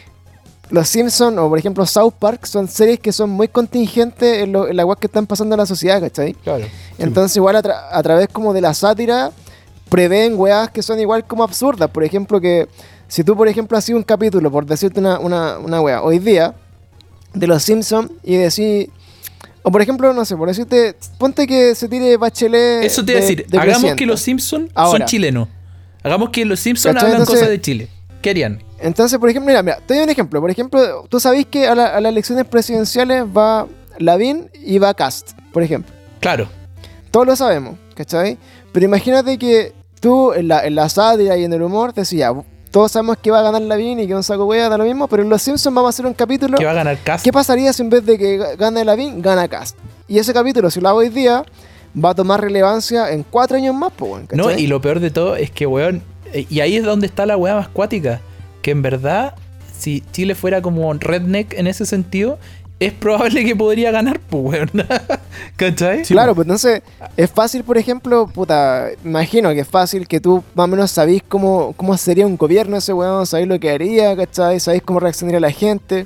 [SPEAKER 1] los Simpsons o por ejemplo South Park son series que son muy contingentes en, lo, en la web que están pasando en la sociedad, ¿cachai?
[SPEAKER 2] Claro.
[SPEAKER 1] Entonces igual a, tra- a través como de la sátira prevén weas que son igual como absurdas. Por ejemplo que si tú por ejemplo has un capítulo, por decirte una, una, una wea, hoy día de los Simpsons y decir... O por ejemplo, no sé, por decirte, ponte que se tire Bachelet.
[SPEAKER 2] Eso te iba a
[SPEAKER 1] de-
[SPEAKER 2] decir,
[SPEAKER 1] de
[SPEAKER 2] hagamos
[SPEAKER 1] presidenta.
[SPEAKER 2] que los Simpsons son
[SPEAKER 1] Ahora.
[SPEAKER 2] chilenos. Hagamos que los Simpsons
[SPEAKER 1] ¿Cachai?
[SPEAKER 2] hablan
[SPEAKER 1] Entonces-
[SPEAKER 2] cosas de Chile. ¿Qué harían?
[SPEAKER 1] Entonces, por ejemplo, mira, mira, te doy un ejemplo. Por ejemplo, tú sabés que a, la- a las elecciones presidenciales va Lavín y va Cast, por ejemplo.
[SPEAKER 2] Claro.
[SPEAKER 1] Todos lo sabemos, ¿cachai? Pero imagínate que tú en la, en la sátira y en el humor decías, ya, todos sabemos que va a ganar Lavín y que un saco wea da lo mismo, pero en Los Simpsons vamos a hacer un capítulo.
[SPEAKER 2] Que va a ganar Cast.
[SPEAKER 1] ¿Qué pasaría si en vez de que ga- gane Lavín, gana Cast? Y ese capítulo, si lo hago hoy día, va a tomar relevancia en cuatro años más, pues, weón,
[SPEAKER 2] No,
[SPEAKER 1] ¿cachai?
[SPEAKER 2] y lo peor de todo es que, weón, eh, y ahí es donde está la weá más cuática. Que en verdad, si Chile fuera como redneck en ese sentido, es probable que podría ganar, pues, weón. ¿Cachai?
[SPEAKER 1] Claro, pues entonces es fácil, por ejemplo, puta, imagino que es fácil que tú más o menos sabís cómo, cómo sería un gobierno ese weón, sabéis lo que haría, ¿cachai? Sabéis cómo reaccionaría la gente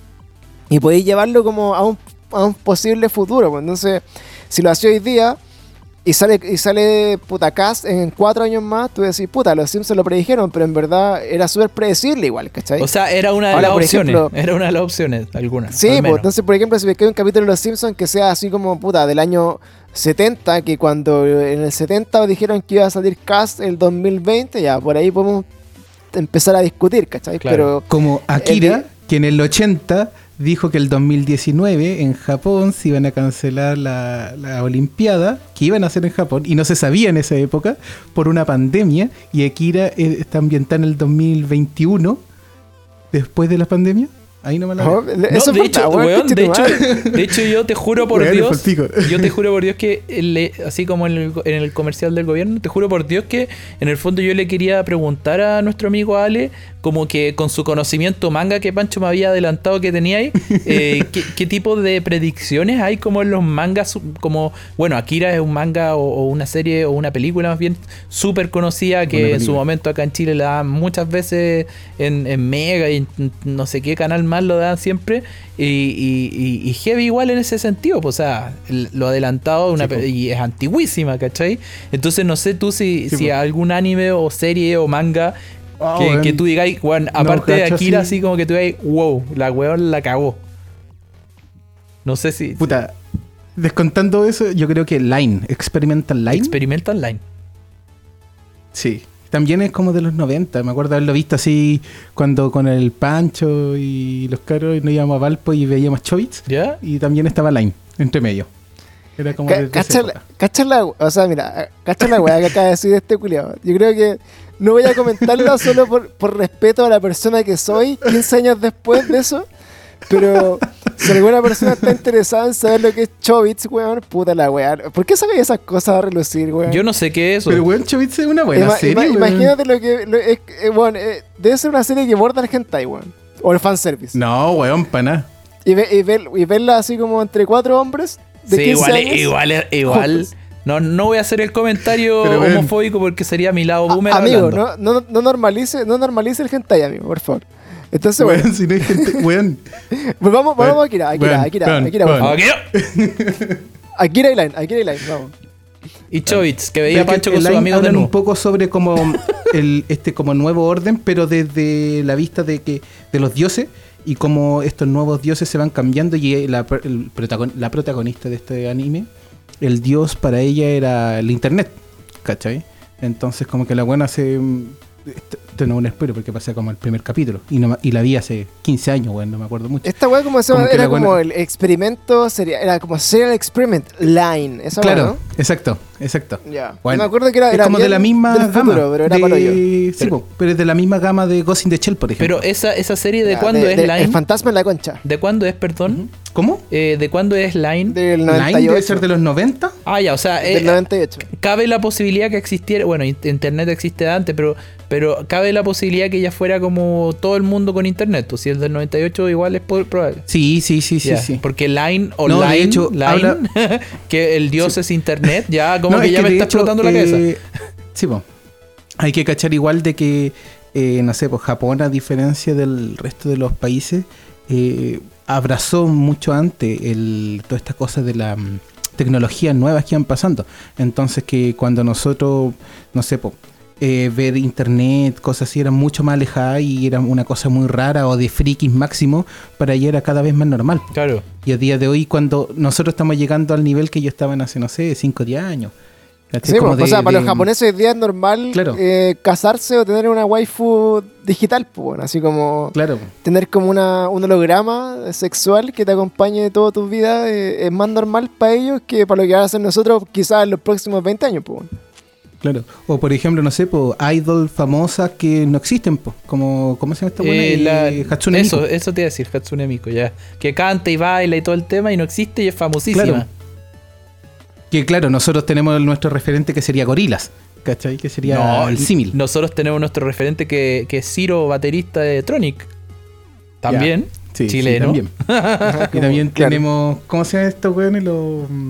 [SPEAKER 1] y podéis llevarlo como a un, a un posible futuro, pues entonces si lo hacía hoy día, Y sale, y sale puta cast en cuatro años más, tú decís, puta, los Simpsons lo predijeron, pero en verdad era súper predecible igual, ¿cachai?
[SPEAKER 2] O sea, era una de
[SPEAKER 1] Ahora,
[SPEAKER 2] las
[SPEAKER 1] por
[SPEAKER 2] opciones.
[SPEAKER 1] ejemplo-
[SPEAKER 2] Era una de las opciones, algunas.
[SPEAKER 1] Sí,
[SPEAKER 2] al
[SPEAKER 1] pues
[SPEAKER 2] menos.
[SPEAKER 1] entonces, por ejemplo, si me queda un capítulo de Los Simpsons que sea así como, puta, del año setenta, que cuando en el setenta dijeron que iba a salir cast el dos mil veinte, ya, por ahí podemos empezar a discutir, ¿cachai?
[SPEAKER 2] Claro.
[SPEAKER 1] Pero
[SPEAKER 3] Como Akira,
[SPEAKER 1] El-
[SPEAKER 3] que en el ochenta dijo que el dos mil diecinueve en Japón se iban a cancelar la, la Olimpiada, que iban a hacer en Japón, y no se sabía en esa época, por una pandemia, y Akira eh, está ambientada en el dos mil veintiuno, después de la pandemia. Ahí no me la
[SPEAKER 1] no,
[SPEAKER 2] No,
[SPEAKER 1] eso
[SPEAKER 2] de
[SPEAKER 1] es
[SPEAKER 2] hecho,
[SPEAKER 1] verdad, weón,
[SPEAKER 2] weón, de, hecho,
[SPEAKER 1] conchetumare.
[SPEAKER 2] de hecho, yo te juro por
[SPEAKER 3] Weón,
[SPEAKER 2] Dios,
[SPEAKER 3] es palpico.
[SPEAKER 2] yo te juro por Dios que, le- así como en el, en el comercial del gobierno, te juro por Dios que en el fondo yo le quería preguntar a nuestro amigo Ale, como que con su conocimiento manga que Pancho me había adelantado que tenía ahí, eh, ¿qué, qué tipo de predicciones hay como en los mangas? Como, bueno, Akira es un manga o, o una serie o una película más bien súper conocida que
[SPEAKER 3] Una
[SPEAKER 2] en su
[SPEAKER 3] película.
[SPEAKER 2] momento acá en Chile la dan muchas veces en, en Mega y en no sé qué canal más lo dan siempre. Y, y, y- y heavy igual en ese sentido, pues, o sea, el- lo adelantado una
[SPEAKER 3] Sí,
[SPEAKER 2] pe-
[SPEAKER 3] po.
[SPEAKER 2] y es antiguísima, ¿cachai? Entonces no sé tú si,
[SPEAKER 3] Sí,
[SPEAKER 2] si
[SPEAKER 3] po.
[SPEAKER 2] algún anime o serie o manga
[SPEAKER 3] Ah,
[SPEAKER 2] que,
[SPEAKER 3] weón.
[SPEAKER 2] que tú digáis, weón, aparte de
[SPEAKER 3] cacho,
[SPEAKER 2] Akira,
[SPEAKER 3] sí.
[SPEAKER 2] así como que tú digáis, wow, la weón la cagó. No sé si
[SPEAKER 3] Puta, descontando eso, yo creo que Line, Experimental Line.
[SPEAKER 2] experimenta online.
[SPEAKER 3] Sí. También es como de los noventa. Me acuerdo haberlo visto así cuando con el Pancho y los caros nos íbamos a Valpo y veíamos Chobits.
[SPEAKER 2] ¿Ya?
[SPEAKER 3] Y también estaba Line, entre medio. Era como
[SPEAKER 1] Ca-
[SPEAKER 3] de- de esa
[SPEAKER 1] Cacha la,
[SPEAKER 3] época.
[SPEAKER 1] cacha la- o sea, mira, cacha la weá que acaba de decir este culiado. Yo creo que no voy a comentarlo solo por, por respeto a la persona que soy quince años después de eso. Pero si alguna persona está interesada en saber lo que es Chobits, weón, puta la weá. ¿Por qué sacáis esas cosas a relucir, weón?
[SPEAKER 2] Yo no sé qué es eso.
[SPEAKER 3] Pero weón, Chobits es una buena
[SPEAKER 1] Ima-
[SPEAKER 3] serie,
[SPEAKER 1] ima-
[SPEAKER 3] weón.
[SPEAKER 1] imagínate lo que. Lo, es, eh, weón, eh, debe ser una serie que borda el hentai, weón. O el fanservice.
[SPEAKER 3] No, weón, para nada.
[SPEAKER 1] Y, ve- y, ver- y verla así como entre cuatro hombres de
[SPEAKER 2] Sí,
[SPEAKER 1] quince
[SPEAKER 2] igual,
[SPEAKER 1] años.
[SPEAKER 2] igual, igual.
[SPEAKER 1] juntos.
[SPEAKER 2] No, no voy a hacer el comentario
[SPEAKER 3] Pero, weón.
[SPEAKER 2] homofóbico porque sería mi lado
[SPEAKER 1] A-
[SPEAKER 2] boomer
[SPEAKER 1] amigo,
[SPEAKER 2] hablando.
[SPEAKER 1] no, no, no normalice, no normalice el hentai, amigo, por favor. Entonces, bueno,
[SPEAKER 3] Weón, si no hay gente. Weón.
[SPEAKER 1] pues vamos, vamos
[SPEAKER 3] Weón,
[SPEAKER 1] a Akira, Akira,
[SPEAKER 3] weón,
[SPEAKER 1] Akira,
[SPEAKER 3] weón,
[SPEAKER 1] Akira, por
[SPEAKER 3] weón.
[SPEAKER 1] favor.
[SPEAKER 2] ¿A qué?
[SPEAKER 1] Akira y Line, Akira y Line, vamos.
[SPEAKER 2] Y Chobits, que veía a
[SPEAKER 3] Pero
[SPEAKER 2] Pancho
[SPEAKER 3] que
[SPEAKER 2] con sus
[SPEAKER 3] Line
[SPEAKER 2] amigos de
[SPEAKER 3] hablan un
[SPEAKER 2] nuevo.
[SPEAKER 3] poco sobre como el este como nuevo orden, pero desde la vista de que de los dioses y cómo estos nuevos dioses se van cambiando y la, el protagon- la protagonista de este anime, el dios para ella era el internet, ¿cachai? Entonces como que la buena se... Esto, esto no es un spoiler porque pasa como el primer capítulo y, no, me- y la vi hace quince años, weón, no me acuerdo mucho.
[SPEAKER 1] Esta weá como se llama,
[SPEAKER 3] Como que
[SPEAKER 1] era
[SPEAKER 3] la
[SPEAKER 1] como
[SPEAKER 3] buena-
[SPEAKER 1] el experimento, sería, era como Serial Experiment Line, esa weá,
[SPEAKER 3] Claro,
[SPEAKER 1] ¿no?
[SPEAKER 3] exacto, exacto.
[SPEAKER 1] Ya.
[SPEAKER 3] Bueno,
[SPEAKER 1] Yo me acuerdo que era,
[SPEAKER 3] es
[SPEAKER 1] era
[SPEAKER 3] como de
[SPEAKER 1] bien
[SPEAKER 3] la misma
[SPEAKER 1] del
[SPEAKER 3] gama.
[SPEAKER 1] futuro, pero era
[SPEAKER 3] de-
[SPEAKER 1] para yo.
[SPEAKER 3] Sí,
[SPEAKER 2] Pero-
[SPEAKER 3] po, pero es de la misma gama de Ghost in the Shell, por ejemplo.
[SPEAKER 2] Pero esa, esa serie, ¿de
[SPEAKER 1] Ya,
[SPEAKER 2] cuándo
[SPEAKER 1] de-
[SPEAKER 2] es
[SPEAKER 1] de-
[SPEAKER 2] Line?
[SPEAKER 1] El fantasma en la concha.
[SPEAKER 2] ¿De cuándo es, perdón?
[SPEAKER 3] ¿Cómo?
[SPEAKER 2] Eh, ¿De cuándo es Line?
[SPEAKER 1] Del
[SPEAKER 3] Line
[SPEAKER 1] noventa y
[SPEAKER 3] debe
[SPEAKER 1] ocho.
[SPEAKER 3] ser de los noventa.
[SPEAKER 2] Ah, ya, o sea, eh,
[SPEAKER 1] Del noventa y ocho.
[SPEAKER 2] cabe la posibilidad que existiera, bueno, in- internet existe de antes, pero, pero cabe la posibilidad que ella fuera como todo el mundo con internet, pues si el del noventa y ocho igual es po- probable.
[SPEAKER 3] Sí, sí, sí, sí,
[SPEAKER 2] Ya,
[SPEAKER 3] sí.
[SPEAKER 2] Porque Line o
[SPEAKER 3] No, de
[SPEAKER 2] Line,
[SPEAKER 3] hecho,
[SPEAKER 2] Line,
[SPEAKER 3] habla-
[SPEAKER 2] que el dios es internet, ya como
[SPEAKER 3] No,
[SPEAKER 2] que
[SPEAKER 3] es
[SPEAKER 2] ya me
[SPEAKER 3] de
[SPEAKER 2] está
[SPEAKER 3] hecho,
[SPEAKER 2] explotando la cabeza.
[SPEAKER 3] eh, Sí, po. Hay que cachar igual de que, eh, no sé, pues Japón, a diferencia del resto de los países, eh, abrazó mucho antes el, todas estas cosas de las mm, tecnologías nuevas que iban pasando. Entonces que cuando nosotros, no sé, pues, eh, ver internet, cosas así, eran mucho más alejadas y era una cosa muy rara o de frikis máximo, para ella era cada vez más normal.
[SPEAKER 2] Claro.
[SPEAKER 3] Y a día de hoy, cuando nosotros estamos llegando al nivel que ellos estaban hace, no sé, cinco o diez años. ¿cachai?
[SPEAKER 1] Sí,
[SPEAKER 3] Como
[SPEAKER 1] pues, o
[SPEAKER 3] de-
[SPEAKER 1] sea, para
[SPEAKER 3] de-
[SPEAKER 1] los japoneses hoy día es normal
[SPEAKER 3] Claro.
[SPEAKER 1] eh, casarse o tener una waifu digital, pues, bueno, así como
[SPEAKER 3] Claro,
[SPEAKER 1] tener como una, un holograma sexual que te acompañe toda tu vida eh, es más normal para ellos que para lo que van a hacer nosotros quizás en los próximos veinte años, pues. Bueno.
[SPEAKER 3] claro. O por ejemplo, no sé, po, idol famosas que no existen, po, como, ¿cómo se llama esta buena?
[SPEAKER 2] Eh, la-
[SPEAKER 3] Eh, Hatsune
[SPEAKER 2] eso,
[SPEAKER 3] Miku.
[SPEAKER 2] eso te iba a decir, Hatsune Miku, ya. Que canta y baila y todo el tema y no existe y es famosísima.
[SPEAKER 3] Claro. Que claro, nosotros tenemos nuestro referente que sería Gorilas, ¿cachai? Que sería
[SPEAKER 2] No,
[SPEAKER 3] el símil.
[SPEAKER 2] Nosotros tenemos nuestro referente que, que es Ciro, baterista de Tronic. También,
[SPEAKER 3] Sí, sí,
[SPEAKER 2] chileno.
[SPEAKER 3] también.
[SPEAKER 1] Ajá,
[SPEAKER 3] Y
[SPEAKER 1] como-
[SPEAKER 3] también
[SPEAKER 1] claro.
[SPEAKER 3] tenemos, ¿cómo se llama estos weones? Los... mm,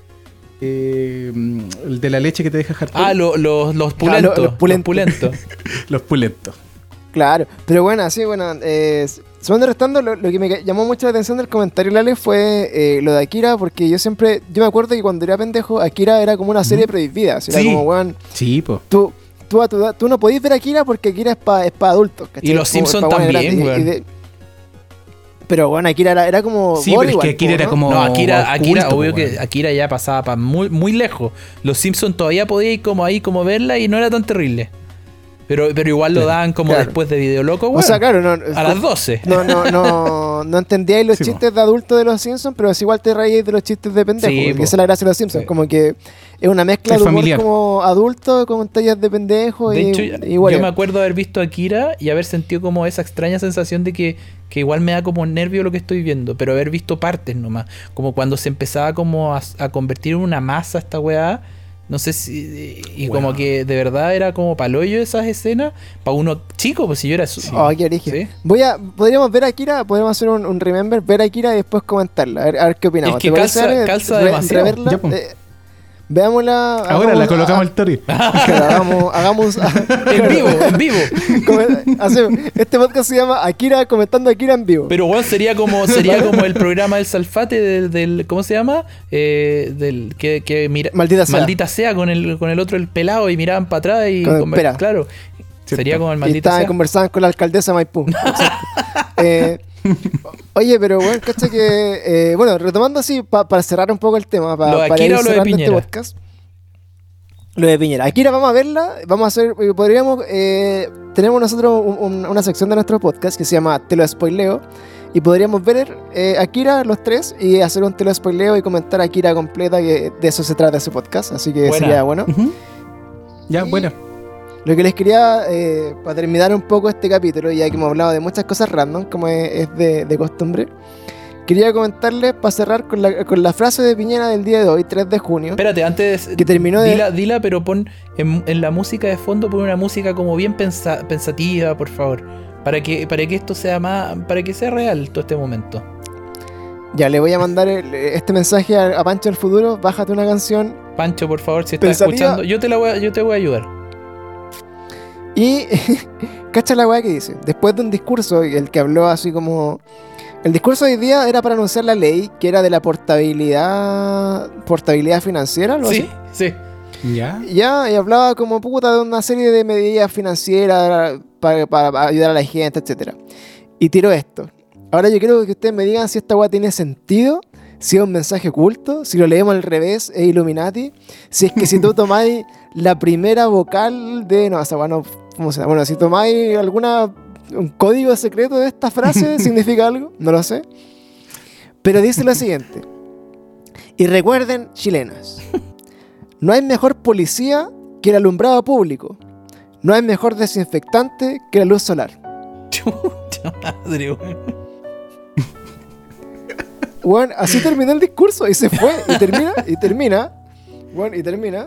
[SPEAKER 3] eh, mm, el de la leche que te deja hardcore.
[SPEAKER 2] Ah, lo- los, los
[SPEAKER 1] Ah,
[SPEAKER 2] pulentos.
[SPEAKER 1] lo- los pulentos.
[SPEAKER 2] pulentos.
[SPEAKER 3] Los pulentos.
[SPEAKER 1] Claro, pero bueno, sí, bueno, eh, Sumando y restando, lo, lo que me llamó mucho la atención del comentario, Lale, fue eh, lo de Akira, porque yo siempre, yo me acuerdo que cuando era pendejo, Akira era como una serie prohibida. Era
[SPEAKER 3] Sí.
[SPEAKER 1] como, weón,
[SPEAKER 3] Sí, po.
[SPEAKER 1] tú, tú, a tu edad- tú no podías ver Akira porque Akira es para es pa adultos. ¿cachai?
[SPEAKER 2] Y los
[SPEAKER 1] Como
[SPEAKER 2] Simpsons
[SPEAKER 1] pa' weones
[SPEAKER 2] también,
[SPEAKER 1] grandes. Y-
[SPEAKER 2] weón.
[SPEAKER 1] y de- Pero bueno, Akira era, era como.
[SPEAKER 3] Sí,
[SPEAKER 1] gore
[SPEAKER 3] pero es que
[SPEAKER 1] igual,
[SPEAKER 3] Akira
[SPEAKER 1] po,
[SPEAKER 3] era
[SPEAKER 1] ¿no?
[SPEAKER 3] como.
[SPEAKER 2] No, Akira,
[SPEAKER 3] oculto,
[SPEAKER 2] Akira
[SPEAKER 3] po,
[SPEAKER 2] obvio
[SPEAKER 3] weón.
[SPEAKER 2] que Akira ya pasaba para muy, muy lejos. Los Simpsons todavía podía ir como ahí, como verla y no era tan terrible. Pero, pero igual lo
[SPEAKER 3] Claro,
[SPEAKER 2] daban como
[SPEAKER 1] claro.
[SPEAKER 2] después de Video Loco,
[SPEAKER 1] O
[SPEAKER 2] weón.
[SPEAKER 1] sea, claro, no.
[SPEAKER 2] A las doce.
[SPEAKER 1] No, no, no, no entendíais los
[SPEAKER 3] Sí, po.
[SPEAKER 1] chistes de adultos de los Simpsons, pero es igual te reíais de los chistes de pendejos.
[SPEAKER 2] Sí,
[SPEAKER 1] porque
[SPEAKER 2] po.
[SPEAKER 1] esa es la gracia de los Simpsons.
[SPEAKER 2] Sí.
[SPEAKER 1] Como que es una mezcla
[SPEAKER 3] Es
[SPEAKER 1] de humor
[SPEAKER 3] familiar.
[SPEAKER 1] como adulto con tallas de pendejos
[SPEAKER 2] De
[SPEAKER 1] y,
[SPEAKER 2] hecho,
[SPEAKER 1] y
[SPEAKER 2] yo
[SPEAKER 1] whatever.
[SPEAKER 2] me acuerdo de haber visto Akira y haber sentido como esa extraña sensación de que, que igual me da como nervio lo que estoy viendo, pero haber visto partes nomás. Como cuando se empezaba como a, a convertir en una masa esta weá. No sé si... Y
[SPEAKER 3] Bueno.
[SPEAKER 2] como que de verdad era como paloyo esas escenas. Para uno chico, pues si yo era... su-
[SPEAKER 1] Oh, qué origen.
[SPEAKER 2] ¿Sí?
[SPEAKER 1] Voy a, podríamos ver a Akira, podríamos hacer un, un remember, ver a Akira y después comentarla, a ver, a ver qué opinamos.
[SPEAKER 2] Es que
[SPEAKER 1] ¿Te parece,
[SPEAKER 2] calza-
[SPEAKER 1] Ale?
[SPEAKER 2] calza demasiado.
[SPEAKER 1] reverla?
[SPEAKER 3] Ya, po.
[SPEAKER 1] Eh, veámosla.
[SPEAKER 3] Ahora
[SPEAKER 1] hagamos-
[SPEAKER 3] la colocamos al Tori.
[SPEAKER 1] Claro, hagamos, hagamos
[SPEAKER 2] En vivo, en vivo.
[SPEAKER 1] Come- hacemos- este podcast se llama Akira comentando Akira en vivo.
[SPEAKER 2] Pero bueno, sería como sería como el programa del Salfate del, del ¿cómo se llama? Eh, del que, que mira
[SPEAKER 1] Maldita sea.
[SPEAKER 2] Maldita sea con el con el otro el pelado y miraban para atrás y
[SPEAKER 1] Con el
[SPEAKER 2] conver-
[SPEAKER 1] pera.
[SPEAKER 2] claro.
[SPEAKER 3] Cierto.
[SPEAKER 2] Sería como el
[SPEAKER 1] Y
[SPEAKER 2] Maldita
[SPEAKER 1] estaban
[SPEAKER 2] sea.
[SPEAKER 1] conversando con la alcaldesa de Maipú. Exacto. Eh, oye, pero bueno, cacha que. eh, bueno, retomando así, pa- para cerrar un poco el tema, pa-
[SPEAKER 2] ¿Lo de
[SPEAKER 1] para
[SPEAKER 2] Akira
[SPEAKER 1] ir
[SPEAKER 2] o lo de
[SPEAKER 1] cerrando este
[SPEAKER 2] Piñera?
[SPEAKER 1] podcast. Lo de Piñera. Akira, vamos a verla. Vamos a hacer. eh, Podríamos. Eh, tenemos nosotros un- un- una sección de nuestro podcast que se llama Te lo spoileo. Y podríamos ver eh, Akira los tres y hacer un te lo spoileo y comentar Akira completa, que de eso se trata ese podcast. Así que
[SPEAKER 2] Buena.
[SPEAKER 1] sería bueno.
[SPEAKER 3] Ujú. Ya,
[SPEAKER 1] Y-
[SPEAKER 3] bueno.
[SPEAKER 1] Lo que les quería, eh, para terminar un poco este capítulo, ya que hemos hablado de muchas cosas random, como es, es de, de costumbre, quería comentarles, para cerrar, con la, con la frase de Piñera del día de hoy, tres de junio.
[SPEAKER 2] Espérate, antes
[SPEAKER 1] Que terminó de-
[SPEAKER 2] dila, dila, pero pon en, en la música de fondo pon una música como bien pensa- pensativa, por favor, para que para que esto sea más para que sea real todo este momento.
[SPEAKER 1] Ya, le voy a mandar el- este mensaje a, a Pancho del futuro, bájate una canción.
[SPEAKER 2] Pancho, por favor, si estás
[SPEAKER 1] Pensativa.
[SPEAKER 2] escuchando, yo te la voy a, yo te voy a ayudar.
[SPEAKER 1] Y, cacha la weá que dice, después de un discurso, el que habló así como... El discurso de hoy día era para anunciar la ley, que era de la portabilidad portabilidad financiera, algo
[SPEAKER 2] Sí,
[SPEAKER 1] así.
[SPEAKER 2] sí.
[SPEAKER 3] Ya.
[SPEAKER 1] Ya, y hablaba como puta de una serie de medidas financieras para, para ayudar a la gente, etcétera. Y tiró esto. Ahora yo quiero que ustedes me digan si esta weá tiene sentido, si es un mensaje oculto, si lo leemos al revés, es Illuminati, si es que si tú tomáis la primera vocal de... No, esa weá no... ¿Cómo se llama? Bueno, si tomáis alguna... un código secreto de esta frase, ¿significa algo? No lo sé. Pero dice lo siguiente. Y recuerden, chilenos, no hay mejor policía que el alumbrado público. No hay mejor desinfectante que la luz solar.
[SPEAKER 2] Chucha madre, weón.
[SPEAKER 1] Bueno, así terminó el discurso y se fue. Y termina, y termina. Bueno, y termina.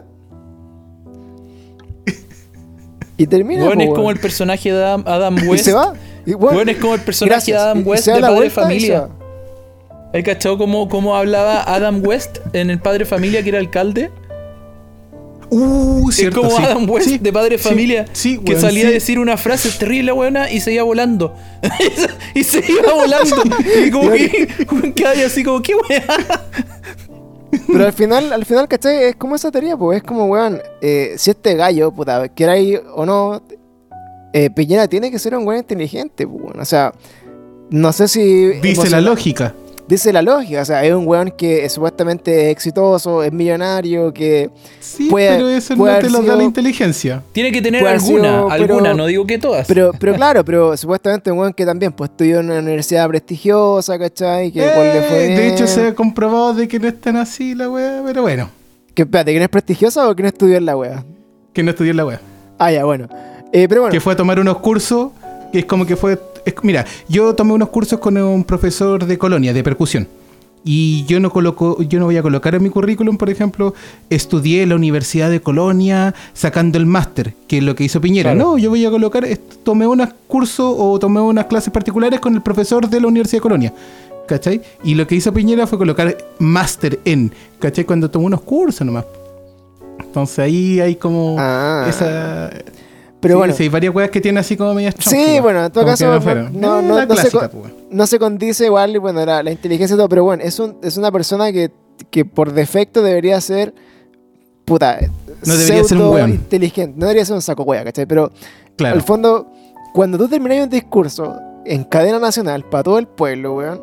[SPEAKER 1] Y termina.
[SPEAKER 2] Weón,
[SPEAKER 1] po,
[SPEAKER 2] es
[SPEAKER 1] weón.
[SPEAKER 2] como el personaje de Adam, Adam
[SPEAKER 1] Y
[SPEAKER 2] West.
[SPEAKER 1] se va. Y, bueno,
[SPEAKER 2] Weón, es como el personaje
[SPEAKER 1] gracias.
[SPEAKER 2] de Adam
[SPEAKER 1] Y- y
[SPEAKER 2] West
[SPEAKER 1] se da
[SPEAKER 2] de
[SPEAKER 1] la
[SPEAKER 2] Padre
[SPEAKER 1] vuelta y se
[SPEAKER 2] Familia.
[SPEAKER 1] va.
[SPEAKER 2] ¿Hay cachado cómo, cómo hablaba Adam West en el Padre Familia, que era alcalde?
[SPEAKER 3] Uh, cierto,
[SPEAKER 2] es como
[SPEAKER 3] sí.
[SPEAKER 2] Adam West
[SPEAKER 3] Sí,
[SPEAKER 2] de Padre
[SPEAKER 3] sí,
[SPEAKER 2] Familia,
[SPEAKER 3] sí,
[SPEAKER 2] que
[SPEAKER 3] weón,
[SPEAKER 2] salía
[SPEAKER 3] sí.
[SPEAKER 2] a decir una frase terrible buena y seguía volando. y se iba volando. Y como que que hay así como, ¿qué weá?
[SPEAKER 1] Pero al final, al final, ¿cachai? Es como esa teoría, pues. Es como, weón, eh, si este gallo, puta, queráis o no, eh, Piñera tiene que ser un weón inteligente, pues, weón. O sea, no sé si...
[SPEAKER 3] Dice la
[SPEAKER 1] emocional-
[SPEAKER 3] lógica.
[SPEAKER 1] Dice la lógica, o sea, es un weón que es supuestamente exitoso, es millonario, que...
[SPEAKER 3] Sí,
[SPEAKER 1] Puede-
[SPEAKER 3] pero eso
[SPEAKER 1] puede
[SPEAKER 3] no
[SPEAKER 1] haber
[SPEAKER 3] te lo da
[SPEAKER 1] sido-
[SPEAKER 3] la inteligencia.
[SPEAKER 2] Tiene que tener
[SPEAKER 1] Puede haber
[SPEAKER 2] alguna,
[SPEAKER 1] sido, pero-
[SPEAKER 2] alguna, no digo que todas.
[SPEAKER 1] Pero, pero claro, pero supuestamente un weón que también pues estudió en una universidad prestigiosa, ¿cachai? Que igual le fue
[SPEAKER 3] Eh, de hecho,
[SPEAKER 1] bien.
[SPEAKER 3] se ha comprobado de que no es tan así la wea, pero bueno,
[SPEAKER 1] Que espérate, ¿que no es prestigiosa o que no estudió en la wea?
[SPEAKER 3] que no estudió en la wea.
[SPEAKER 1] Ah, ya, bueno. Eh, pero bueno,
[SPEAKER 3] Que fue a tomar unos cursos, que es como que fue... es- mira, yo tomé unos cursos con un profesor de Colonia, de percusión. Y yo no coloco, yo no voy a colocar en mi currículum, por ejemplo, estudié en la Universidad de Colonia sacando el máster, que es lo que hizo Piñera.
[SPEAKER 2] Claro.
[SPEAKER 3] No, yo voy a colocar, est- tomé unos cursos o tomé unas clases particulares con el profesor de la Universidad de Colonia. ¿Cachai? Y lo que hizo Piñera fue colocar máster en, ¿cachai? Cuando tomó unos cursos nomás. Entonces ahí hay como
[SPEAKER 1] Ah.
[SPEAKER 3] esa...
[SPEAKER 1] pero Pero
[SPEAKER 3] sí,
[SPEAKER 1] bueno.
[SPEAKER 3] sí, hay varias weas que tienen así como medias chonjas.
[SPEAKER 1] Sí, bueno, en todo
[SPEAKER 3] Como
[SPEAKER 1] caso
[SPEAKER 3] que
[SPEAKER 1] no,
[SPEAKER 3] fueron.
[SPEAKER 1] no,
[SPEAKER 3] Eh,
[SPEAKER 1] no,
[SPEAKER 3] la
[SPEAKER 1] no se,
[SPEAKER 3] clásica,
[SPEAKER 1] co-
[SPEAKER 3] pues.
[SPEAKER 1] no se condice igual, y bueno, la, la inteligencia y todo, pero bueno, es, un, es una persona que, que por defecto debería ser, puta,
[SPEAKER 3] No debería ser un weón.
[SPEAKER 1] inteligente, no debería ser un saco wea, ¿cachai? Pero
[SPEAKER 3] Claro.
[SPEAKER 1] al fondo, cuando tú terminas un discurso en cadena nacional para todo el pueblo, weón,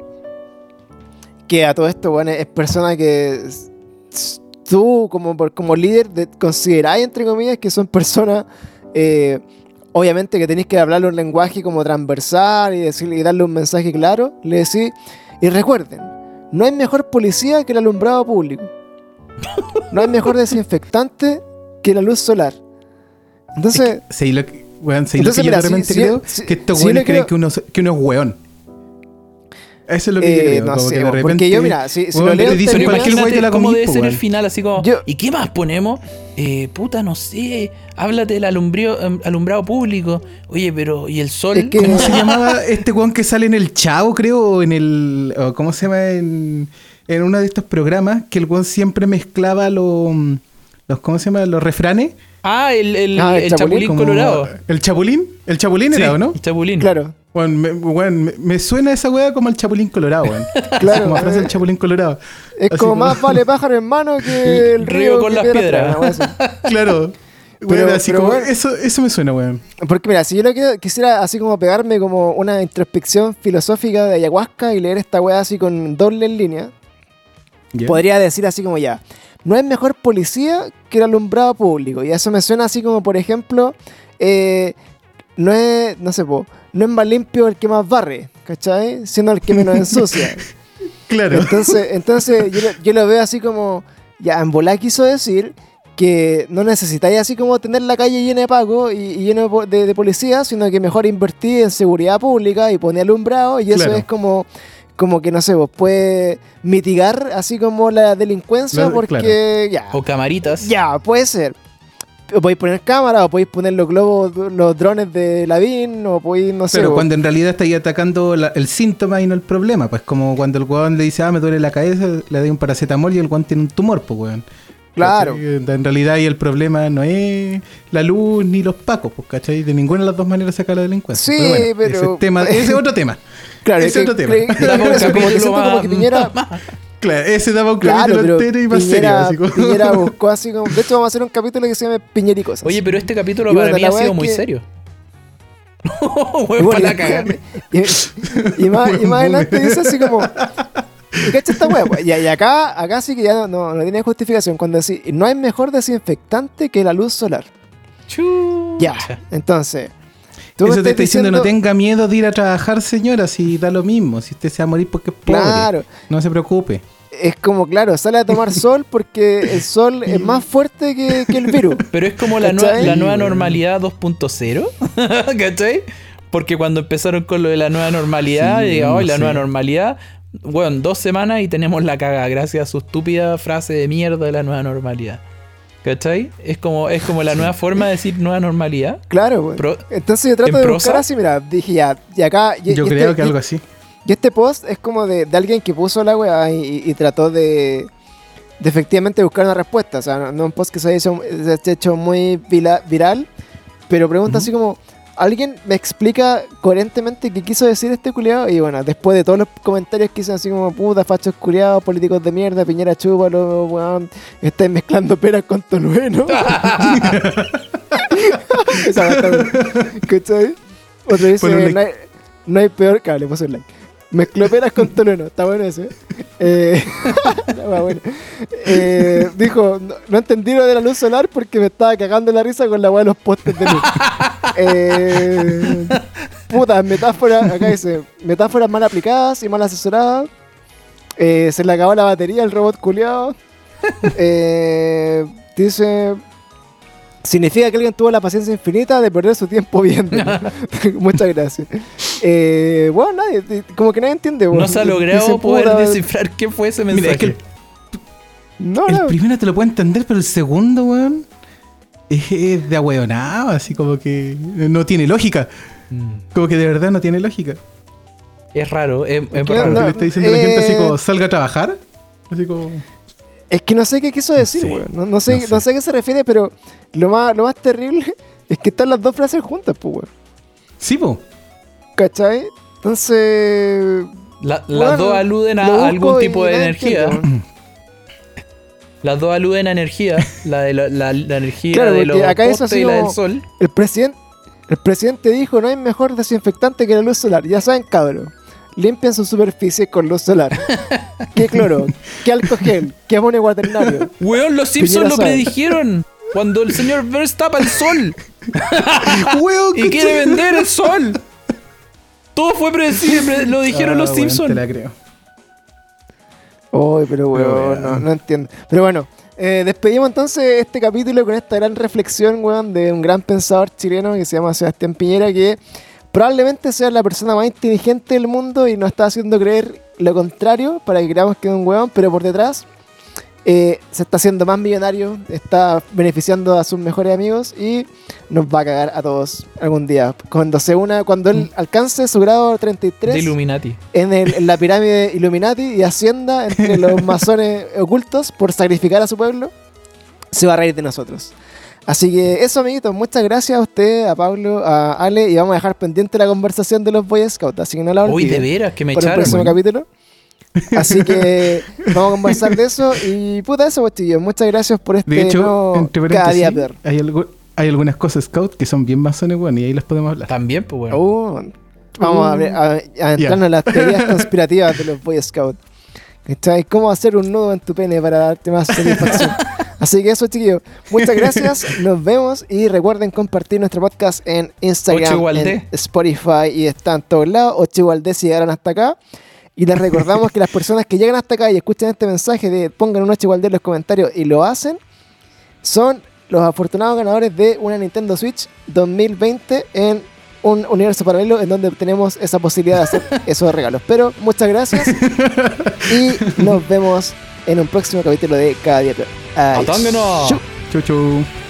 [SPEAKER 1] que a todo esto, weón, es persona que s- s- tú como, por- como líder de, consideráis, entre comillas, que son personas, eh, obviamente que tenéis que hablarle un lenguaje como transversal y, decirle, y darle un mensaje claro, le decís, y recuerden, no hay mejor policía que el alumbrado público. No hay mejor desinfectante que la luz solar. Entonces...
[SPEAKER 3] Sí, lo que, weón, sí, lo
[SPEAKER 1] Entonces,
[SPEAKER 3] que yo
[SPEAKER 1] mira,
[SPEAKER 3] de repente
[SPEAKER 1] si- si-
[SPEAKER 3] creo
[SPEAKER 1] si-
[SPEAKER 3] que estos
[SPEAKER 1] si
[SPEAKER 3] weones
[SPEAKER 1] le
[SPEAKER 3] creen
[SPEAKER 1] creo-
[SPEAKER 3] que uno, que uno es weón. Eso es lo que
[SPEAKER 1] Eh,
[SPEAKER 3] yo creo.
[SPEAKER 1] no
[SPEAKER 3] como
[SPEAKER 1] sé,
[SPEAKER 3] que de
[SPEAKER 1] weón,
[SPEAKER 3] repente,
[SPEAKER 1] porque yo, mira, si- si
[SPEAKER 3] weón,
[SPEAKER 1] lo leo
[SPEAKER 3] te
[SPEAKER 1] en
[SPEAKER 3] dicen
[SPEAKER 2] Pero
[SPEAKER 1] términos-
[SPEAKER 3] cualquier weón
[SPEAKER 2] imagínate
[SPEAKER 3] te la
[SPEAKER 2] cómo
[SPEAKER 3] comís,
[SPEAKER 2] debe
[SPEAKER 3] po,
[SPEAKER 2] ser el
[SPEAKER 3] weón.
[SPEAKER 2] final, así como,
[SPEAKER 1] Yo-
[SPEAKER 2] ¿y qué más ponemos? Eh, puta, no sé, háblate del alumbrío- em, alumbrado público. Oye, pero, ¿y el sol?
[SPEAKER 1] Es que-
[SPEAKER 3] ¿Cómo se llamaba este weón que sale en el Chavo, creo? O en el. O ¿cómo se llama? En, en uno de estos programas que el weón siempre mezclaba los. los ¿Cómo se llama? Los refranes.
[SPEAKER 2] Ah, el, el,
[SPEAKER 1] Ah, el
[SPEAKER 2] el
[SPEAKER 1] Chapulín,
[SPEAKER 2] chapulín
[SPEAKER 3] Como-
[SPEAKER 2] colorado.
[SPEAKER 3] ¿El Chapulín? ¿El Chapulín era
[SPEAKER 2] Sí,
[SPEAKER 3] o no?
[SPEAKER 2] el chapulín.
[SPEAKER 1] Claro,
[SPEAKER 3] Weón, me, weón, me, me suena esa weá como el Chapulín Colorado, weón.
[SPEAKER 1] claro.
[SPEAKER 3] Como frase del
[SPEAKER 1] eh,
[SPEAKER 3] Chapulín Colorado.
[SPEAKER 1] Es
[SPEAKER 3] Así
[SPEAKER 1] como
[SPEAKER 3] como-
[SPEAKER 1] más vale pájaro en mano que el río,
[SPEAKER 2] Río con
[SPEAKER 1] que
[SPEAKER 2] las
[SPEAKER 1] piedra
[SPEAKER 2] piedras.
[SPEAKER 1] trae, una wea así.
[SPEAKER 3] Claro.
[SPEAKER 1] Pero-
[SPEAKER 3] Weón, así
[SPEAKER 1] pero
[SPEAKER 3] como,
[SPEAKER 1] bueno.
[SPEAKER 3] eso, eso me suena, weón.
[SPEAKER 1] Porque mira, si yo lo que quisiera así como pegarme como una introspección filosófica de ayahuasca y leer esta weá así con doble en línea,
[SPEAKER 3] ¿Ya?
[SPEAKER 1] podría decir así como ya, no es mejor policía que el alumbrado público. Y eso me suena así como, por ejemplo, eh, no es, no sé, po, no es más limpio el que más barre, ¿cachai? Siendo el que menos ensucia.
[SPEAKER 3] Claro.
[SPEAKER 1] Entonces, entonces yo, lo- yo lo veo así como, ya, en volá quiso decir que no necesitáis así como tener la calle llena de pagos y, y llena de, po- de, de policías, sino que mejor invertir en seguridad pública y poner alumbrado, y eso
[SPEAKER 3] Claro.
[SPEAKER 1] es como, como que no sé, vos puede mitigar así como la delincuencia,
[SPEAKER 3] La-
[SPEAKER 1] porque ya,
[SPEAKER 2] O camaritas.
[SPEAKER 1] ya, puede ser. O podéis poner cámaras, o podéis poner los globos, los drones de Lavín, o podéis, no sé.
[SPEAKER 3] Pero
[SPEAKER 1] vos.
[SPEAKER 3] cuando en realidad estáis atacando la- el síntoma y no el problema. Pues como cuando el weón le dice, ah, me duele la cabeza, le doy un paracetamol y el weón tiene un tumor, pues weón.
[SPEAKER 1] Claro.
[SPEAKER 3] ¿Cachai? En realidad ahí el problema no es la luz ni los pacos, pues, ¿cachai? De ninguna de las dos maneras saca la delincuencia.
[SPEAKER 1] Sí,
[SPEAKER 3] bueno,
[SPEAKER 1] pero-
[SPEAKER 3] Ese, tema, ese es otro tema.
[SPEAKER 1] Claro,
[SPEAKER 3] ese
[SPEAKER 1] es
[SPEAKER 3] es
[SPEAKER 1] que,
[SPEAKER 3] otro tema.
[SPEAKER 1] que- que-
[SPEAKER 2] Damos un
[SPEAKER 1] eso, como que
[SPEAKER 2] capítulo
[SPEAKER 1] siento como
[SPEAKER 2] más-
[SPEAKER 1] que Piñera,
[SPEAKER 3] Claro, ese daba un
[SPEAKER 1] claro,
[SPEAKER 3] capítulo
[SPEAKER 1] pero
[SPEAKER 3] entero y más serio.
[SPEAKER 1] Piñera,
[SPEAKER 3] Así como...
[SPEAKER 1] Piñera buscó así como, de hecho vamos a hacer un capítulo que se llama Piñericosas.
[SPEAKER 2] Oye, pero este capítulo
[SPEAKER 1] Y
[SPEAKER 2] para
[SPEAKER 1] bueno,
[SPEAKER 2] mí
[SPEAKER 1] la
[SPEAKER 2] ha
[SPEAKER 1] wea
[SPEAKER 2] sido
[SPEAKER 1] es
[SPEAKER 2] muy
[SPEAKER 1] que-
[SPEAKER 2] serio.
[SPEAKER 1] Y
[SPEAKER 2] Weón,
[SPEAKER 1] bueno,
[SPEAKER 2] para la
[SPEAKER 1] y-
[SPEAKER 2] cagada.
[SPEAKER 1] y, y más, y más adelante dice así como, y cacha esta wea, pues, y, y acá, acá sí que ya no, no, no tiene justificación cuando decís, no hay mejor desinfectante que la luz solar.
[SPEAKER 2] Chu.
[SPEAKER 1] Ya, entonces, tú me
[SPEAKER 3] Eso te
[SPEAKER 1] estás
[SPEAKER 3] está diciendo, no tenga miedo de ir a trabajar, señora, si da lo mismo. Si usted se va a morir porque es pobre.
[SPEAKER 1] Claro.
[SPEAKER 3] No se preocupe.
[SPEAKER 1] Es como, claro, sale a tomar sol porque el sol es más fuerte que, que el virus.
[SPEAKER 2] Pero es como la,
[SPEAKER 1] ¿Cachai?
[SPEAKER 2] nueva, la nueva
[SPEAKER 3] Sí, weón.
[SPEAKER 2] normalidad dos punto cero. ¿Cachai? Porque cuando empezaron con lo de la nueva normalidad,
[SPEAKER 3] Sí,
[SPEAKER 2] y digo, "Ay, la
[SPEAKER 3] sí.
[SPEAKER 2] nueva normalidad, bueno, dos semanas y tenemos la caga gracias a su estúpida frase de mierda de la nueva normalidad. ¿Cachai? Es como, es como la nueva forma de decir nueva normalidad.
[SPEAKER 1] Claro, pues.
[SPEAKER 2] Pro-
[SPEAKER 1] Entonces yo trato
[SPEAKER 2] ¿en
[SPEAKER 1] de
[SPEAKER 2] prosa?
[SPEAKER 1] buscar así, mira, dije ya, y acá... y-
[SPEAKER 3] Yo
[SPEAKER 1] y
[SPEAKER 3] creo
[SPEAKER 1] este-
[SPEAKER 3] que
[SPEAKER 1] y-
[SPEAKER 3] algo así.
[SPEAKER 1] Y este post es como de, de alguien que puso la weá y, y- y trató de, de efectivamente buscar una respuesta. O sea, no, no un post que se haya hecho, se haya hecho muy vila- viral, pero pregunta así como, ¿alguien me explica coherentemente qué quiso decir este culiado? Y bueno, después de todos los comentarios que dicen así como, puta, fachos culiados, políticos de mierda, Piñera chúpalo, weón, estáis mezclando peras con tolueno. Esa weá está buena. ¿Cachai? Otro dice,
[SPEAKER 3] Ponle un like.
[SPEAKER 1] no hay, no hay peor... Claro, le puse un like. Mezcló peras con tolueno. Está bueno ese. Eh, está bueno. Eh, dijo, no, no entendí lo de la luz solar porque me estaba cagando la risa con la weá de los postes de luz. Eh, puta, metáforas... Acá dice, metáforas mal aplicadas y mal asesoradas. Eh, se le acabó la batería al robot culiado. Eh, dice... Significa que alguien tuvo la paciencia infinita de perder su tiempo viendo. Muchas gracias. Eh, bueno, nadie, eh, como que nadie entiende.
[SPEAKER 2] No
[SPEAKER 1] bueno.
[SPEAKER 2] se ha
[SPEAKER 1] Dice,
[SPEAKER 2] logrado poder
[SPEAKER 1] puta,
[SPEAKER 2] descifrar qué fue ese mensaje.
[SPEAKER 3] Mira, es que el,
[SPEAKER 1] No,
[SPEAKER 3] el
[SPEAKER 1] no.
[SPEAKER 3] primero te lo puedo entender, pero el segundo, weón, es, es de ahueonado, así como que no tiene lógica.
[SPEAKER 2] Mm.
[SPEAKER 3] Como que de verdad no tiene lógica.
[SPEAKER 2] Es raro, es, es
[SPEAKER 1] ¿Qué
[SPEAKER 2] raro.
[SPEAKER 1] onda?
[SPEAKER 3] Porque le está diciendo a la gente así
[SPEAKER 1] eh,
[SPEAKER 3] como, salga a trabajar. Así como...
[SPEAKER 1] Es que no sé qué quiso decir,
[SPEAKER 3] sé,
[SPEAKER 1] weón. No, no sé,
[SPEAKER 3] no
[SPEAKER 1] no
[SPEAKER 3] sé.
[SPEAKER 1] sé a qué se refiere, pero lo más, lo más terrible Es que están las dos frases juntas, pues, weón.
[SPEAKER 3] Sí, po.
[SPEAKER 1] ¿Cachai? Entonces...
[SPEAKER 2] La- las
[SPEAKER 1] bueno,
[SPEAKER 2] dos aluden
[SPEAKER 1] lo
[SPEAKER 2] a
[SPEAKER 1] busco
[SPEAKER 2] algún
[SPEAKER 1] y
[SPEAKER 2] tipo de
[SPEAKER 1] no
[SPEAKER 2] energía.
[SPEAKER 1] entiendo.
[SPEAKER 2] Las dos aluden a energía. La de la, la- la energía
[SPEAKER 1] Claro,
[SPEAKER 2] de
[SPEAKER 1] porque
[SPEAKER 2] los
[SPEAKER 1] acá es
[SPEAKER 2] postes
[SPEAKER 1] así
[SPEAKER 2] y la del
[SPEAKER 1] como-
[SPEAKER 2] sol.
[SPEAKER 1] El presidente, el presidente dijo, no hay mejor desinfectante que la luz solar. Ya saben, cabros. Limpien su superficie con luz solar. ¿Qué cloro? ¿Qué alcohol gel? ¿Qué amonio cuaternario?
[SPEAKER 2] Weón, los Simpsons
[SPEAKER 1] Piñera
[SPEAKER 2] lo
[SPEAKER 1] sabe.
[SPEAKER 2] predijeron. Cuando el señor Burns tapa el sol
[SPEAKER 3] Weón,
[SPEAKER 2] y quiere vender el sol. Todo fue predecible, lo dijeron los Simpsons.
[SPEAKER 3] Te la creo.
[SPEAKER 1] Uy, pero weón,
[SPEAKER 3] weón.
[SPEAKER 1] no, no entiendo. Pero bueno, eh, despedimos entonces este capítulo con esta gran reflexión, weón, de un gran pensador chileno que se llama Sebastián Piñera, que probablemente sea la persona más inteligente del mundo y nos está haciendo creer lo contrario para que creamos que es un weón, pero por detrás eh, se está haciendo más millonario, está beneficiando a sus mejores amigos y nos va a cagar a todos algún día. Cuando se una, cuando él alcance su grado treinta y tres
[SPEAKER 2] De Illuminati.
[SPEAKER 1] en, el- en la pirámide Illuminati y ascienda entre los masones ocultos por sacrificar a su pueblo, se va a reír de nosotros. Así que eso, amiguitos, muchas gracias a usted, a Pablo, a Ale, y vamos a dejar pendiente la conversación de los Boy Scouts, así que no la
[SPEAKER 2] Uy,
[SPEAKER 1] olviden
[SPEAKER 2] de veras, que me
[SPEAKER 1] para el
[SPEAKER 2] echaron.
[SPEAKER 1] próximo
[SPEAKER 2] weón.
[SPEAKER 1] capítulo. Así que vamos a conversar de eso y puta eso, pues, chillos, muchas gracias por este
[SPEAKER 3] De hecho,
[SPEAKER 1] nuevo
[SPEAKER 3] entre
[SPEAKER 1] cada día
[SPEAKER 3] paréntesis,
[SPEAKER 1] peor.
[SPEAKER 3] hay, algo, hay algunas cosas scout que son bien masones, weón, y ahí las podemos hablar.
[SPEAKER 2] También, pues, bueno.
[SPEAKER 1] Uh, vamos a, ver- a, a entrarnos
[SPEAKER 3] Ya.
[SPEAKER 1] en las teorías conspirativas de los Boy Scouts. ¿Cachai? ¿Cómo hacer un nudo en tu pene para darte más satisfacción? Así que eso, chiquillos. Muchas gracias. Nos vemos. Y recuerden compartir nuestro podcast en
[SPEAKER 2] Ocho
[SPEAKER 1] Instagram,
[SPEAKER 2] Igualdé.
[SPEAKER 1] en Spotify y está en todos lados. Ocho Igualdé si llegaron hasta acá. Y les recordamos que las personas que llegan hasta acá y escuchan este mensaje de pongan un Ocho Igualdé en los comentarios y lo hacen, son los afortunados ganadores de una Nintendo Switch dos mil veinte en un universo paralelo en donde tenemos esa posibilidad de hacer esos regalos. Pero muchas gracias y nos vemos en un próximo capítulo de Cada Día Peor. Adiós.
[SPEAKER 2] ¡Atángano!
[SPEAKER 1] Chau.
[SPEAKER 3] Chau, chau.